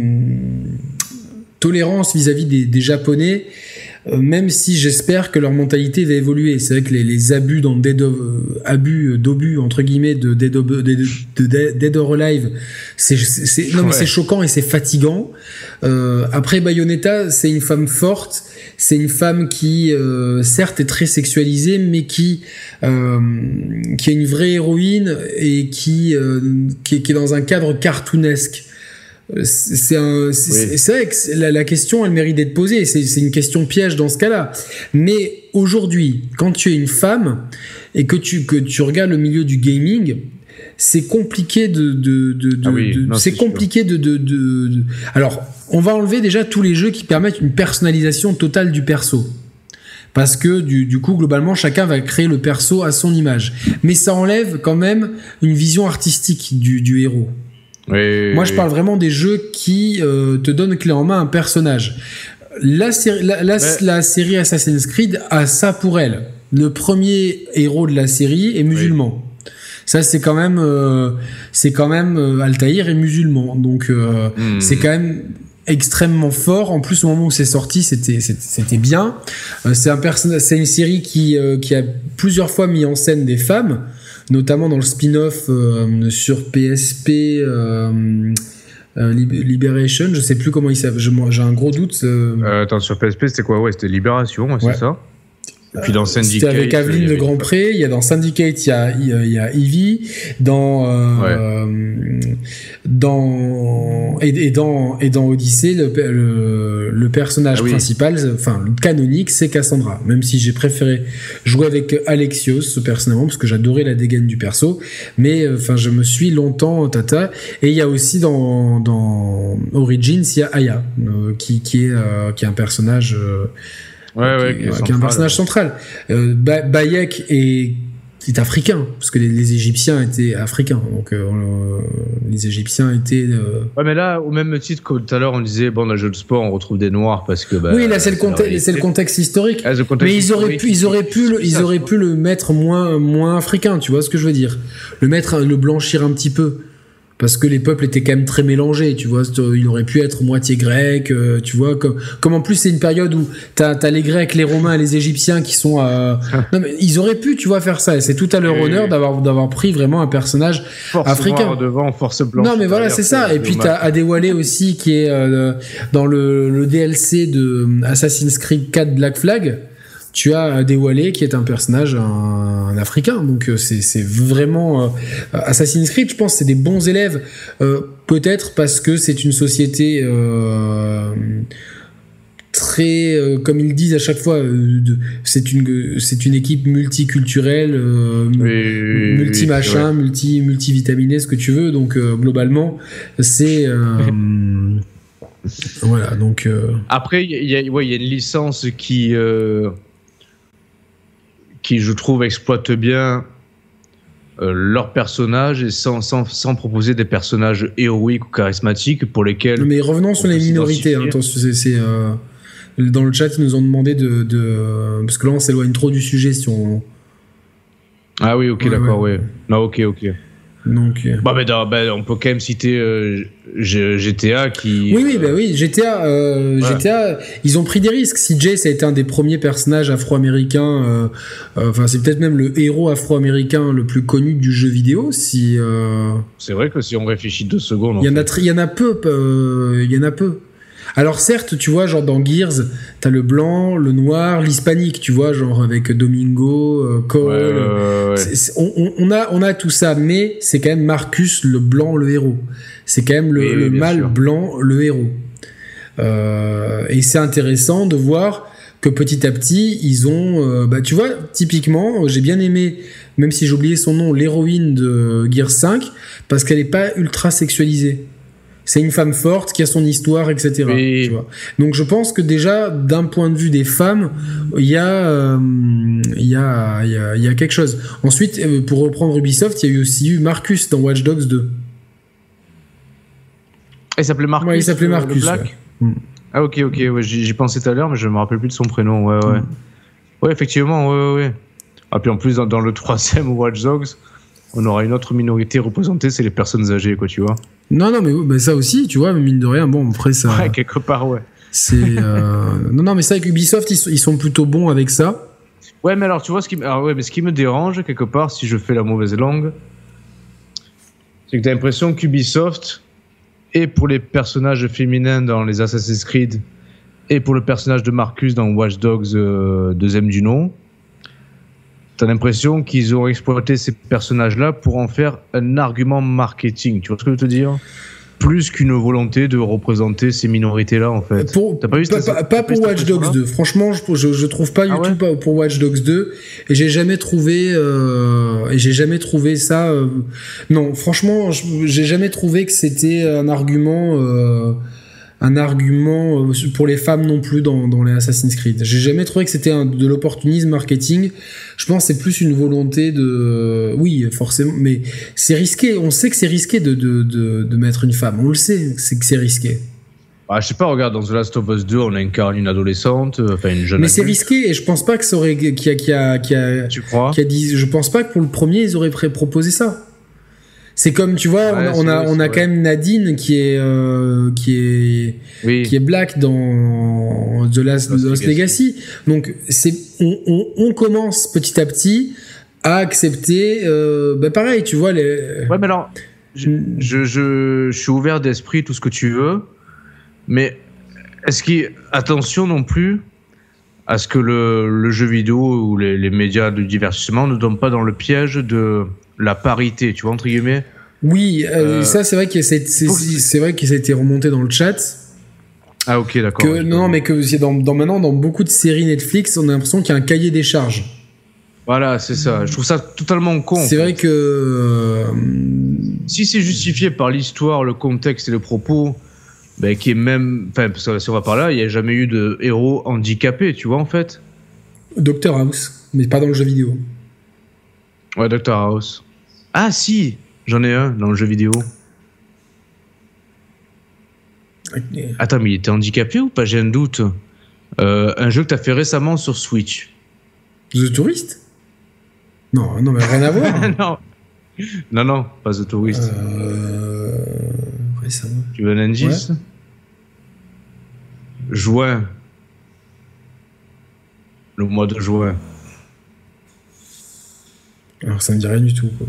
tolérance vis-à-vis des, des Japonais. Euh, même si j'espère que leur mentalité va évoluer. C'est vrai que les, les abus dans Dead of, euh, abus d'obus entre guillemets de Dead, of, de, de, de Dead or Alive, c'est, c'est, c'est non ouais. mais c'est choquant et c'est fatigant. Euh, après Bayonetta, c'est une femme forte, c'est une femme qui euh, certes est très sexualisée, mais qui euh, qui est une vraie héroïne et qui euh, qui, qui est dans un cadre cartoonesque. C'est, un, c'est, oui. c'est vrai que la, la question, elle mérite d'être posée. C'est, c'est une question piège dans ce cas-là. Mais aujourd'hui, quand tu es une femme et que tu, que tu regardes le milieu du gaming, c'est compliqué de, de, de, de, ah oui, de non, c'est, c'est compliqué de, de, de, de. Alors, on va enlever déjà tous les jeux qui permettent une personnalisation totale du perso. Parce que du, du coup, globalement, chacun va créer le perso à son image. Mais ça enlève quand même une vision artistique du, du héros. Oui, Moi, je parle vraiment des jeux qui euh, te donnent clé en main un personnage. La série, la, la, ouais. la série Assassin's Creed a ça pour elle. Le premier héros de la série est musulman. Oui. Ça, c'est quand même, euh, c'est quand même euh, Altaïr est musulman, donc euh, mmh. c'est quand même extrêmement fort. En plus, au moment où c'est sorti, c'était c'était, c'était bien. Euh, c'est un personnage, c'est une série qui euh, qui a plusieurs fois mis en scène des femmes, notamment dans le spin-off euh, sur P S P euh, euh, Liberation, je sais plus comment il s'appelle, j'ai un gros doute. Euh... Euh, attends, sur P S P c'était quoi? Ouais, c'était Libération, ouais, ouais. C'est ça. Et puis dans Syndicate, c'était avec Aveline de Grandpré. Il y a dans Syndicate, il y a il y a Ivy dans euh, ouais. dans et, et dans et dans Odyssey le le, le personnage ah oui. principal, enfin le canonique, c'est Cassandra. Même si j'ai préféré jouer avec Alexios personnellement parce que j'adorais la dégaine du perso, mais enfin je me suis longtemps tata. Et il y a aussi dans dans Origins, il y a Aya euh, qui qui est euh, qui est un personnage euh, Ouais, ouais, qui, qui est un personnage central. Euh, ba- Bayek est c'est africain, parce que les, les Égyptiens étaient africains, donc euh, les Égyptiens étaient. Euh... Ouais, mais là, au même titre que tout à l'heure, on disait bon, dans le jeu de sport, on retrouve des noirs parce que. Bah, oui, là, c'est le contexte, c'est le contexte historique. Ah, le contexte mais ils auraient pu, ils auraient pu, le, ils auraient pu le mettre moins, moins africain, tu vois ce que je veux dire? Le mettre, le blanchir un petit peu. Parce que les peuples étaient quand même très mélangés, tu vois. Il aurait pu être moitié grec, euh, tu vois. Comme, comme en plus, c'est une période où t'as, t'as les Grecs, les Romains et les Égyptiens qui sont. Euh... non, mais ils auraient pu, tu vois, faire ça. Et c'est tout à leur et honneur d'avoir, d'avoir pris vraiment un personnage force africain. Force devant, force blanche. Non, mais voilà, c'est ça. Et puis t'as Adewale aussi qui est euh, dans le, le D L C de Assassin's Creed quatre Black Flag. Tu as Adewale qui est un personnage un, un africain, donc c'est c'est vraiment euh, Assassin's Creed. Je pense c'est des bons élèves, euh, peut-être parce que c'est une société euh, très, euh, comme ils disent à chaque fois, euh, de, c'est une c'est une équipe multiculturelle, euh, oui, multi machin, oui, multi multivitaminée, ce que tu veux. Donc euh, globalement, c'est euh, voilà. Donc euh... après il y a ouais il y a une licence qui euh... qui, je trouve, exploitent bien euh, leurs personnages et sans, sans, sans proposer des personnages héroïques ou charismatiques pour lesquels... Mais revenons sur les minorités. Hein, c'est, c'est, euh, dans le chat, ils nous ont demandé de... de parce que là, on s'éloigne trop du sujet si on... Ah oui, ok, ouais, d'accord, ouais. ouais. Non, ok, ok. Donc, euh... bah, bah, bah, on peut quand même citer euh, G T A qui. Oui, oui, bah oui, G T A, euh, ouais. G T A, ils ont pris des risques. C J, ça a été un des premiers personnages afro-américains. Enfin, euh, euh, c'est peut-être même le héros afro-américain le plus connu du jeu vidéo. Si. Euh... C'est vrai que si on réfléchit deux secondes. Il y en a, il y en a peu. Il euh, y en a peu. Alors certes, tu vois, genre dans Gears, t'as le blanc, le noir, l'hispanique, tu vois, genre avec Domingo, euh, Cole. Ouais, ouais, ouais. C'est, c'est, on, on a, on a tout ça, mais c'est quand même Marcus le blanc, le héros. C'est quand même le, oui, le oui, mâle sûr. blanc, le héros. Euh, et c'est intéressant de voir que petit à petit, ils ont, euh, bah tu vois, typiquement, j'ai bien aimé, même si j'ai oublié son nom, l'héroïne de Gears cinq, parce qu'elle est pas ultra sexualisée. C'est une femme forte qui a son histoire, et cetera. Oui. Tu vois. Donc je pense que déjà, d'un point de vue des femmes, il y a, euh, il y a, il y a, il y a quelque chose. Ensuite, pour reprendre Ubisoft, il y a eu aussi eu Marcus dans Watch Dogs deux. Il s'appelait Marcus. Ouais, il s'appelait Marcus. Ouais. Mm. Ah ok, ok, ouais, j'y, j'y pensais tout à l'heure, mais je me rappelle plus de son prénom. Ouais, ouais. Mm. Ouais, effectivement, ouais, ouais. Ah puis en plus dans, dans le troisième Watch Dogs, on aura une autre minorité représentée, c'est les personnes âgées, quoi, tu vois. Non, non, mais, mais ça aussi, tu vois, mais mine de rien, bon, après ça. Ouais, quelque part, ouais. C'est. Euh... non, non, mais c'est avec Ubisoft, ils, ils sont plutôt bons avec ça. Ouais, mais alors, tu vois, ce qui, alors, ouais, mais ce qui me dérange, quelque part, si je fais la mauvaise langue, c'est que t'as l'impression qu'Ubisoft, et pour les personnages féminins dans les Assassin's Creed, et pour le personnage de Marcus dans Watch Dogs euh, deuxième du nom, t'as l'impression qu'ils ont exploité ces personnages-là pour en faire un argument marketing. Tu vois ce que je veux te dire ? Plus qu'une volonté de représenter ces minorités-là, en fait. Pour, t'as pas vu pas, cette, pas, pas pour Watch Dogs deux. Franchement, je, je, je trouve pas du ah ouais tout pas pour Watch Dogs deux. Et j'ai jamais trouvé, euh, et j'ai jamais trouvé ça. Euh, non, franchement, je, j'ai jamais trouvé que c'était un argument. Euh, un argument pour les femmes non plus dans, dans les Assassin's Creed. J'ai jamais trouvé que c'était un, de l'opportunisme marketing. Je pense que c'est plus une volonté de... Oui, forcément, mais c'est risqué. On sait que c'est risqué de, de, de, de mettre une femme. On le sait, c'est que c'est risqué. Ah, je sais pas, regarde, dans The Last of Us deux, on incarne une adolescente, enfin une jeune mais adulte. C'est risqué et je pense pas que ça aurait... Qu'il y a, qu'il y a, qu'il y a, tu crois qu'il y a dit, je pense pas que pour le premier, ils auraient proposé ça. C'est comme, tu vois, ouais, on a, on a, on a quand même Nadine qui est, euh, qui est, oui. qui est black dans The Last, Lost, Lost Legacy. Legacy. Donc, c'est, on, on, on commence petit à petit à accepter, euh, bah pareil, tu vois, les. Ouais, mais alors, je, je, je, je suis ouvert d'esprit, tout ce que tu veux, mais est-ce qu'il, attention non plus à ce que le, le jeu vidéo ou les, les médias de divertissement ne tombent pas dans le piège de la parité, tu vois, entre guillemets. Oui, euh, euh, ça c'est vrai que c'est, c'est, c'est vrai que ça a été remonté dans le chat. Ah ok, d'accord. Que, non, mais que c'est dans, dans maintenant dans beaucoup de séries Netflix, on a l'impression qu'il y a un cahier des charges. Voilà, c'est ça. Je trouve ça totalement con. C'est vrai que euh... si c'est justifié par l'histoire, le contexte et le propos, ben qui est même, enfin, parce que si on va par là, il n'y a jamais eu de héros handicapé, tu vois en fait. Doctor House, mais pas dans le jeu vidéo. Ouais, Doctor House. Ah si, j'en ai un dans le jeu vidéo. Okay. Attends, mais il était handicapé ou pas? J'ai un doute. Euh, un jeu que t'as fait récemment sur Switch. The Tourist? Non, non, mais rien à voir. non. non, non, pas The Tourist. Euh... Récemment. Tu veux un indice? Ouais. Juin. Le mois de juin. Alors ça me dit rien du tout, quoi.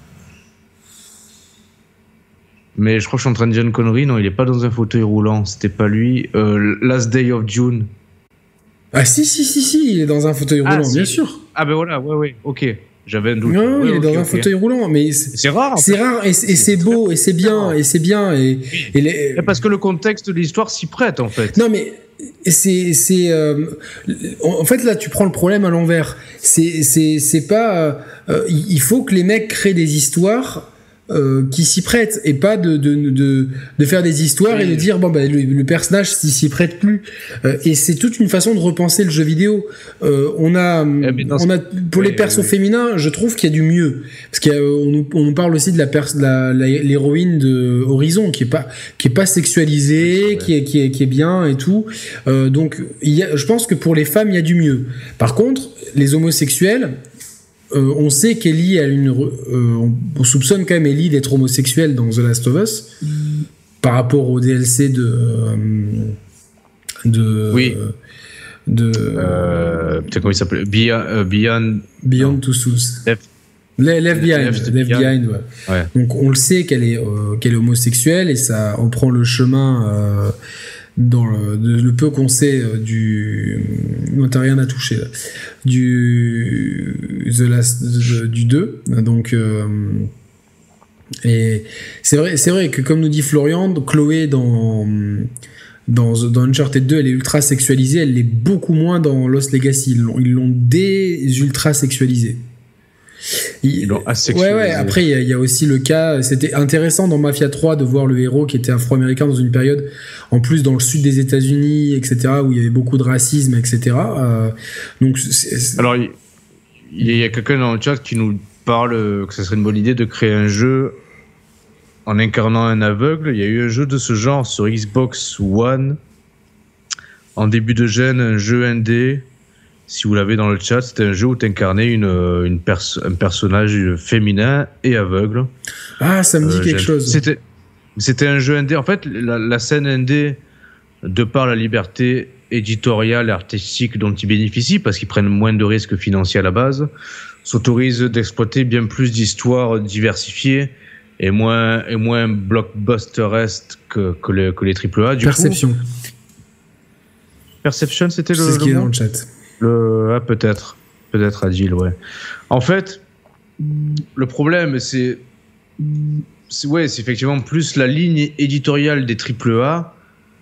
Mais je crois que je suis en train de dire une connerie. Non, il est pas dans un fauteuil roulant. C'était pas lui. Euh, Last Day of June. Ah si, si, si, si. Il est dans un fauteuil roulant, ah, si. Bien sûr. Ah ben voilà, ouais, ouais. Ok. J'avais un doute. Non, ouais, il est okay, dans un okay. fauteuil roulant, mais c'est, c'est rare. C'est rare et, et c'est, c'est beau et c'est bien et c'est bien et, et les... Parce que le contexte de l'histoire s'y prête en fait. Non mais c'est c'est euh, en fait là tu prends le problème à l'envers. C'est c'est c'est pas euh, il faut que les mecs créent des histoires Euh, qui s'y prêtent et pas de de de de faire des histoires oui. et de dire bon ben bah, le, le personnage s'y, s'y prête plus euh, et c'est toute une façon de repenser le jeu vidéo. Euh, on a eh on a pour oui, les persos oui. féminins, je trouve qu'il y a du mieux parce qu'on nous on nous parle aussi de la, pers- la, la l'héroïne de Horizon qui est pas qui est pas sexualisée, oui, qui est qui est qui est bien et tout. Euh, donc il y a, je pense que pour les femmes il y a du mieux. Par contre, les homosexuels Euh, on sait qu'Ellie a une. Euh, on, on soupçonne quand même Ellie d'être homosexuelle dans The Last of Us mm. par rapport au D L C de. Euh, de. Oui. De. Euh, putain, comment il s'appelle Beyond. Uh, Beyond, Beyond Two Souls. Left, Left Behind. Left, Left Behind, ouais. ouais. Donc on le sait qu'elle est, euh, qu'elle est homosexuelle et ça, on prend le chemin. Euh, dans le, de, le peu qu'on sait euh, du non t'as rien à toucher là du The Last de, du deux donc euh, et c'est vrai c'est vrai que comme nous dit Florian, Chloé dans dans dans Uncharted deux elle est ultra sexualisée, elle l'est beaucoup moins dans Lost Legacy, ils l'ont, ils l'ont dés ultra sexualisée. Ils l'ont asexualisé. Ouais, ouais. Après, il y, y a aussi le cas. C'était intéressant dans Mafia trois de voir le héros qui était afro-américain dans une période, en plus dans le sud des États-Unis, et cetera, où il y avait beaucoup de racisme, et cetera. Euh, donc, c'est, c'est... alors il y, y a quelqu'un dans le chat qui nous parle que ce serait une bonne idée de créer un jeu en incarnant un aveugle. Il y a eu un jeu de ce genre sur Xbox One en début de gène, un jeu indé. Si vous l'avez dans le chat, c'était un jeu où tu incarnais une, une pers- un personnage féminin et aveugle. Ah, ça me dit euh, quelque chose. C'était, c'était un jeu indé. En fait, la, la scène indé, de par la liberté éditoriale et artistique dont ils bénéficient, parce qu'ils prennent moins de risques financiers à la base, s'autorise d'exploiter bien plus d'histoires diversifiées et moins, et moins blockbusteresques que, que, les, que les triple A. Du Perception. Coup, Perception, c'était le. C'est ce qui le est dans le chat. Le, ah, peut-être, peut-être Adil, ouais. En fait, le problème, c'est, c'est, ouais, c'est effectivement plus la ligne éditoriale des triple A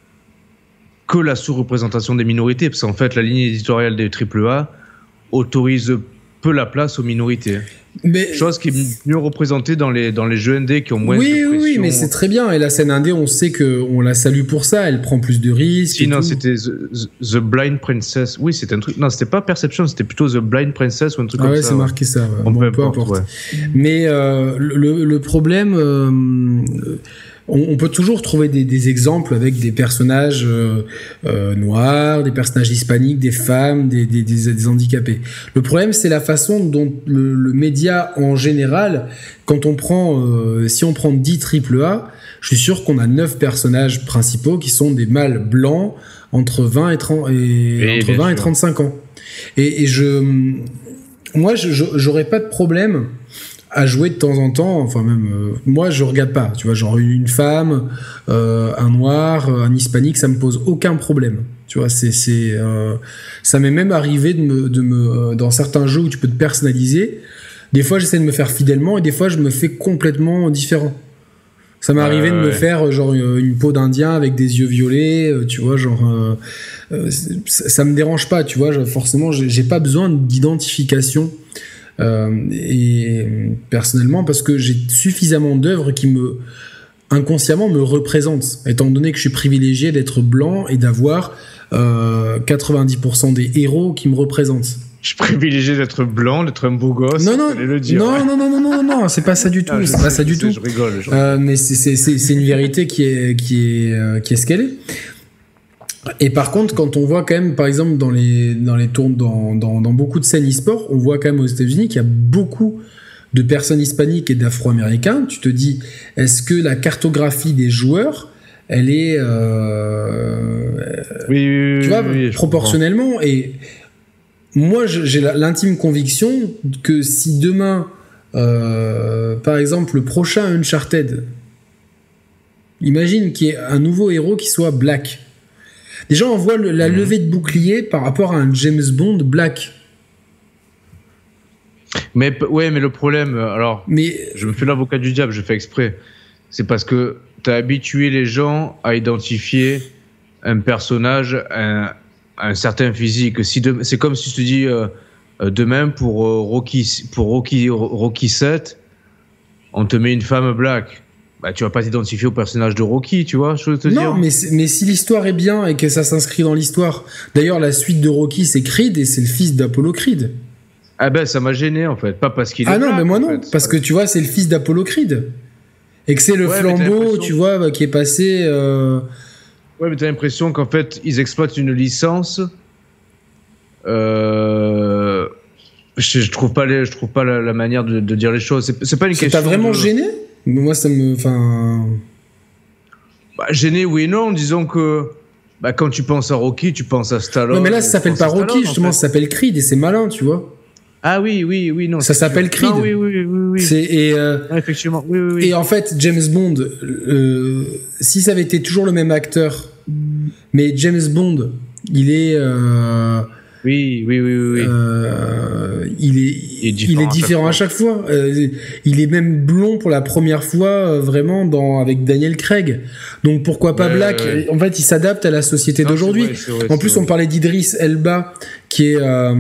que la sous-représentation des minorités, parce qu'en fait, la ligne éditoriale des triple A autorise peu la place aux minorités. Mais... chose qui est mieux représentée dans les, dans les jeux indés qui ont moins oui, de pression. Oui, mais c'est très bien. Et la scène indé, on sait qu'on la salue pour ça. Elle prend plus de risques. Si, non, tout. c'était The, The Blind Princess. Oui, c'était un truc. Non, c'était pas Perception, c'était plutôt The Blind Princess ou un truc ah comme ouais, ça. Ah ouais, c'est marqué ça. Ouais. Bon, bon, peu, peu importe. importe. Ouais. Mais euh, le, le problème... Euh, On, on peut toujours trouver des, des exemples avec des personnages euh, euh, noirs, des personnages hispaniques, des femmes, des, des, des, des handicapés. Le problème, c'est la façon dont le, le média en général, quand on prend, euh, si on prend dix triple A, je suis sûr qu'on a neuf personnages principaux qui sont des mâles blancs entre vingt et trente et, et entre vingt et trente-cinq ans. Et, et je, moi, je, je, j'aurais pas de problème à jouer de temps en temps, enfin même euh, moi je regarde pas, tu vois, genre une femme, euh, un noir, un hispanique, ça me pose aucun problème, tu vois, c'est c'est euh, ça m'est même arrivé de me de me dans certains jeux où tu peux te personnaliser, des fois j'essaie de me faire fidèlement et des fois je me fais complètement différent. Ça m'est arrivé euh, de me ouais. faire genre une peau d'Indien avec des yeux violets, tu vois, genre euh, euh, ça, ça me dérange pas, tu vois, forcément j'ai, j'ai pas besoin d'identification. Euh, et personnellement parce que j'ai suffisamment d'œuvres qui me inconsciemment me représentent, étant donné que je suis privilégié d'être blanc et d'avoir euh, quatre-vingt-dix pour cent des héros qui me représentent, je privilégie d'être blanc, d'être un beau gosse. Non, non, le dire, non, ouais. non, non, non, non, non, c'est pas ça du tout. Ah, c'est sais, pas ça du sais, tout. Je rigole. Je rigole. Euh, mais c'est, c'est, c'est, c'est une vérité qui est, qui est, euh, qui est ce qu'elle est. Et par contre, quand on voit quand même, par exemple, dans les, dans les tours, dans, dans, dans beaucoup de scènes e-sport, on voit quand même aux États-Unis qu'il y a beaucoup de personnes hispaniques et d'afro-américains. Tu te dis, est-ce que la cartographie des joueurs, elle est, euh, oui, oui, tu vois, oui, oui, proportionnellement. Et moi, j'ai l'intime conviction que si demain, euh, par exemple, le prochain Uncharted, imagine qu'il y ait un nouveau héros qui soit black. Déjà, on voit le, la mmh. levée de bouclier par rapport à un James Bond black. Mais ouais, mais le problème, alors, mais, je me fais l'avocat du diable, je fais exprès. C'est parce que tu as habitué les gens à identifier un personnage, un, un certain physique. Si de, c'est comme si je te dis euh, demain pour euh, Rocky, pour Rocky, Rocky sept, on te met une femme black. Bah, tu vas pas t'identifier au personnage de Rocky, tu vois, je veux te non, dire. Non, mais, mais si l'histoire est bien et que ça s'inscrit dans l'histoire. D'ailleurs, la suite de Rocky, c'est Creed et c'est le fils d'Apollo Creed. Ah ben, ça m'a gêné, en fait. Pas parce qu'il est Ah non, black, mais moi non. fait. Parce que tu vois, c'est le fils d'Apollo Creed. Et que c'est le ouais, flambeau, tu vois, bah, qui est passé... Euh... Ouais, mais t'as l'impression qu'en fait, ils exploitent une licence... Euh... Je, je trouve pas, les, je trouve pas la, la manière de, de dire les choses. C'est, c'est pas une ça question... Ça t'a vraiment de... gêné ? Moi, ça me... Enfin... Bah, gêné, oui et non. Disons que... Bah, quand tu penses à Rocky, tu penses à Stallone... Ouais, mais là, ça s'appelle pas Rocky, Stallone, justement, en fait. Ça s'appelle Creed, et c'est malin, tu vois. Ah oui, oui, oui, non. Ça s'appelle Creed. Non, oui, oui, oui, oui. C'est, et, euh, ah, effectivement, oui, oui, oui. Et en fait, James Bond, euh, si ça avait été toujours le même acteur, mais James Bond, il est... Euh, oui, oui, oui, oui. Euh, il est, il est différent, il est différent à chaque fois. À chaque fois. Euh, il est même blond pour la première fois, euh, vraiment, dans, avec Daniel Craig. Donc pourquoi pas ouais, Black ouais. En fait, il s'adapte à la société non, d'aujourd'hui. C'est vrai, c'est vrai, en plus, on vrai. parlait d'Idris Elba, qui est... Euh,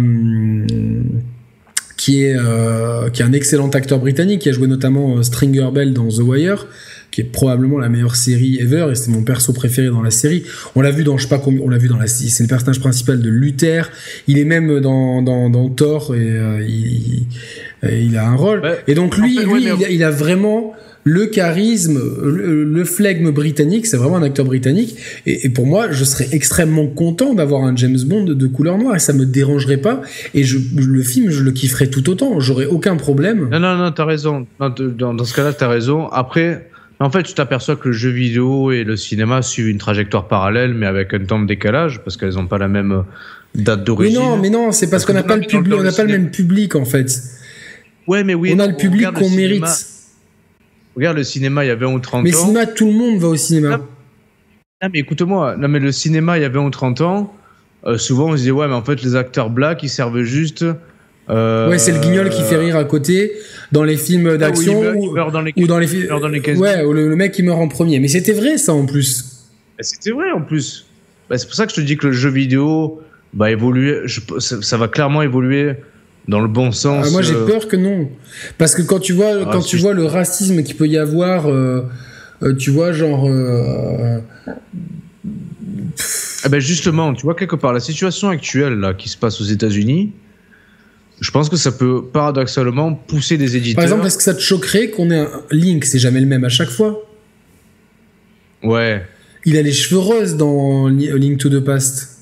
qui est, euh, qui est un excellent acteur britannique, qui a joué notamment euh, Stringer Bell dans The Wire, qui est probablement la meilleure série ever, et c'est mon perso préféré dans la série. On l'a vu dans, je sais pas combien, on l'a vu dans la, c'est le personnage principal de Luther. Il est même dans, dans, dans Thor, et euh, il, il a un rôle. Ouais, et donc lui, en fait, lui, ouais, il, a, il a vraiment le charisme, le, le flegme britannique, c'est vraiment un acteur britannique. Et, et pour moi, je serais extrêmement content d'avoir un James Bond de, de couleur noire, et ça me dérangerait pas. Et je, le film, je le kifferais tout autant. J'aurais aucun problème. Non, non, non, t'as raison. Non, dans, dans ce cas-là, t'as raison. Après, en fait, tu t'aperçois que le jeu vidéo et le cinéma suivent une trajectoire parallèle, mais avec un temps de décalage, parce qu'elles n'ont pas la même date d'origine. Mais non, mais non, c'est parce, parce qu'on n'a pas le public, on n'a pas le même public, en fait. Ouais, mais oui. On a le public qu'on le mérite. Regarde, le cinéma, il y a vingt ou trente ans. Mais le cinéma, tout le monde va au cinéma. Non, non mais écoute-moi. Non, mais le cinéma, il y a vingt ou trente ans, euh, souvent, on se disait, ouais, mais en fait, les acteurs blacks, ils servent juste... Euh, ouais, c'est le guignol qui fait rire à côté dans les films d'action ah, ou, il meurt, il meurt dans les, ou dans les films dans les ouais, ou le, le mec qui meurt en premier. Mais c'était vrai ça en plus. Bah, c'était vrai en plus. Bah, c'est pour ça que je te dis que le jeu vidéo va évoluer. Je, ça, ça va clairement évoluer dans le bon sens. Ah, moi j'ai euh... peur que non, parce que quand tu vois ah, quand tu vois le racisme qu'il peut y avoir, euh, euh, tu vois genre. Euh... Ah ben justement, tu vois quelque part la situation actuelle là qui se passe aux États-Unis. Je pense que ça peut paradoxalement pousser des éditeurs. Par exemple, est-ce que ça te choquerait qu'on ait un Link, c'est jamais le même à chaque fois ? Ouais. Il a les cheveux roses dans Link to the Past.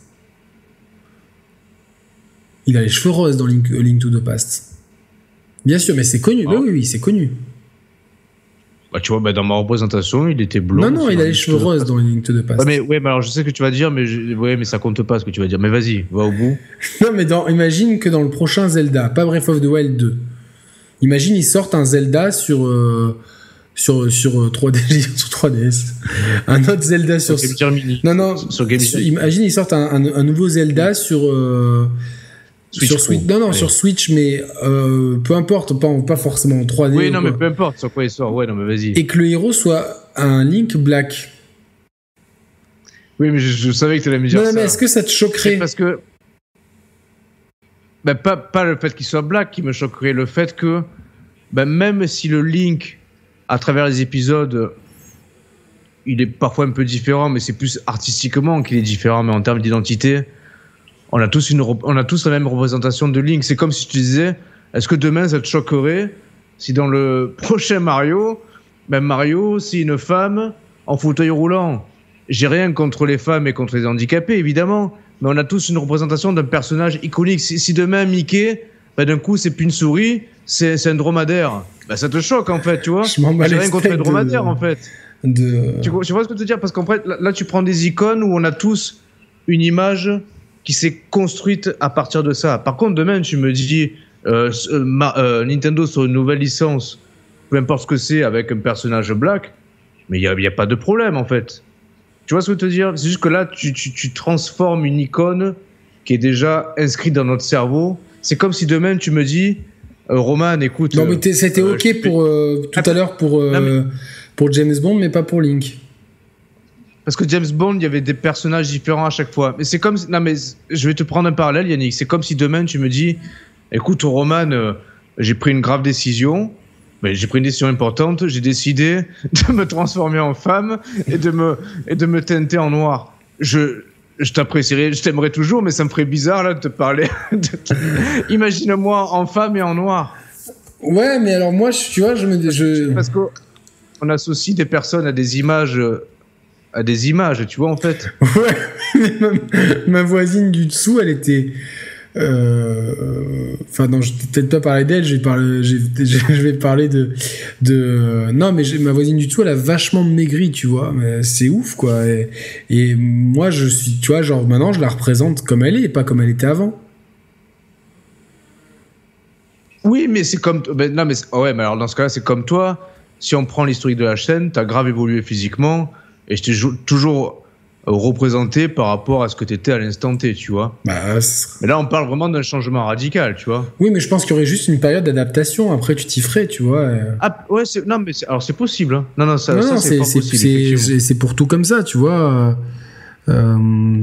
Il a les cheveux roses dans Link, Link to the Past. Bien sûr, mais c'est connu. Oh. Oui, oui, oui, c'est connu. Bah, tu vois, bah, dans ma représentation, il était blond. Non, non, il a les cheveux roses dans Link to the Past. Ouais, mais, ouais, mais alors je sais ce que tu vas dire, mais, je, ouais, mais ça compte pas ce que tu vas dire. Mais vas-y, va au bout. Non, mais dans, imagine que dans le prochain Zelda, pas Breath of the Wild deux, imagine ils sortent un Zelda sur, euh, sur, sur, trois D, sur trois D S. Un autre Zelda sur. Sur Game Mini. Non, non, sur Game sur, imagine ils sortent un, un, un nouveau Zelda sur. Euh, Switch sur Switch, non non ouais. Sur Switch, mais euh, peu importe, pas, pas forcément en trois D. Oui non quoi. Mais peu importe sur quoi il sort, ouais non mais vas-y. Et que le héros soit un Link Black. Oui mais je, je savais que tu allais me dire non, ça. Non mais est-ce que ça te choquerait ? C'est parce que ben, pas pas le fait qu'il soit Black qui me choquerait, le fait que ben, même si le Link à travers les épisodes il est parfois un peu différent, mais c'est plus artistiquement qu'il est différent, mais en termes d'identité. on a tous une, on a tous la même représentation de Link. C'est comme si tu disais, est-ce que demain ça te choquerait si dans le prochain Mario, ben Mario, c'est une femme en fauteuil roulant. J'ai rien contre les femmes et contre les handicapés, évidemment, mais on a tous une représentation d'un personnage iconique. Si, si demain Mickey, ben d'un coup c'est plus une souris, c'est, c'est un dromadaire. Ben ça te choque en fait, tu vois. Je m'en bats J'ai les rien contre les steaks dromadaires de- en fait. De... Tu vois, tu vois ce que je veux te dire? Parce qu'en fait, là, là, tu prends des icônes où on a tous une image qui s'est construite à partir de ça. Par contre, demain, tu me dis euh, euh, ma- euh, Nintendo sur une nouvelle licence, peu importe ce que c'est, avec un personnage black, mais il n'y a, y a pas de problème en fait. Tu vois ce que je veux te dire? C'est juste que là, tu, tu, tu transformes une icône qui est déjà inscrite dans notre cerveau. C'est comme si demain, tu me dis, euh, Roman, écoute. Non, mais t'es- c'était euh, ok je- pour euh, tout à l'heure pour, euh, Non, mais- pour James Bond, mais pas pour Link. Parce que James Bond, il y avait des personnages différents à chaque fois. Mais c'est comme si... Non, mais je vais te prendre un parallèle, Yannick. C'est comme si demain, tu me dis, écoute, Roman, euh, j'ai pris une grave décision. Mais j'ai pris une décision importante. J'ai décidé de me transformer en femme et de me, et de me teinter en noir. Je, je t'apprécierais, je t'aimerais toujours, mais ça me ferait bizarre, là, de te parler. de- Imagine-moi en femme et en noir. Ouais, mais alors moi, je- tu vois, je me... Je... Parce qu'on associe des personnes à des images... euh, à des images, tu vois, en fait. Ouais, mais ma, ma voisine du dessous, elle était... euh, Enfin, non, je vais peut-être pas parler d'elle, je vais parler, j'ai- je vais parler de... de... Non, mais j'ai- ma voisine du dessous, elle a vachement maigri, tu vois, mais c'est ouf, quoi. Et, et moi, je suis, tu vois, genre, maintenant, je la représente comme elle est, et pas comme elle était avant. Oui, mais c'est comme. Ben, non, mais c'est- ouais, mais alors dans ce cas-là, c'est comme toi. Si on prend l'historique de la chaîne, t'as grave évolué physiquement et je t'ai jou- toujours euh, représenté par rapport à ce que t'étais à l'instant T, tu vois. Bah, ce serait- Mais là, on parle vraiment d'un changement radical, tu vois. oui, mais je pense qu'il y aurait juste une période d'adaptation, après tu t'y ferais, tu vois. et- Ah, ouais, c'est, non, mais c'est, alors c'est possible. Hein. Non, non, ça, non, ça, non, c'est, c'est, pas c'est, possible. c'est, effectivement. c'est- c'est pour tout comme ça, tu vois. Euh,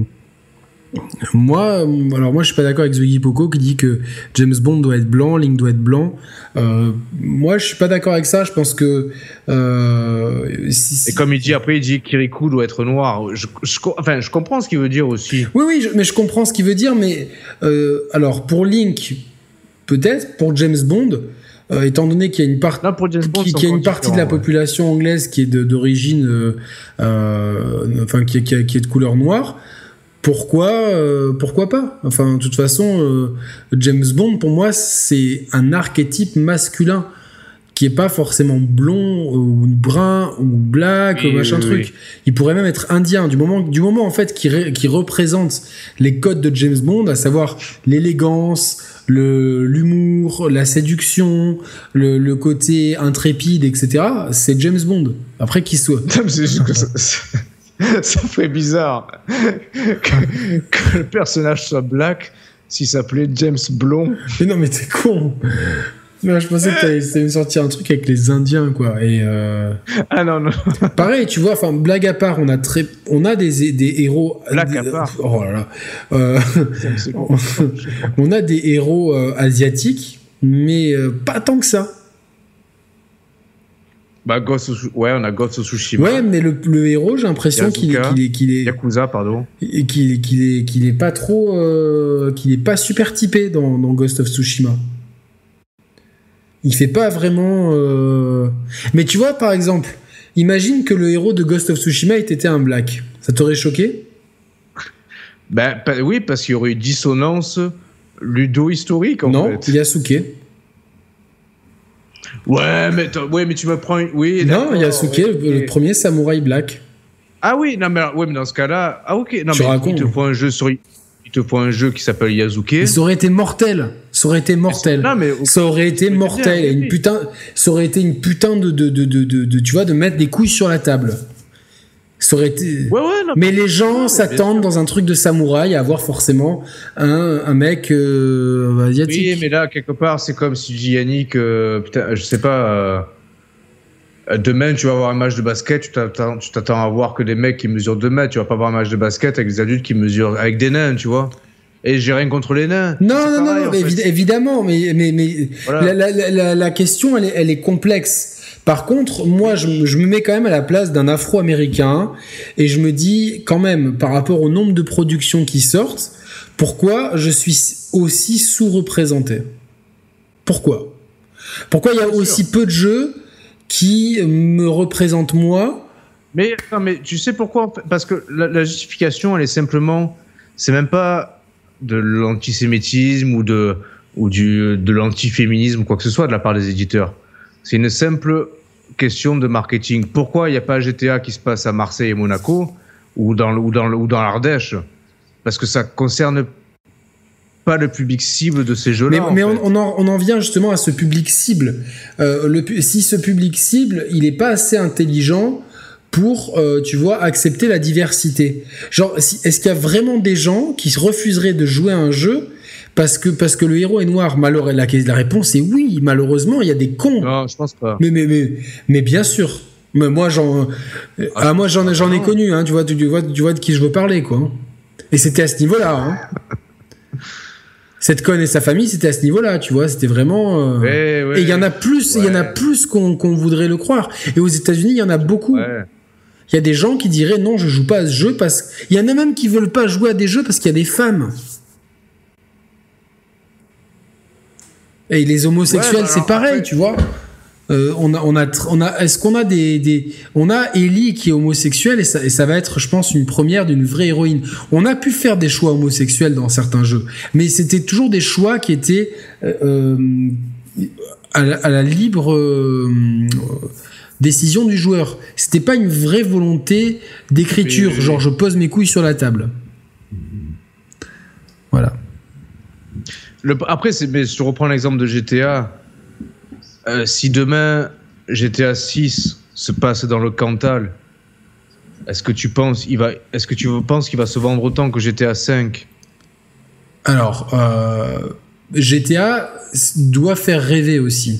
moi, alors moi, je suis pas d'accord avec The Poco qui dit que James Bond doit être blanc, Link doit être blanc. Euh, moi, je suis pas d'accord avec ça. Je pense que euh, si, si- Et comme il dit après, il dit Kirikou doit être noir. Je, je, enfin, je comprends ce qu'il veut dire aussi. oui, oui, je- mais je comprends ce qu'il veut dire. Mais euh, alors pour Link, peut-être. Pour James Bond, euh, étant donné qu'il y a une partie Là, pour James Bond, qui, c'est qui a une encore partie de la différent, ouais. population anglaise qui est de- d'origine, euh, euh, enfin qui, est- qui, est- qui est de couleur noire. Pourquoi, euh, pourquoi pas? Enfin, de toute façon, euh, James Bond pour moi c'est un archétype masculin qui est pas forcément blond ou brun ou black Oui, ou machin oui, truc. oui. Il pourrait même être indien du moment, du moment en fait qui, ré- qui représente les codes de James Bond, à savoir l'élégance, le l'humour, la séduction, le, le côté intrépide, et cetera. C'est James Bond. Après qu'il soit. Non, mais c'est juste que ça, ça, ça ferait bizarre que, que le personnage soit black s'il s'appelait James Blond. Mais non, mais t'es con. Non, je pensais que t'allais t'allais me sortir un truc avec les Indiens, quoi. Et euh... Ah non, non. pareil, tu vois. Enfin, blague à part, on a très, on a des des héros. Blague des- à part. Oh là là. Euh, C'est- c'est- on a des héros euh, asiatiques, mais euh, pas tant que ça. Bah, Ghost of- ouais, on a Ghost of Tsushima. Ouais, mais le, le héros, j'ai l'impression qu'il est, Yazuka. qu'il est, qu'il est, Yakuza, pardon. et qu'il est, qu'il est, qu'il est pas trop, euh, qu'il est pas super typé dans, dans Ghost of Tsushima. Il fait pas vraiment. euh, Mais tu vois, par exemple, imagine que le héros de Ghost of Tsushima ait été un black. Ça t'aurait choqué? Ben, pa- oui, parce qu'il y aurait eu dissonance ludo-historique, en Non, fait. Yasuke. Ouais, mais, t'as- ouais, mais tu me prends une... Oui, Non, d'accord, Yasuke, ouais, le, le ok. premier samouraï black. Ah oui, non, mais, ouais, mais dans ce cas-là... Ah, ok. Non, Tu mais racontes. il te faut un jeu sur... Il te faut un jeu qui s'appelle Yazuke. Et ça aurait été mortel. Ça aurait été mortel. Non, mais... Ça aurait été Je peux te mortel. dire, Et une oui. putain, ça aurait été une putain de, de, de, de, de, de- tu vois, de mettre des couilles sur la table. Ça aurait été. Ouais, ouais, non, Mais les gens mais s'attendent bien dans un truc de samouraï à avoir forcément un, un mec euh, asiatique. Oui, mais là, quelque part, c'est comme si tu dis Yannick, euh, putain, je sais pas, euh, euh, demain, tu vas avoir un match de basket, tu t'attends, tu t'attends à voir que des mecs qui mesurent deux mètres, tu vas pas avoir un match de basket avec des adultes qui mesurent, avec des nains, tu vois. Et j'ai rien contre les nains. Non, C'est non, pareil, non, en mais fait. évi- évidemment, mais, mais, mais Voilà. la, la, la, la question, elle est, elle est complexe. Par contre, moi, je, me- je me mets quand même à la place d'un Afro-Américain et je me dis, quand même, par rapport au nombre de productions qui sortent, pourquoi je suis aussi sous-représenté. Pourquoi ? Pourquoi il y a Bien aussi sûr. peu de jeux qui me représentent moi ? Mais, non, mais tu sais pourquoi ? Parce que la, la justification, elle est simplement... C'est même pas de l'antisémitisme ou, de, ou du, de l'antiféminisme ou quoi que ce soit de la part des éditeurs. C'est une simple question de marketing. Pourquoi il n'y a pas un G T A qui se passe à Marseille et Monaco ou dans, ou dans, ou dans l'Ardèche ? Parce que ça concerne pas le public cible de ces jeux-là. Mais, mais on, on, en, on en vient justement à ce public cible. Euh, le, si ce public cible, il n'est pas assez intelligent pour, euh, tu vois, accepter la diversité. Genre, si, est-ce qu'il y a vraiment des gens qui se refuseraient de jouer à un jeu parce que, parce que le héros est noir ? Malheureux, la, la réponse est oui. Malheureusement, il y a des cons. Non, je pense pas. Mais, mais, mais, mais bien sûr. Mais moi, j'en, ah, ah, moi, j'en, j'en ai connu. Hein, tu vois, tu, tu vois, tu vois de qui je veux parler, quoi. Et c'était à ce niveau-là. Hein. Cette conne et sa famille, c'était à ce niveau-là, tu vois. C'était vraiment. Euh... Ouais, ouais, et il y en a plus, il ouais. y en a plus qu'on, qu'on voudrait le croire. Et aux États-Unis, il y en a beaucoup. Il ouais. y a des gens qui diraient non, je joue pas à ce jeu parce. Il y en a même qui veulent pas jouer à des jeux parce qu'il y a des femmes. Et les homosexuels, ouais, bah c'est pareil, après... tu vois. Euh, on a, on a, on a, est-ce qu'on a des, des, on a Ellie qui est homosexuelle et ça, et ça va être, je pense, une première d'une vraie héroïne. On a pu faire des choix homosexuels dans certains jeux, mais c'était toujours des choix qui étaient euh, à, la, à la libre euh, décision du joueur. C'était pas une vraie volonté d'écriture, mais... genre je pose mes couilles sur la table. Voilà. Le, après, c'est, mais je reprends l'exemple de G T A. Euh, si demain G T A six se passe dans le Cantal, est-ce que tu penses il va, est-ce que tu penses qu'il va se vendre autant que G T A cinq ? Alors, euh, G T A doit faire rêver aussi.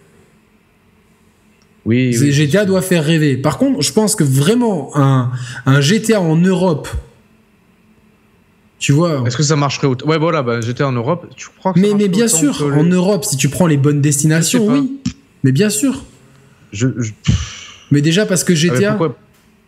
Oui, oui. G T A doit faire rêver. Par contre, je pense que vraiment un, un G T A en Europe, tu vois. Est-ce que ça marcherait autant ? Ouais, voilà, bah, j'étais en Europe. Tu crois que ça Mais, mais bien sûr, le... en Europe, si tu prends les bonnes destinations, oui. Mais bien sûr. Je, je... Mais déjà parce que G T A. Ah, pourquoi...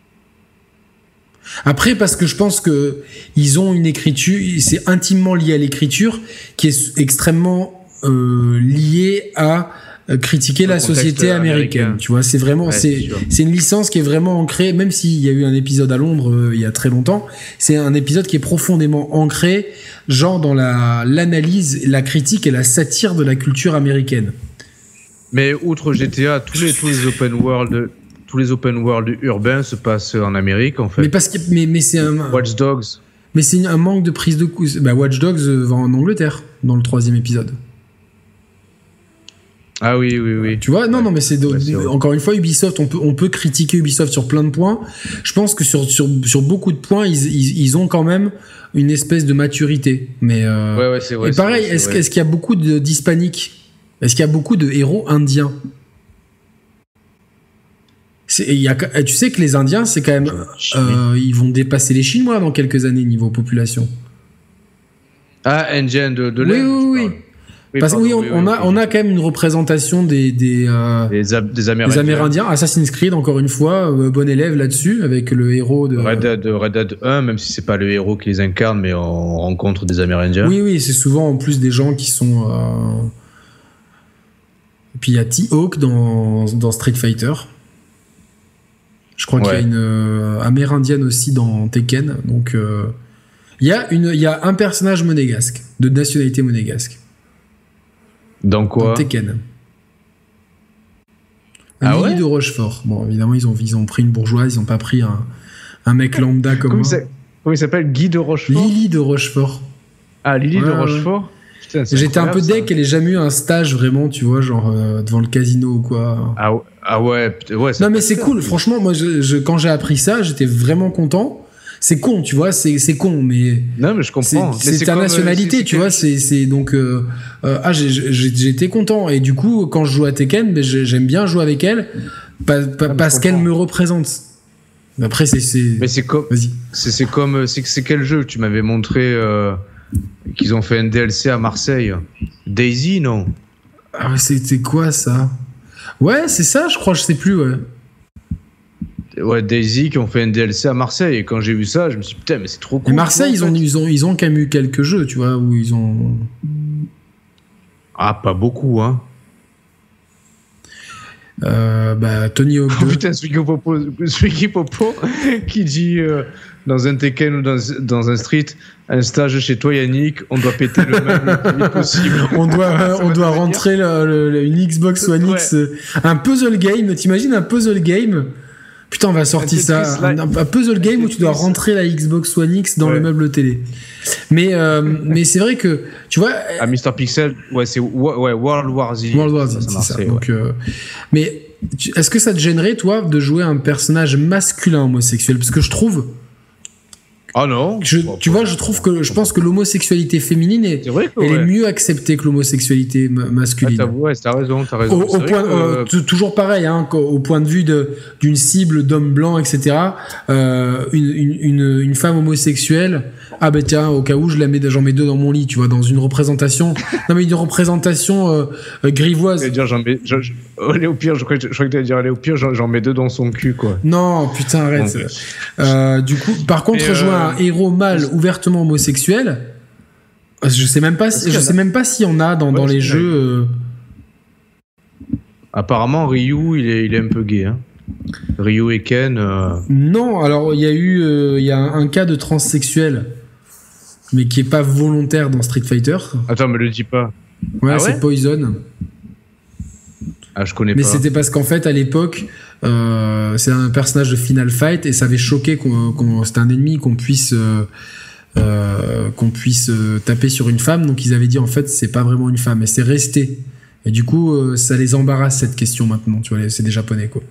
Après, parce que je pense que ils ont une écriture, c'est intimement lié à l'écriture, qui est extrêmement euh, liée à critiquer la société américaine, américain. Tu vois, c'est vraiment, ouais, c'est, c'est, c'est une licence qui est vraiment ancrée, même s'il y a eu un épisode à Londres euh, il y a très longtemps, c'est un épisode qui est profondément ancré, genre dans la, l'analyse, la critique et la satire de la culture américaine. Mais outre G T A, tous les, tous les open world, tous les open world urbains se passent en Amérique, en fait. Mais parce que, mais, mais c'est un. Watch Dogs. Mais c'est un manque de prise de coup. Bah, Watch Dogs va en Angleterre, dans le troisième épisode. Ah oui, oui, oui. Tu vois, non, ouais. non, mais c'est, de, ouais, c'est encore une fois Ubisoft. On peut, on peut critiquer Ubisoft sur plein de points. Je pense que sur, sur, sur beaucoup de points, ils, ils, ils ont quand même une espèce de maturité. Mais euh, ouais, ouais, c'est vrai. Et pareil, c'est vrai, est-ce, c'est vrai. est-ce qu'il y a beaucoup de, d'hispaniques ? Est-ce qu'il y a beaucoup de héros indiens ? c'est, y a, tu sais que les Indiens, c'est quand même, euh, ils vont dépasser les Chinois dans quelques années niveau population. Ah, Indien de, de oui, l'Inde. Oui, oui. Oui, Parce que oui, on, oui, oui, on, a, oui. on a quand même une représentation des des, euh, des, des, des, Amérindiens. des Amérindiens. Assassin's Creed, encore une fois, euh, bon élève là-dessus, avec le héros de Red Dead, Red Dead un, même si c'est pas le héros qui les incarne, mais on rencontre des Amérindiens. Oui, oui, c'est souvent en plus des gens qui sont. Euh... Et puis il y a T-Hawk dans, dans Street Fighter. Je crois ouais. qu'il y a une euh, Amérindienne aussi dans Tekken. Donc euh, il y a une, il y a un personnage monégasque, de nationalité monégasque. Dans quoi ? Dans Tekken. Ah Lily ouais de Rochefort. Bon, évidemment, ils ont, ils ont pris une bourgeoise, ils n'ont pas pris un, un mec lambda comme Comment, un... Comment il s'appelle ? Guy de Rochefort ? Lily de Rochefort. Ah, Lily ouais, de Rochefort ? Putain, J'étais un peu deg qu'elle ait jamais eu un stage vraiment, tu vois, genre euh, devant le casino ou quoi. Ah, ah ouais, ouais. Non, mais c'est cool. Franchement, moi, je, je, quand j'ai appris ça, j'étais vraiment content. C'est con, tu vois, c'est, c'est con, mais. Non, mais je comprends. C'est, mais c'est ta comme, nationalité, c'est, tu vois, c'est, c'est donc. Euh, euh, ah, j'ai, j'ai, j'étais content. Et du coup, quand je joue à Tekken, ben, j'aime bien jouer avec elle pa, pa, ah, parce qu'elle me représente. Après, c'est. c'est... Mais c'est comme. Vas-y. C'est, c'est comme. C'est, c'est quel jeu que tu m'avais montré euh, qu'ils ont fait un D L C à Marseille ? Daisy, non ? Ah, c'était quoi ça ? Ouais, c'est ça, je crois, je sais plus, ouais. ouais, Daisy qui ont fait un D L C à Marseille. Et quand j'ai vu ça, je me suis dit, putain, mais c'est trop cool. Et Marseille, ils ont, ils, ont, ils ont quand même eu quelques jeux, tu vois, où ils ont... Ah, pas beaucoup, hein. Euh, bah, Tony Hawk deux. Oh, putain, Swiggy Popo, Swiggy Popo qui dit euh, dans un Tekken ou dans, dans un Street, un stage chez toi, Yannick, on doit péter le même le plus vite possible. On doit, on doit rentrer le, le, le, une Xbox One X, ouais. Un puzzle game. T'imagines un puzzle game? Putain, on va sortir ça. Un, un puzzle game où tu dois rentrer la Xbox One X dans ouais. le meuble télé. Mais, euh, mais c'est vrai que, tu vois. À mister Pixel, ouais, c'est ouais, World War Z. World War Z, c'est ça. Donc, ouais. euh, mais est-ce que ça te gênerait, toi, de jouer un personnage masculin homosexuel? Parce que je trouve. Ah non. Je, bon, tu vois, je trouve que je pense que l'homosexualité féminine est, c'est vrai que, elle ouais. est mieux acceptée que l'homosexualité ma- masculine. Ah, t'as, ouais, t'as raison, t'as raison. Au, au point, que, euh, t- toujours pareil, hein, au point de vue de d'une cible d'hommes blancs, et cetera. Euh, une, une, une, une femme homosexuelle, ah ben tiens, au cas où je la mets, j'en mets deux dans mon lit, tu vois, dans une représentation. Non mais une représentation euh, euh, grivoise. Je dire, j'en mets, je, je, allez au pire, je crois que, je crois que t'allais dire, allez au pire, j'en, j'en mets deux dans son cul, quoi. Non, putain, arrête. Donc, euh, du coup, par contre, jouer euh... un héros mâle ouvertement homosexuel, je sais même pas, si, je sais même pas s'il y en a dans, ouais, dans les jeux. Euh... Apparemment, Ryu, il est, il est un peu gay. Hein. Ryu et Ken. Euh... Non, alors il y a eu, euh, il y a un, un cas de transsexuel, mais qui est pas volontaire dans Street Fighter. Attends, me le dis pas. Ouais, ah c'est ouais Poison. Ah, je connais mais pas. Mais c'était parce qu'en fait, à l'époque, euh, c'est un personnage de Final Fight et ça avait choqué qu'on, qu'on c'était un ennemi qu'on puisse, euh, euh, qu'on puisse euh, taper sur une femme. Donc ils avaient dit en fait, c'est pas vraiment une femme, et c'est resté. Et du coup, euh, ça les embarrasse cette question maintenant. Tu vois, c'est des Japonais quoi.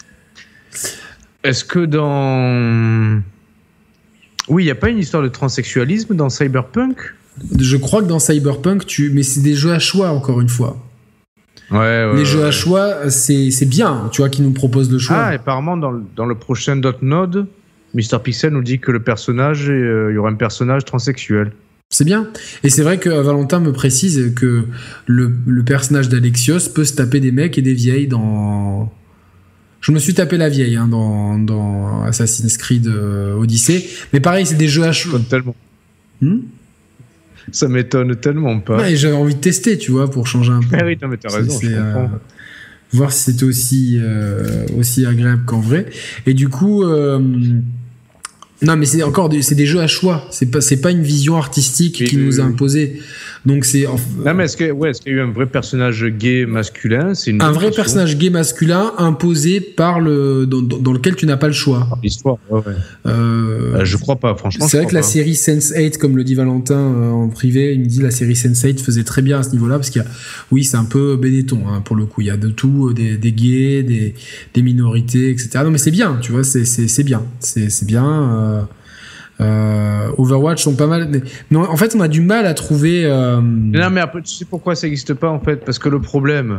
Est-ce que dans, oui, il y a pas une histoire de transsexualisme dans Cyberpunk? Je crois que dans Cyberpunk, tu, mais c'est des jeux à choix encore une fois. Ouais, ouais, les jeux ouais. à choix, c'est, c'est bien, tu vois, qui nous proposent le choix. Ah, et apparemment, dans le, dans le prochain Dotnode, mister Pixel nous dit que le personnage, il euh, y aura un personnage transsexuel. C'est bien. Et c'est vrai que Valentin me précise que le, le personnage d'Alexios peut se taper des mecs et des vieilles dans... Je me suis tapé la vieille hein, dans, dans Assassin's Creed euh, Odyssey. Mais pareil, c'est des jeux à choix. Tellement. Hmm Ça m'étonne tellement pas. Ouais, j'avais envie de tester, tu vois, pour changer un peu. Ah oui, non, mais t'as raison, c'est, je comprends. Euh, voir si c'était aussi, euh, aussi agréable qu'en vrai. Et du coup... Euh, non, mais c'est encore des, c'est des jeux à choix. C'est pas, c'est pas une vision artistique oui, qui oui, nous a oui. imposé. Donc c'est. En... Non, mais est-ce que, ouais, est-ce qu'il y a eu un vrai personnage gay masculin? C'est une un vrai question. Personnage gay masculin imposé par le, dans, dans lequel tu n'as pas le choix. Par l'histoire, ouais. ouais. Euh, euh, je crois pas, franchement. C'est vrai que pas. la série sense eight, comme le dit Valentin euh, en privé, il me dit la série sense eight faisait très bien à ce niveau-là parce qu'il y a, oui, c'est un peu Benetton hein, pour le coup. Il y a de tout, des, des gays, des, des minorités, et cetera. Non, mais c'est bien, tu vois, c'est, c'est, c'est bien, c'est, c'est bien. Euh, Euh, Overwatch sont pas mal, mais, mais en fait on a du mal à trouver. Euh... Non mais après tu sais pourquoi ça n'existe pas en fait, parce que le problème,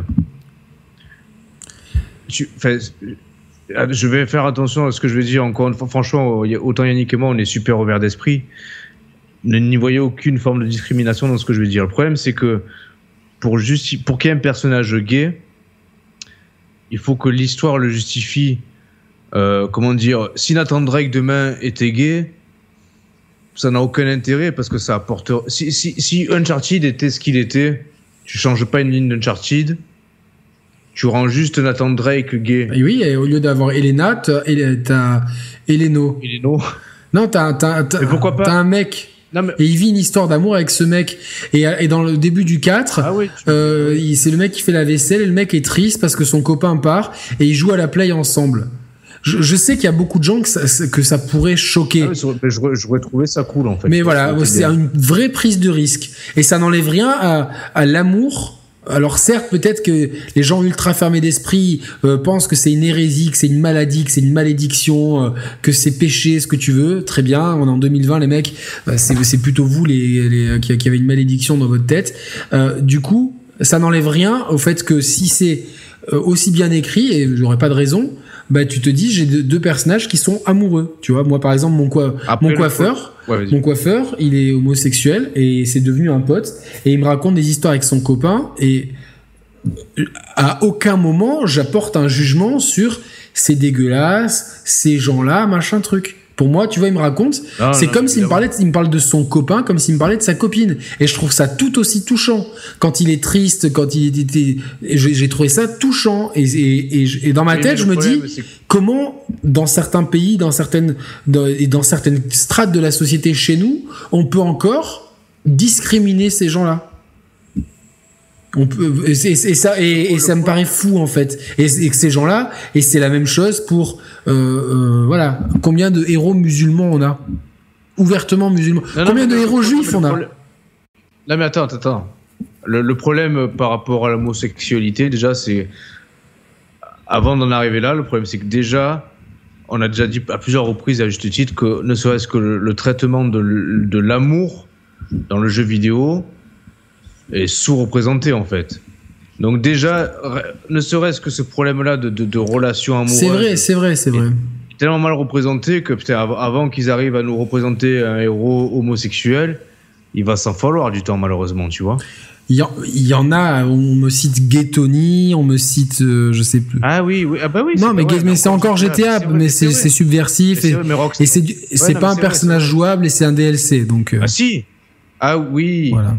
tu, je vais faire attention à ce que je vais dire encore une fois. Franchement, autant Yannick et moi on est super ouverts d'esprit, ne n'y voyez aucune forme de discrimination dans ce que je vais dire. Le problème c'est que pour justi- pour qu'il y ait un personnage gay, il faut que l'histoire le justifie. Euh, comment dire, si Nathan Drake demain était gay, ça n'a aucun intérêt parce que ça apporte. Si, si, si Uncharted était ce qu'il était, tu changes pas une ligne d'Uncharted, tu rends juste Nathan Drake gay. Et oui, et au lieu d'avoir Elena, t'as, t'as Eleno. Eleno. Non, t'as, t'as, t'as, pourquoi pas t'as un mec. Non, mais... Et il vit une histoire d'amour avec ce mec. Et, et dans le début du quatre, ah oui, tu... euh, il, c'est le mec qui fait la vaisselle et le mec est triste parce que son copain part et ils jouent à la play ensemble. Je, je sais qu'il y a beaucoup de gens que ça, que ça pourrait choquer. Ah oui, je, je pourrais trouver ça cool en fait. Mais voilà, c'est bien. Une vraie prise de risque. Et ça n'enlève rien à, à l'amour. Alors certes, peut-être que les gens ultra fermés d'esprit euh, pensent que c'est une hérésie, que c'est une maladie, que c'est une malédiction, euh, que c'est péché, ce que tu veux. Très bien, on est en deux mille vingt, les mecs, euh, c'est, c'est plutôt vous les, les, qui, qui avez une malédiction dans votre tête. Euh, du coup, ça n'enlève rien au fait que si c'est euh, aussi bien écrit, et j'aurais pas de raison, bah tu te dis j'ai deux personnages qui sont amoureux, tu vois. Moi par exemple mon, coi- mon coiffeur ouais, mon coiffeur il est homosexuel et c'est devenu un pote et il me raconte des histoires avec son copain et à aucun moment j'apporte un jugement sur c'est dégueulasse, ces gens-là, machin truc. Pour moi, tu vois, il me raconte, non, c'est non, comme s'il me parlait, de, il me parle de son copain, comme s'il me parlait de sa copine. Et je trouve ça tout aussi touchant. Quand il est triste, quand il était, j'ai, j'ai trouvé ça touchant. Et, et, et, et dans ma et tête, je me problème, dis, c'est... comment, dans certains pays, dans certaines, dans, et dans certaines strates de la société chez nous, on peut encore discriminer ces gens-là. On peut, et, et, et ça, et, et ça me paraît fou en fait. Et, et que ces gens-là, et c'est la même chose pour, euh, euh, voilà, combien de héros musulmans on a, ouvertement musulmans. Non, combien non, de héros juifs on a. Problème... Non mais attends, attends. Le, le problème par rapport à l'homosexualité, déjà, c'est avant d'en arriver là, le problème c'est que déjà, on a déjà dit à plusieurs reprises à juste titre que ne serait-ce que le, le traitement de, de l'amour dans le jeu vidéo est sous-représenté en fait. Donc déjà, ne serait-ce que ce problème-là de, de, de relation amoureuse... C'est vrai, c'est vrai, c'est vrai. Tellement mal représenté que peut-être avant qu'ils arrivent à nous représenter un héros homosexuel, il va s'en falloir du temps malheureusement, tu vois. Il y, en, il y en a, on me cite Gay Tony, on me cite, euh, je sais plus. Ah oui, oui, ah bah oui. Non, mais, vrai, mais c'est encore G T A, c'est vrai, mais c'est, c'est, c'est subversif et, vrai, et c'est, du, ouais, c'est non, pas un c'est personnage vrai, jouable et c'est un D L C, donc... Euh... Ah si. Ah oui. Voilà.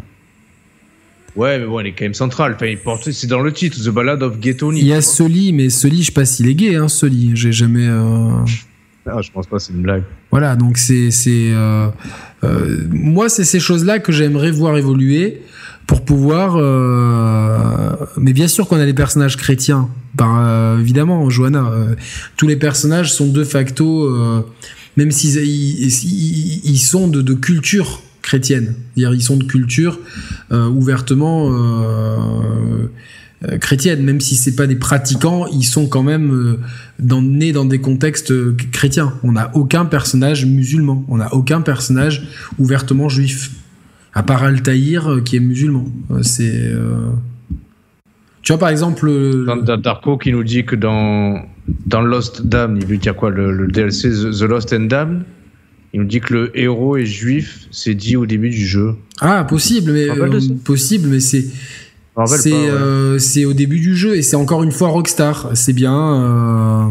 Ouais, mais bon, elle est quand même centrale. Enfin, il porte, c'est dans le titre, The Ballad of Gay Tony. Il y a Sully, mais Sully, je sais pas s'il est gay, hein, Sully. J'ai jamais. Euh... Ah, je pense pas, c'est une blague. Voilà, donc c'est, c'est. Euh, euh, moi, c'est ces choses-là que j'aimerais voir évoluer pour pouvoir. Euh... Mais bien sûr qu'on a des personnages chrétiens. Ben, euh, évidemment, Johanna. Euh, tous les personnages sont de facto, euh, même s'ils ils, ils, ils sont de, de culture chrétienne, c'est-à-dire ils sont de culture euh, ouvertement euh, euh, chrétienne, même si c'est pas des pratiquants, ils sont quand même euh, dans, nés dans des contextes euh, chrétiens. On n'a aucun personnage musulman, on n'a aucun personnage ouvertement juif, à part Altaïr euh, qui est musulman. Euh, c'est euh... tu vois par exemple euh, dans, dans Darko qui nous dit que dans dans Lost Damned, il veut dire quoi le, le D L C The, The Lost and Damned. Il nous dit que le héros est juif, c'est dit au début du jeu. Ah, possible, mais euh, possible, mais c'est c'est, pas, ouais. euh, c'est au début du jeu et c'est encore une fois Rockstar. C'est bien. Euh...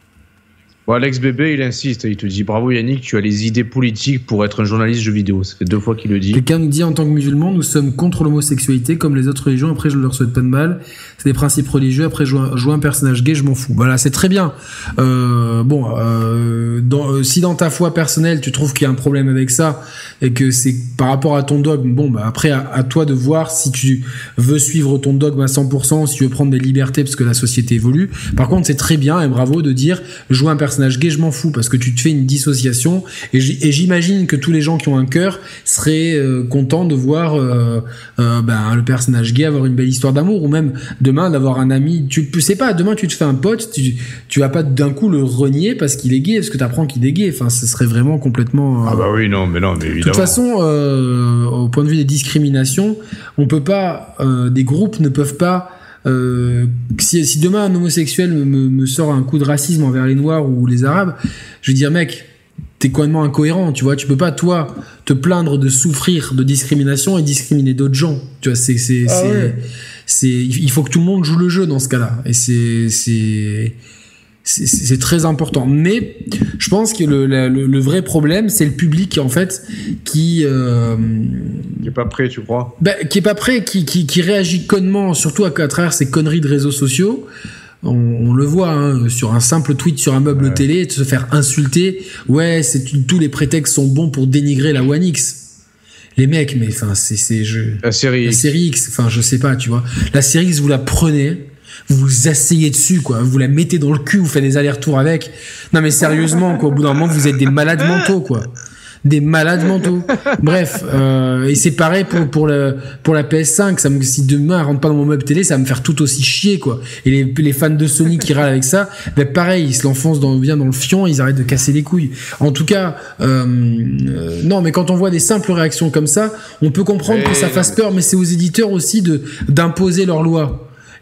Bon, Alex Bébé, il insiste, il te dit bravo Yannick, tu as les idées politiques pour être un journaliste jeu vidéo. Ça fait deux fois qu'il le dit. Quelqu'un nous dit en tant que musulman, nous sommes contre l'homosexualité comme les autres religions. Après, je ne leur souhaite pas de mal. C'est des principes religieux. Après, jouer un, jouer un personnage gay, je m'en fous. Voilà, c'est très bien. Euh, bon, euh, dans, euh, si dans ta foi personnelle, tu trouves qu'il y a un problème avec ça et que c'est par rapport à ton dogme, bon, bah après, à, à toi de voir si tu veux suivre ton dogme à cent pour cent, si tu veux prendre des libertés parce que la société évolue. Par contre, c'est très bien et bravo de dire jouer un personnage gay, je m'en fous parce que tu te fais une dissociation et, j- et j'imagine que tous les gens qui ont un cœur seraient euh, contents de voir euh, euh, ben, le personnage gay avoir une belle histoire d'amour ou même demain d'avoir un ami. Tu sais pas, demain tu te fais un pote, tu, tu vas pas d'un coup le renier parce qu'il est gay, parce que t'apprends qu'il est gay. Enfin, ce serait vraiment complètement. Euh... Ah bah oui, non, mais non, mais évidemment. De toute façon, euh, au point de vue des discriminations, on peut pas, euh, des groupes ne peuvent pas. Euh, si, si demain un homosexuel me, me sort un coup de racisme envers les Noirs ou les Arabes, je vais dire mec, t'es complètement incohérent, tu vois, tu peux pas toi te plaindre de souffrir de discrimination et discriminer d'autres gens, tu vois, c'est c'est ah c'est, ouais. c'est il faut que tout le monde joue le jeu dans ce cas-là et c'est c'est C'est, c'est très important, mais je pense que le, le, le vrai problème, c'est le public en fait qui euh, qui est pas prêt, tu crois bah, qui est pas prêt, qui, qui, qui réagit connement, surtout à, à travers ces conneries de réseaux sociaux. On, on le voit hein, sur un simple tweet sur un meuble ouais. télé, de se faire insulter. Ouais, c'est tous les prétextes sont bons pour dénigrer la One X. Les mecs, mais enfin, c'est c'est je, la série la X. série X. Enfin, je sais pas, tu vois. La série X, vous la prenez. Vous vous asseyez dessus, quoi. Vous la mettez dans le cul, vous faites des allers-retours avec. Non, mais sérieusement, quoi. Au bout d'un moment, vous êtes des malades mentaux, quoi. Des malades mentaux. Bref, euh, et c'est pareil pour, pour, le, pour la P S cinq. Ça me, si demain, elle rentre pas dans mon meuble télé, ça va me faire tout aussi chier, quoi. Et les, les fans de Sony qui râlent avec ça, ben pareil, ils se l'enfoncent dans, bien dans le fion, ils arrêtent de casser les couilles. En tout cas, euh, euh, non, mais quand on voit des simples réactions comme ça, on peut comprendre mais que ça fasse peur, mais c'est aux éditeurs aussi de, d'imposer leurs lois.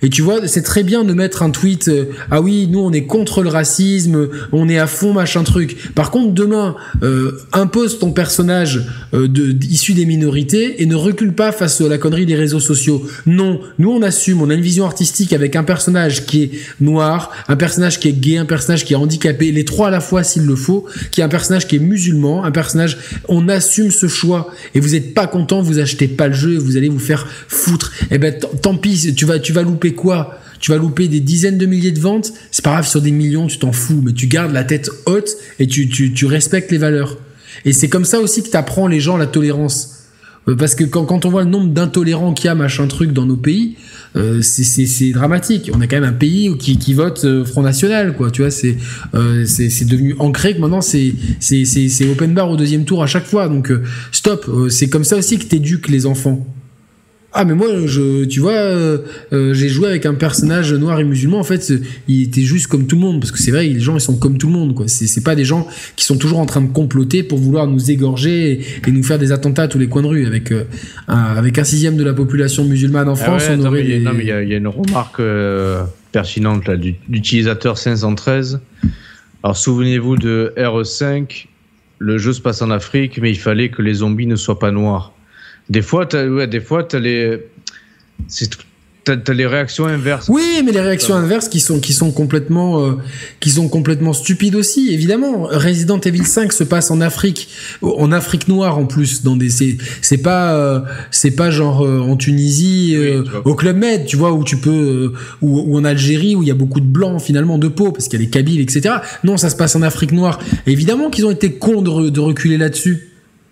Et tu vois, c'est très bien de mettre un tweet, euh, ah oui, nous on est contre le racisme, on est à fond, machin truc. Par contre, demain, euh, impose ton personnage euh, de, issu des minorités et ne recule pas face à la connerie des réseaux sociaux. Non, nous on assume, on a une vision artistique avec un personnage qui est noir, un personnage qui est gay, un personnage qui est handicapé, les trois à la fois s'il le faut, qui est un personnage qui est musulman, un personnage, on assume ce choix. Et vous êtes pas content, vous achetez pas le jeu et vous allez vous faire foutre. Eh ben, t- tant pis, tu vas, tu vas louper quoi? Tu vas louper des dizaines de milliers de ventes, c'est pas grave, sur des millions, tu t'en fous, mais tu gardes la tête haute et tu, tu, tu respectes les valeurs. Et c'est comme ça aussi que t'apprends les gens la tolérance. Parce que quand, quand on voit le nombre d'intolérants qu'il y a, machin truc, dans nos pays, euh, c'est, c'est, c'est dramatique. On a quand même un pays qui, qui vote euh, Front National, quoi. Tu vois, c'est, euh, c'est, c'est devenu ancré que maintenant c'est, c'est, c'est, c'est open bar au deuxième tour à chaque fois. Donc, euh, stop. Euh, c'est comme ça aussi que t'éduques les enfants. Ah mais moi je tu vois euh, euh, j'ai joué avec un personnage noir et musulman, en fait il était juste comme tout le monde, parce que c'est vrai, les gens ils sont comme tout le monde, quoi. C'est c'est pas des gens qui sont toujours en train de comploter pour vouloir nous égorger et, et nous faire des attentats à tous les coins de rue. Avec euh, un, avec un sixième de la population musulmane en France, ah ouais, on non, aurait mais des... non mais il y a, y a une remarque euh, pertinente là du, d'utilisateur cinq cent treize. Alors souvenez-vous de R cinq, le jeu se passe en Afrique, mais il fallait que les zombies ne soient pas noirs. Des fois, t'as, ouais, des fois, t'as les, c'est, t'as, t'as les réactions inverses. Oui, mais les réactions inverses qui sont, qui sont complètement, euh, qui sont complètement stupides aussi, évidemment. Resident Evil cinq se passe en Afrique, en Afrique noire en plus, dans des, c'est, c'est pas, euh, c'est pas genre euh, en Tunisie, euh, oui, au Club Med, tu vois, où tu peux, euh, ou, ou en Algérie, où il y a beaucoup de blancs finalement de peau, parce qu'il y a les Kabyles, et cetera. Non, ça se passe en Afrique noire. Et évidemment qu'ils ont été cons de, re, de reculer là-dessus.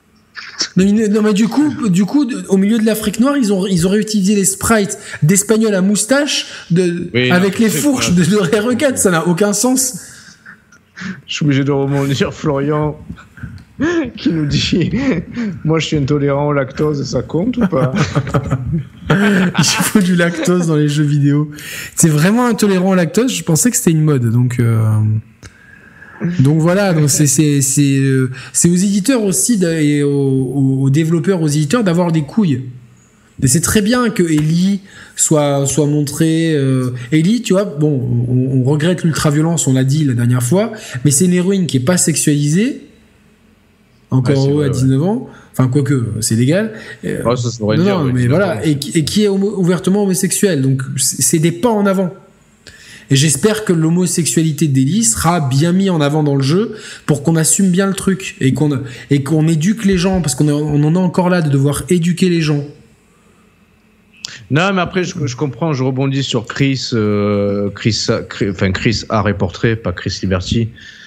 Non mais, non mais du coup, du coup, au milieu de l'Afrique noire, ils ont, ils auraient utilisé les sprites d'Espagnols à moustache de, oui, avec non, les fourches de, de R quatre, ça n'a aucun sens. Je suis obligé de rebondir, Florian, qui nous dit, moi je suis intolérant au lactose, ça compte ou pas? Il faut du lactose dans les jeux vidéo. C'est vraiment intolérant au lactose, je pensais que c'était une mode, donc... Euh... Donc voilà, donc c'est c'est c'est euh, c'est aux éditeurs aussi et aux, aux développeurs, aux éditeurs d'avoir des couilles. Et c'est très bien que Ellie soit soit montrée. Euh, Ellie, tu vois, bon, on, on regrette l'ultraviolence, on l'a dit la dernière fois, mais c'est une héroïne qui est pas sexualisée. Encore ouais, vrai, à dix-neuf ouais. ans. Enfin, quoique, c'est légal. Oh, ça, ça non, dire, non, oui, mais voilà, et, et qui est homo- ouvertement homosexuel. Donc c'est des pas en avant. Et j'espère que l'homosexualité d'Ellie sera bien mis en avant dans le jeu pour qu'on assume bien le truc et qu'on, et qu'on éduque les gens, parce qu'on est, on en est encore là de devoir éduquer les gens. Non, mais après, je, je comprends, je rebondis sur Chris, euh, Chris, Chris, enfin Chris Art et Portrait, pas Chris Liberty.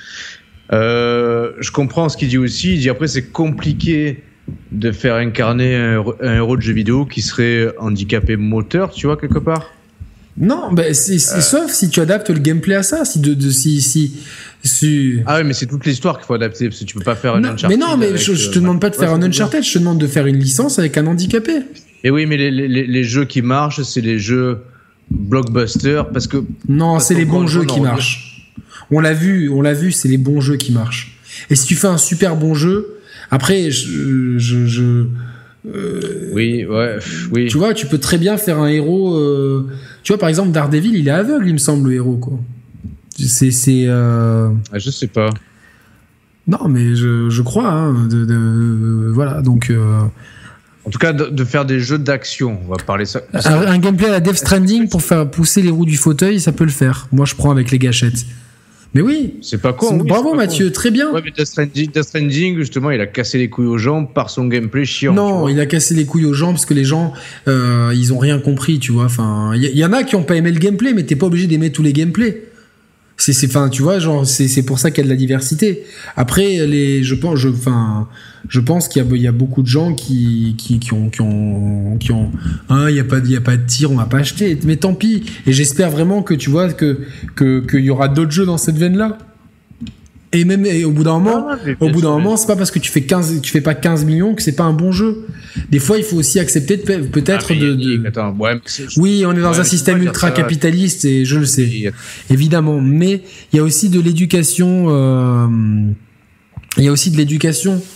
Euh, je comprends ce qu'il dit aussi. Il dit après, c'est compliqué de faire incarner un, un héros de jeu vidéo qui serait handicapé moteur, tu vois, quelque part. Non, bah c'est, c'est, euh... sauf si tu adaptes le gameplay à ça, si de, de si, si, si... Ah oui, mais c'est toute l'histoire qu'il faut adapter, parce que tu peux pas faire un non, Uncharted. Mais non, mais je, je te demande pas de faire un Uncharted, je te demande de faire une licence avec un handicapé. Et oui, mais les, les, les jeux qui marchent, c'est les jeux blockbuster, parce que... Non, parce c'est les bons jeux qui marchent. On l'a vu, on l'a vu, c'est les bons jeux qui marchent. Et si tu fais un super bon jeu, après, je... je, je euh, oui, ouais, oui. Tu vois, tu peux très bien faire un héros... Euh, tu vois, par exemple, Daredevil, il est aveugle, il me semble, le héros, quoi. C'est... c'est euh... ah, je sais pas. Non, mais je, je crois, hein, de, de, voilà, donc... Euh... En tout cas, de, de faire des jeux d'action, on va parler ça. Un, un gameplay à la Death Stranding pour faire pousser les roues du fauteuil, ça peut le faire. Moi, je prends avec les gâchettes. Mais oui, c'est pas con. Oui, bravo pas Mathieu, con. très bien. Ouais, mais Death Stranding, Death Stranding, justement, il a cassé les couilles aux gens par son gameplay chiant. Non, il a cassé les couilles aux gens parce que les gens, euh, ils ont rien compris, tu vois. Enfin, il y, y en a qui ont pas aimé le gameplay, mais t'es pas obligé d'aimer tous les gameplays. C'est, c'est, enfin, tu vois, genre, c'est, c'est pour ça qu'il y a de la diversité. Après, les, je pense, je, enfin, je pense qu'il y a, il y a beaucoup de gens qui, qui, qui ont, qui ont, qui ont, hein, il y a pas, il y a pas de tir, on va pas acheter. Mais tant pis. Et j'espère vraiment que tu vois que, que, qu'il y aura d'autres jeux dans cette veine-là. Et même, et au bout d'un moment, ah, au bout d'un moment, c'est pas parce que tu fais quinze, tu fais pas quinze millions que c'est pas un bon jeu. Des fois, il faut aussi accepter de, peut-être ah, de, de... Attends, ouais, oui, on est dans ouais, un système ultra capitaliste et je le sais, a... évidemment. Mais il y a aussi de l'éducation, euh... il y a aussi de l'éducation.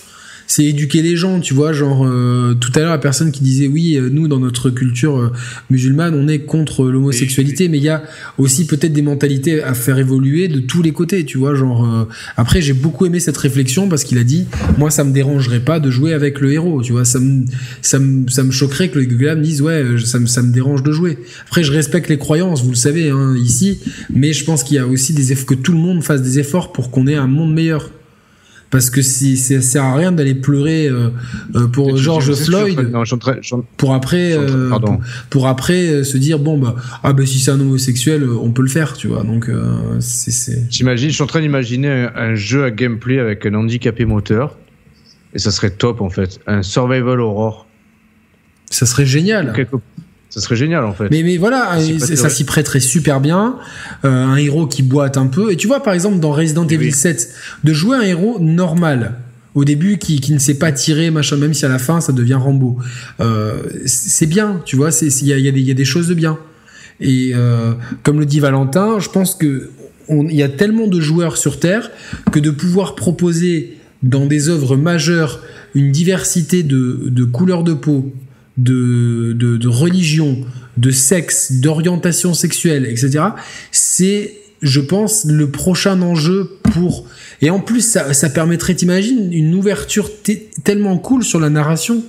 c'est éduquer les gens, tu vois, genre euh, tout à l'heure la personne qui disait oui, euh, nous dans notre culture euh, musulmane, on est contre l'homosexualité, oui, oui. mais il y a aussi peut-être des mentalités à faire évoluer de tous les côtés, tu vois, genre euh, après j'ai beaucoup aimé cette réflexion parce qu'il a dit moi ça me dérangerait pas de jouer avec le héros, tu vois, ça me ça me ça me choquerait que les gars me disent ouais, ça me ça me dérange de jouer. Après je respecte les croyances, vous le savez hein, ici, mais je pense qu'il y a aussi des efforts, que tout le monde fasse des efforts pour qu'on ait un monde meilleur. Parce que si, ça sert à rien d'aller pleurer euh, euh, pour George Floyd, non, je train, je... pour après, euh, pour, pour après euh, se dire bon bah ah bah si c'est un homosexuel, euh, on peut le faire, tu vois. Donc euh, c'est, c'est. J'imagine, je suis en train d'imaginer un, un jeu à gameplay avec un handicapé moteur, et ça serait top en fait, un survival horror. Ça serait génial. Quelque... Ça serait génial en fait. Mais, mais voilà, ça, ça s'y prêterait super bien. Euh, un héros qui boite un peu. Et tu vois, par exemple, dans Resident oui. Evil sept, de jouer un héros normal, au début, qui, qui ne sait pas tirer, machin, même si à la fin, ça devient Rambo. Euh, c'est bien, tu vois, il y a, y, a y a des choses de bien. Et euh, comme le dit Valentin, je pense que il y a tellement de joueurs sur Terre que de pouvoir proposer dans des œuvres majeures une diversité de, de couleurs de peau, De, de, de religion, de sexe, d'orientation sexuelle, et cetera. C'est, je pense, le prochain enjeu pour... Et en plus, ça, ça permettrait, t'imagines, une ouverture t- tellement cool sur la narration.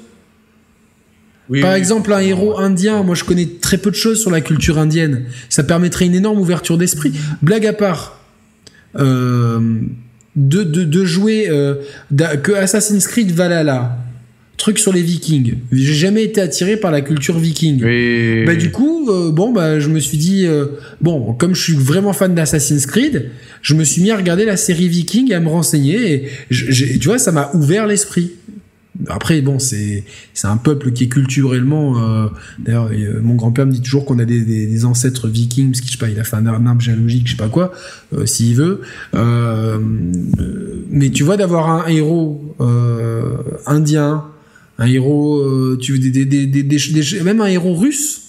Oui, Par oui, exemple, un héros indien, moi je connais très peu de choses sur la culture indienne. Ça permettrait une énorme ouverture d'esprit. Blague à part, euh, de, de, de jouer euh, que Assassin's Creed Valhalla... truc sur les Vikings. J'ai jamais été attiré par la culture viking. Oui. Bah du coup, euh, bon bah je me suis dit euh, bon, comme je suis vraiment fan d'Assassin's Creed, je me suis mis à regarder la série Viking et à me renseigner et j'ai, tu vois, ça m'a ouvert l'esprit. Après bon, c'est c'est un peuple qui est culturellement euh, d'ailleurs euh, mon grand-père me dit toujours qu'on a des, des, des ancêtres vikings parce que je sais pas, il a fait un arbre généalogique, je sais pas quoi, euh, s'il veut. Euh, mais tu vois, d'avoir un héros euh, indien, un héros, euh, tu veux des, des, des, des, des, des, même un héros russe.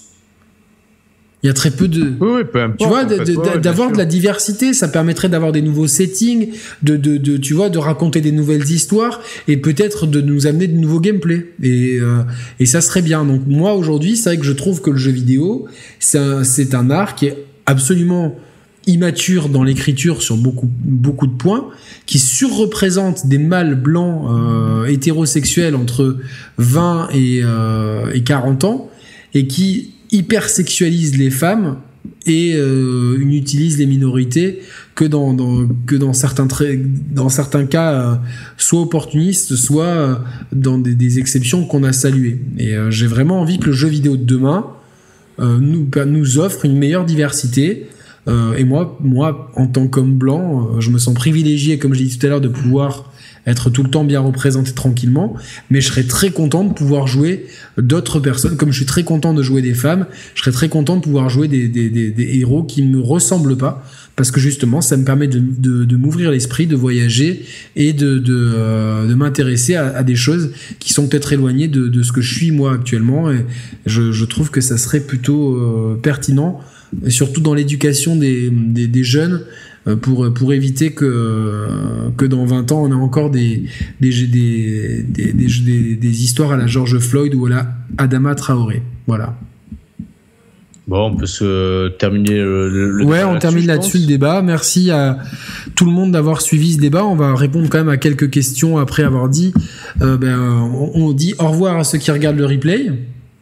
Il y a très peu de. Oui, oui, peu importe. Tu vois, de, en fait, de, ouais, d'avoir de la diversité, ça permettrait d'avoir des nouveaux settings, de, de, de, tu vois, de raconter des nouvelles histoires et peut-être de nous amener de nouveaux gameplays. Et, euh, et ça serait bien. Donc moi aujourd'hui, c'est vrai que je trouve que le jeu vidéo, c'est un, c'est un art qui est absolument immature dans l'écriture sur beaucoup beaucoup de points, qui surreprésente des mâles blancs euh, hétérosexuels entre vingt et, euh, et quarante ans et qui hypersexualise les femmes et euh, utilise les minorités que dans, dans que dans certains tra- dans certains cas euh, soit opportunistes, soit euh, dans des, des exceptions qu'on a saluées. Et euh, j'ai vraiment envie que le jeu vidéo de demain euh, nous nous offre une meilleure diversité. Euh, et moi, moi, en tant qu'homme blanc, euh, je me sens privilégié, comme je l'ai dit tout à l'heure, de pouvoir être tout le temps bien représenté tranquillement, mais je serais très content de pouvoir jouer d'autres personnes, comme je suis très content de jouer des femmes, je serais très content de pouvoir jouer des, des, des, des héros qui ne me ressemblent pas, parce que justement, ça me permet de, de, de m'ouvrir l'esprit, de voyager et de, de, euh, de m'intéresser à, à des choses qui sont peut-être éloignées de, de ce que je suis moi actuellement, et je, je trouve que ça serait plutôt euh, pertinent, et surtout dans l'éducation des, des, des jeunes, pour, pour éviter que, que dans vingt ans on ait encore des, des, des, des, des, des histoires à la George Floyd ou à la Adama Traoré. Voilà. Bon, on peut se terminer le, le ouais, on termine là-dessus le débat. Merci à tout le monde d'avoir suivi ce débat. On va répondre quand même à quelques questions après avoir dit euh, ben, on, on dit au revoir à ceux qui regardent le replay.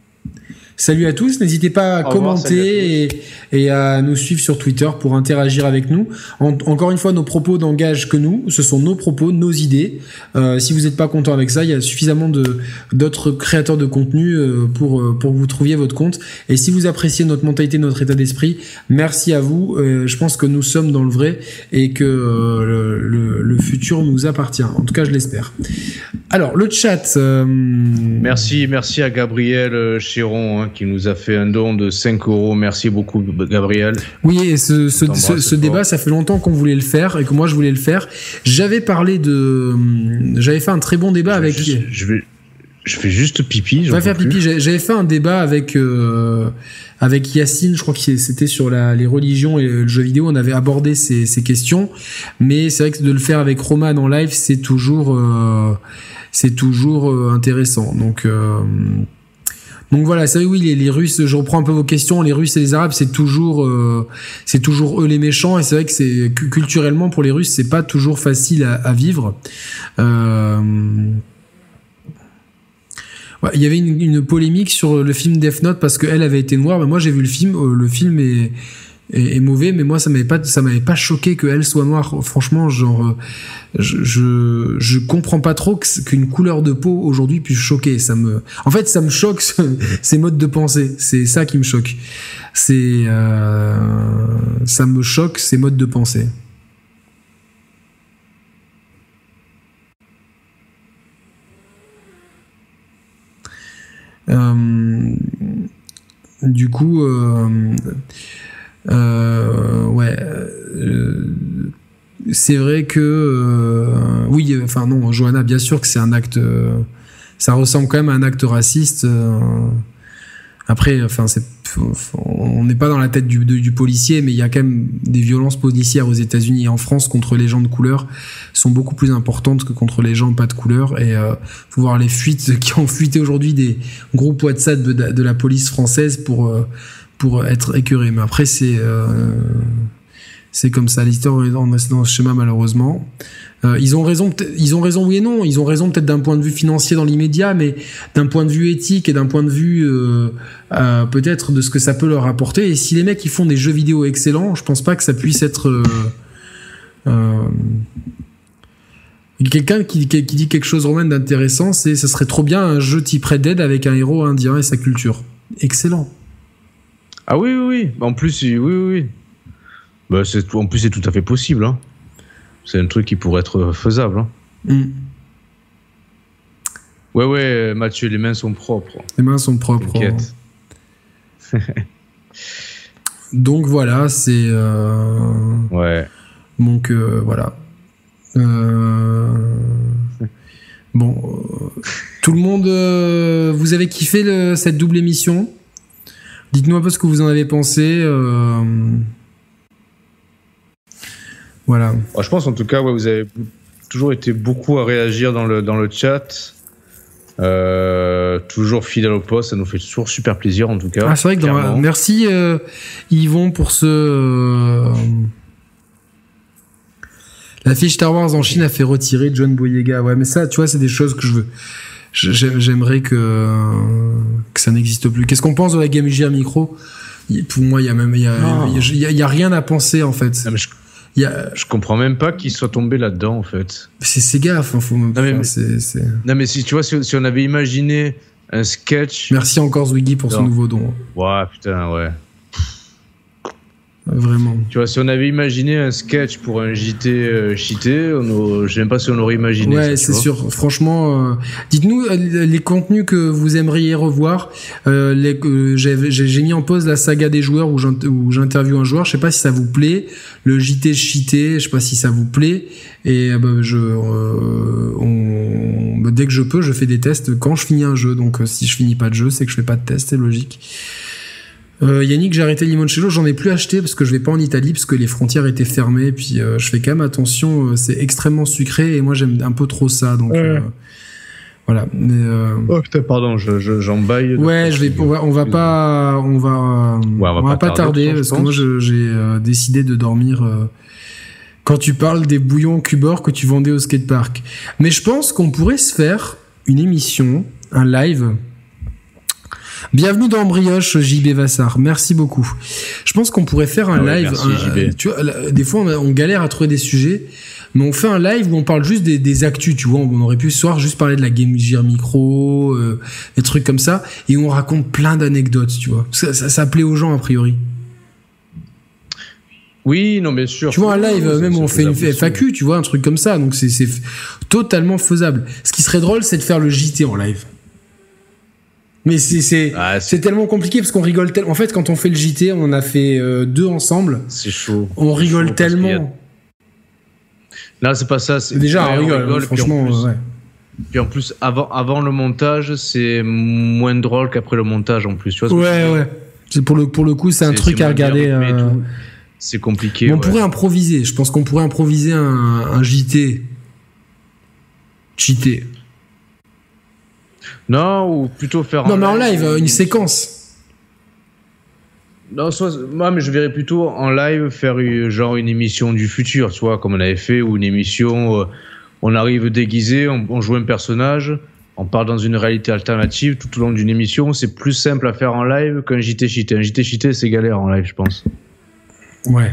Salut à tous, n'hésitez pas à Au commenter revoir, à et, et à nous suivre sur Twitter pour interagir avec nous. En, encore une fois, nos propos n'engagent que nous, ce sont nos propos, nos idées. Euh, si vous n'êtes pas content avec ça, il y a suffisamment de, d'autres créateurs de contenu euh, pour, pour que vous trouviez votre compte. Et si vous appréciez notre mentalité, notre état d'esprit, merci à vous. Euh, je pense que nous sommes dans le vrai et que euh, le, le, le futur nous appartient. En tout cas, je l'espère. Alors, le chat... Euh... Merci, merci à Gabriel Chéron, hein, qui nous a fait un don de cinq euros. Merci beaucoup, Gabriel. Oui, et ce, ce, ce, ce débat, ça fait longtemps qu'on voulait le faire et que moi, je voulais le faire. J'avais parlé de... J'avais fait un très bon débat je avec... Juste, je vais... je fais juste pipi. Va faire pipi. J'avais fait un débat avec euh, avec Yacine, je crois que c'était sur la, les religions et le jeu vidéo. On avait abordé ces, ces questions, mais c'est vrai que de le faire avec Roman en live, c'est toujours euh, c'est toujours euh, intéressant. Donc euh, donc voilà, c'est vrai, oui, les, les Russes. Je reprends un peu vos questions. Les Russes et les Arabes, c'est toujours euh, c'est toujours eux les méchants. Et c'est vrai que c'est culturellement pour les Russes, c'est pas toujours facile à, à vivre. Euh, Ouais, il y avait une, une polémique sur le film Death Note parce qu'elle avait été noire, mais moi j'ai vu le film, euh, le film est, est, est mauvais, mais moi ça m'avait pas, ça m'avait pas choqué qu'elle soit noire. Franchement, genre, euh, je, je, je comprends pas trop qu'une couleur de peau aujourd'hui puisse choquer. Ça me, en fait, ça me choque ces modes de pensée. C'est ça qui me choque. C'est, euh, ça me choque ces modes de pensée. Euh, du coup, euh, euh, ouais, euh, c'est vrai que euh, oui, enfin non, Johanna, bien sûr que c'est un acte, euh, ça ressemble quand même à un acte raciste. Euh, après, enfin, c'est, on n'est pas dans la tête du, du, du policier, mais il y a quand même des violences policières aux États-Unis et en France contre les gens de couleur sont beaucoup plus importantes que contre les gens pas de couleur. Et euh, faut voir les fuites qui ont fuité aujourd'hui des groupes WhatsApp de, de la police française pour euh, pour être écœurés. Mais après, c'est euh, c'est comme ça. L'histoire est dans, dans ce schéma malheureusement. Euh, ils ont raison, ils ont raison oui et non. Ils ont raison peut-être d'un point de vue financier dans l'immédiat, mais d'un point de vue éthique et d'un point de vue euh, euh, peut-être de ce que ça peut leur apporter. Et si les mecs ils font des jeux vidéo excellents, je pense pas que ça puisse être euh, euh, quelqu'un qui, qui, qui dit quelque chose Roman d'intéressant. C'est, ça serait trop bien un jeu type Red Dead avec un héros indien et sa culture. Excellent. Ah oui oui oui. En plus oui oui oui. Bah c'est en plus c'est tout à fait possible. Hein. C'est un truc qui pourrait être faisable. Hein. Mm. Ouais, ouais, Mathieu, les mains sont propres. Les mains sont propres. T'inquiète. Donc voilà, c'est... Euh... Ouais. Donc euh, voilà. Euh... Bon. Euh... Tout le monde... Euh... Vous avez kiffé le... cette double émission ? Dites-nous un peu ce que vous en avez pensé. Euh... Voilà. Je pense en tout cas, ouais, vous avez toujours été beaucoup à réagir dans le, dans le chat. Euh, toujours fidèle au poste, ça nous fait toujours super plaisir en tout cas. Ah, c'est vrai que dans la... Merci euh, Yvon pour ce. Euh... La fiche Star Wars en Chine a fait retirer John Boyega. Ouais, mais ça, tu vois, c'est des choses que je veux. J'aimerais que, que ça n'existe plus. Qu'est-ce qu'on pense de la Game Gear Micro ? Pour moi, il y a même, il y a, il y a, il y a rien à penser en fait. Non, mais je... Il y a... Je comprends même pas qu'il soit tombé là-dedans en fait. C'est Sega, enfin, faut même non, mais, c'est, c'est... non mais si tu vois, si, si on avait imaginé un sketch. Merci encore Zwiggy pour non. ce nouveau don. Ouais, putain, ouais. Vraiment. Tu vois, si on avait imaginé un sketch pour un J T euh, cheaté, on a... je sais même pas si on aurait imaginé ouais, ça. Ouais, c'est sûr. Franchement, euh... dites-nous euh, les contenus que vous aimeriez revoir. Euh, les... euh, j'ai, j'ai mis en pause la saga des joueurs où, j'inter... où j'interviewe un joueur. Je sais pas si ça vous plaît. Le J T cheaté, je sais pas si ça vous plaît. Et bah, je, euh, on... dès que je peux, je fais des tests quand je finis un jeu. Donc, euh, si je finis pas de jeu, c'est que je fais pas de test. C'est logique. Euh, Yannick, j'ai arrêté Limoncello, j'en ai plus acheté parce que je vais pas en Italie parce que les frontières étaient fermées, puis euh, je fais quand même attention, euh, c'est extrêmement sucré et moi j'aime un peu trop ça, donc ouais. euh, voilà. Mais, euh... oh putain, pardon, je, je, j'en baille. Ouais, je vais, on va, on va pas, on va, euh, ouais, on va, on va pas, pas tarder, tarder parce que moi je, j'ai euh, décidé de dormir. Euh, quand tu parles des bouillons Cubor que tu vendais au skatepark, mais je pense qu'on pourrait se faire une émission, un live. Bienvenue dans Brioche, J B Vassar. Merci beaucoup. Je pense qu'on pourrait faire un ah ouais, live. Merci, un, J B. Tu vois, là, des fois, on, a, on galère à trouver des sujets, mais on fait un live où on parle juste des, des actus. Tu vois, on aurait pu ce soir juste parler de la Game Gear Micro, euh, des trucs comme ça, et on raconte plein d'anecdotes. Tu vois, ça, ça, ça plaît aux gens a priori. Oui, non, bien sûr. Tu vois, un live, non, même où on fait une F A Q, tu vois, un truc comme ça. Donc c'est, c'est totalement faisable. Ce qui serait drôle, c'est de faire le J T en live. Mais c'est c'est, ah, c'est c'est tellement compliqué parce qu'on rigole tellement. En fait, quand on fait le J T, on en a fait euh, deux ensemble. C'est chaud. On c'est rigole chaud tellement. A... Non, c'est pas ça. C'est... Déjà, ouais, on rigole, on rigole franchement. Plus... Ouais. Puis en plus, avant, avant le montage, c'est moins drôle qu'après le montage en plus. Tu vois ce que Ouais, je veux dire ? ouais. C'est pour, le, pour le coup, c'est, c'est un truc c'est à regarder. Euh... C'est compliqué. Mais on ouais. pourrait improviser. Je pense qu'on pourrait improviser un, un J T. Cheaté. Non, ou plutôt faire. Non, mais en live, une séquence. Non, soit, moi, mais je verrais plutôt en live faire une, genre une émission du futur, tu vois, comme on avait fait, ou une émission. Euh, on arrive déguisé, on, on joue un personnage. On part dans une réalité alternative tout au long d'une émission. C'est plus simple à faire en live qu'un J T cheaté. Un J T cheaté, c'est galère en live, je pense. Ouais.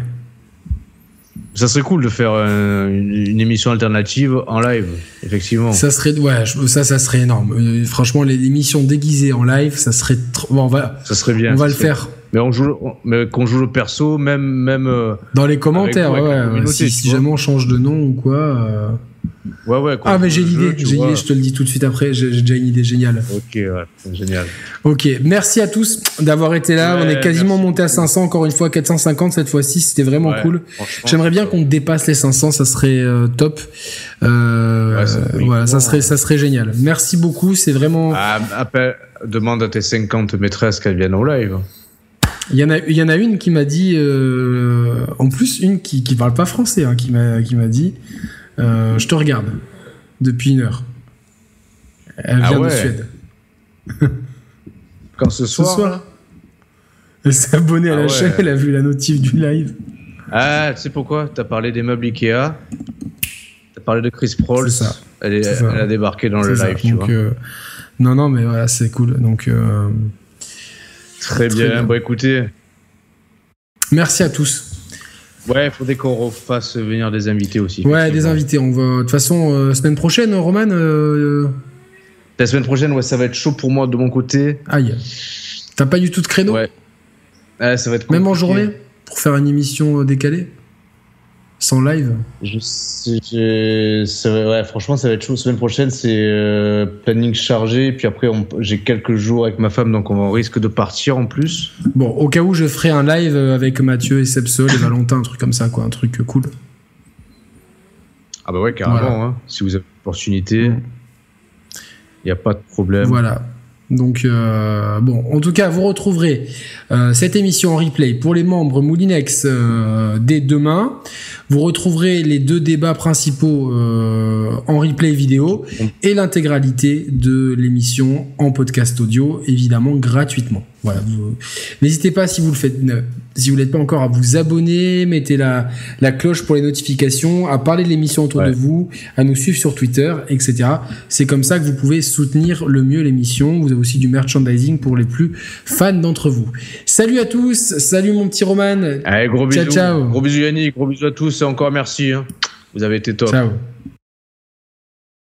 Ça serait cool de faire euh, une, une émission alternative en live, effectivement. Ça serait, ouais, ça, ça serait énorme. Euh, franchement, les émissions déguisées en live, ça serait trop. Bon, on va, ça serait bien. On va le serait... faire. Mais on joue, on, mais qu'on joue le perso, même, même. Euh, Dans les commentaires, avec, ouais. ouais si si jamais on change de nom ou quoi. Euh... Ouais, ouais. Ah, mais j'ai l'idée, jeu, j'ai l'idée, je te le dis tout de suite après, j'ai, j'ai déjà une idée géniale. Ok, ouais, c'est génial. Ok, merci à tous d'avoir été là. Ouais, on est quasiment merci. monté à cinq cents, encore une fois, quatre cent cinquante cette fois-ci, c'était vraiment ouais, cool. J'aimerais bien qu'on dépasse les cinq cents, ça serait euh, top. Euh, ouais, euh, voilà, ça serait, ça serait génial. Merci beaucoup, c'est vraiment. Ah, appelle, demande à tes cinquante maîtresses qu'elles viennent au live. Il y en a, il y en a une qui m'a dit, euh, en plus, une qui, qui parle pas français, hein, qui m'a, qui m'a dit. Euh, je te regarde depuis une heure. Elle vient ah ouais. de Suède. Quand ce soir, ce soir elle s'est abonnée à ah la ouais. chaîne, elle a vu la notif du live. Ah, tu sais pourquoi ? T'as parlé des meubles Ikea, t'as parlé de Chris Prohl, c'est ça. Elle, est, c'est ça. elle a débarqué dans c'est le ça. live, tu Donc, vois. Euh, non, non, mais voilà, c'est cool. Donc, euh, très, très bien. bien. Bon, écoutez. Merci à tous. Ouais, il faudrait qu'on refasse venir des invités aussi. Ouais, des invités. On va de toute façon euh, semaine prochaine, Roman. Euh... La semaine prochaine, ouais, ça va être chaud pour moi de mon côté. Aïe. T'as pas du tout de créneau ? Ouais. Ouais, ça va être compliqué. Même en journée pour faire une émission décalée, sans live. Je sais, je... Ça va... ouais, franchement, ça va être chaud. Semaine prochaine, c'est euh, planning chargé. Puis après, on... j'ai quelques jours avec ma femme, donc on risque de partir en plus. Bon, au cas où, je ferai un live avec Mathieu et Sepsol et Valentin, un truc comme ça, quoi, un truc cool. Ah bah ouais, carrément. Voilà. Hein. Si vous avez l'opportunité, il mmh. n'y a pas de problème. Voilà. Donc, euh, bon, en tout cas, vous retrouverez euh, cette émission en replay pour les membres Moulinex euh, dès demain. Vous retrouverez les deux débats principaux euh, en replay vidéo et l'intégralité de l'émission en podcast audio, évidemment gratuitement. Voilà. Vous... N'hésitez pas, si vous le faites, si vous l'êtes pas encore, à vous abonner, mettez la la cloche pour les notifications, à parler de l'émission autour ouais. de vous, à nous suivre sur Twitter, et cetera. C'est comme ça que vous pouvez soutenir le mieux l'émission. Vous avez aussi du merchandising pour les plus fans d'entre vous. Salut à tous, salut mon petit Roman. Allez, gros ciao, bisous. Ciao. Gros bisous Yannick, gros bisous à tous et encore merci. Hein. Vous avez été top. Ciao.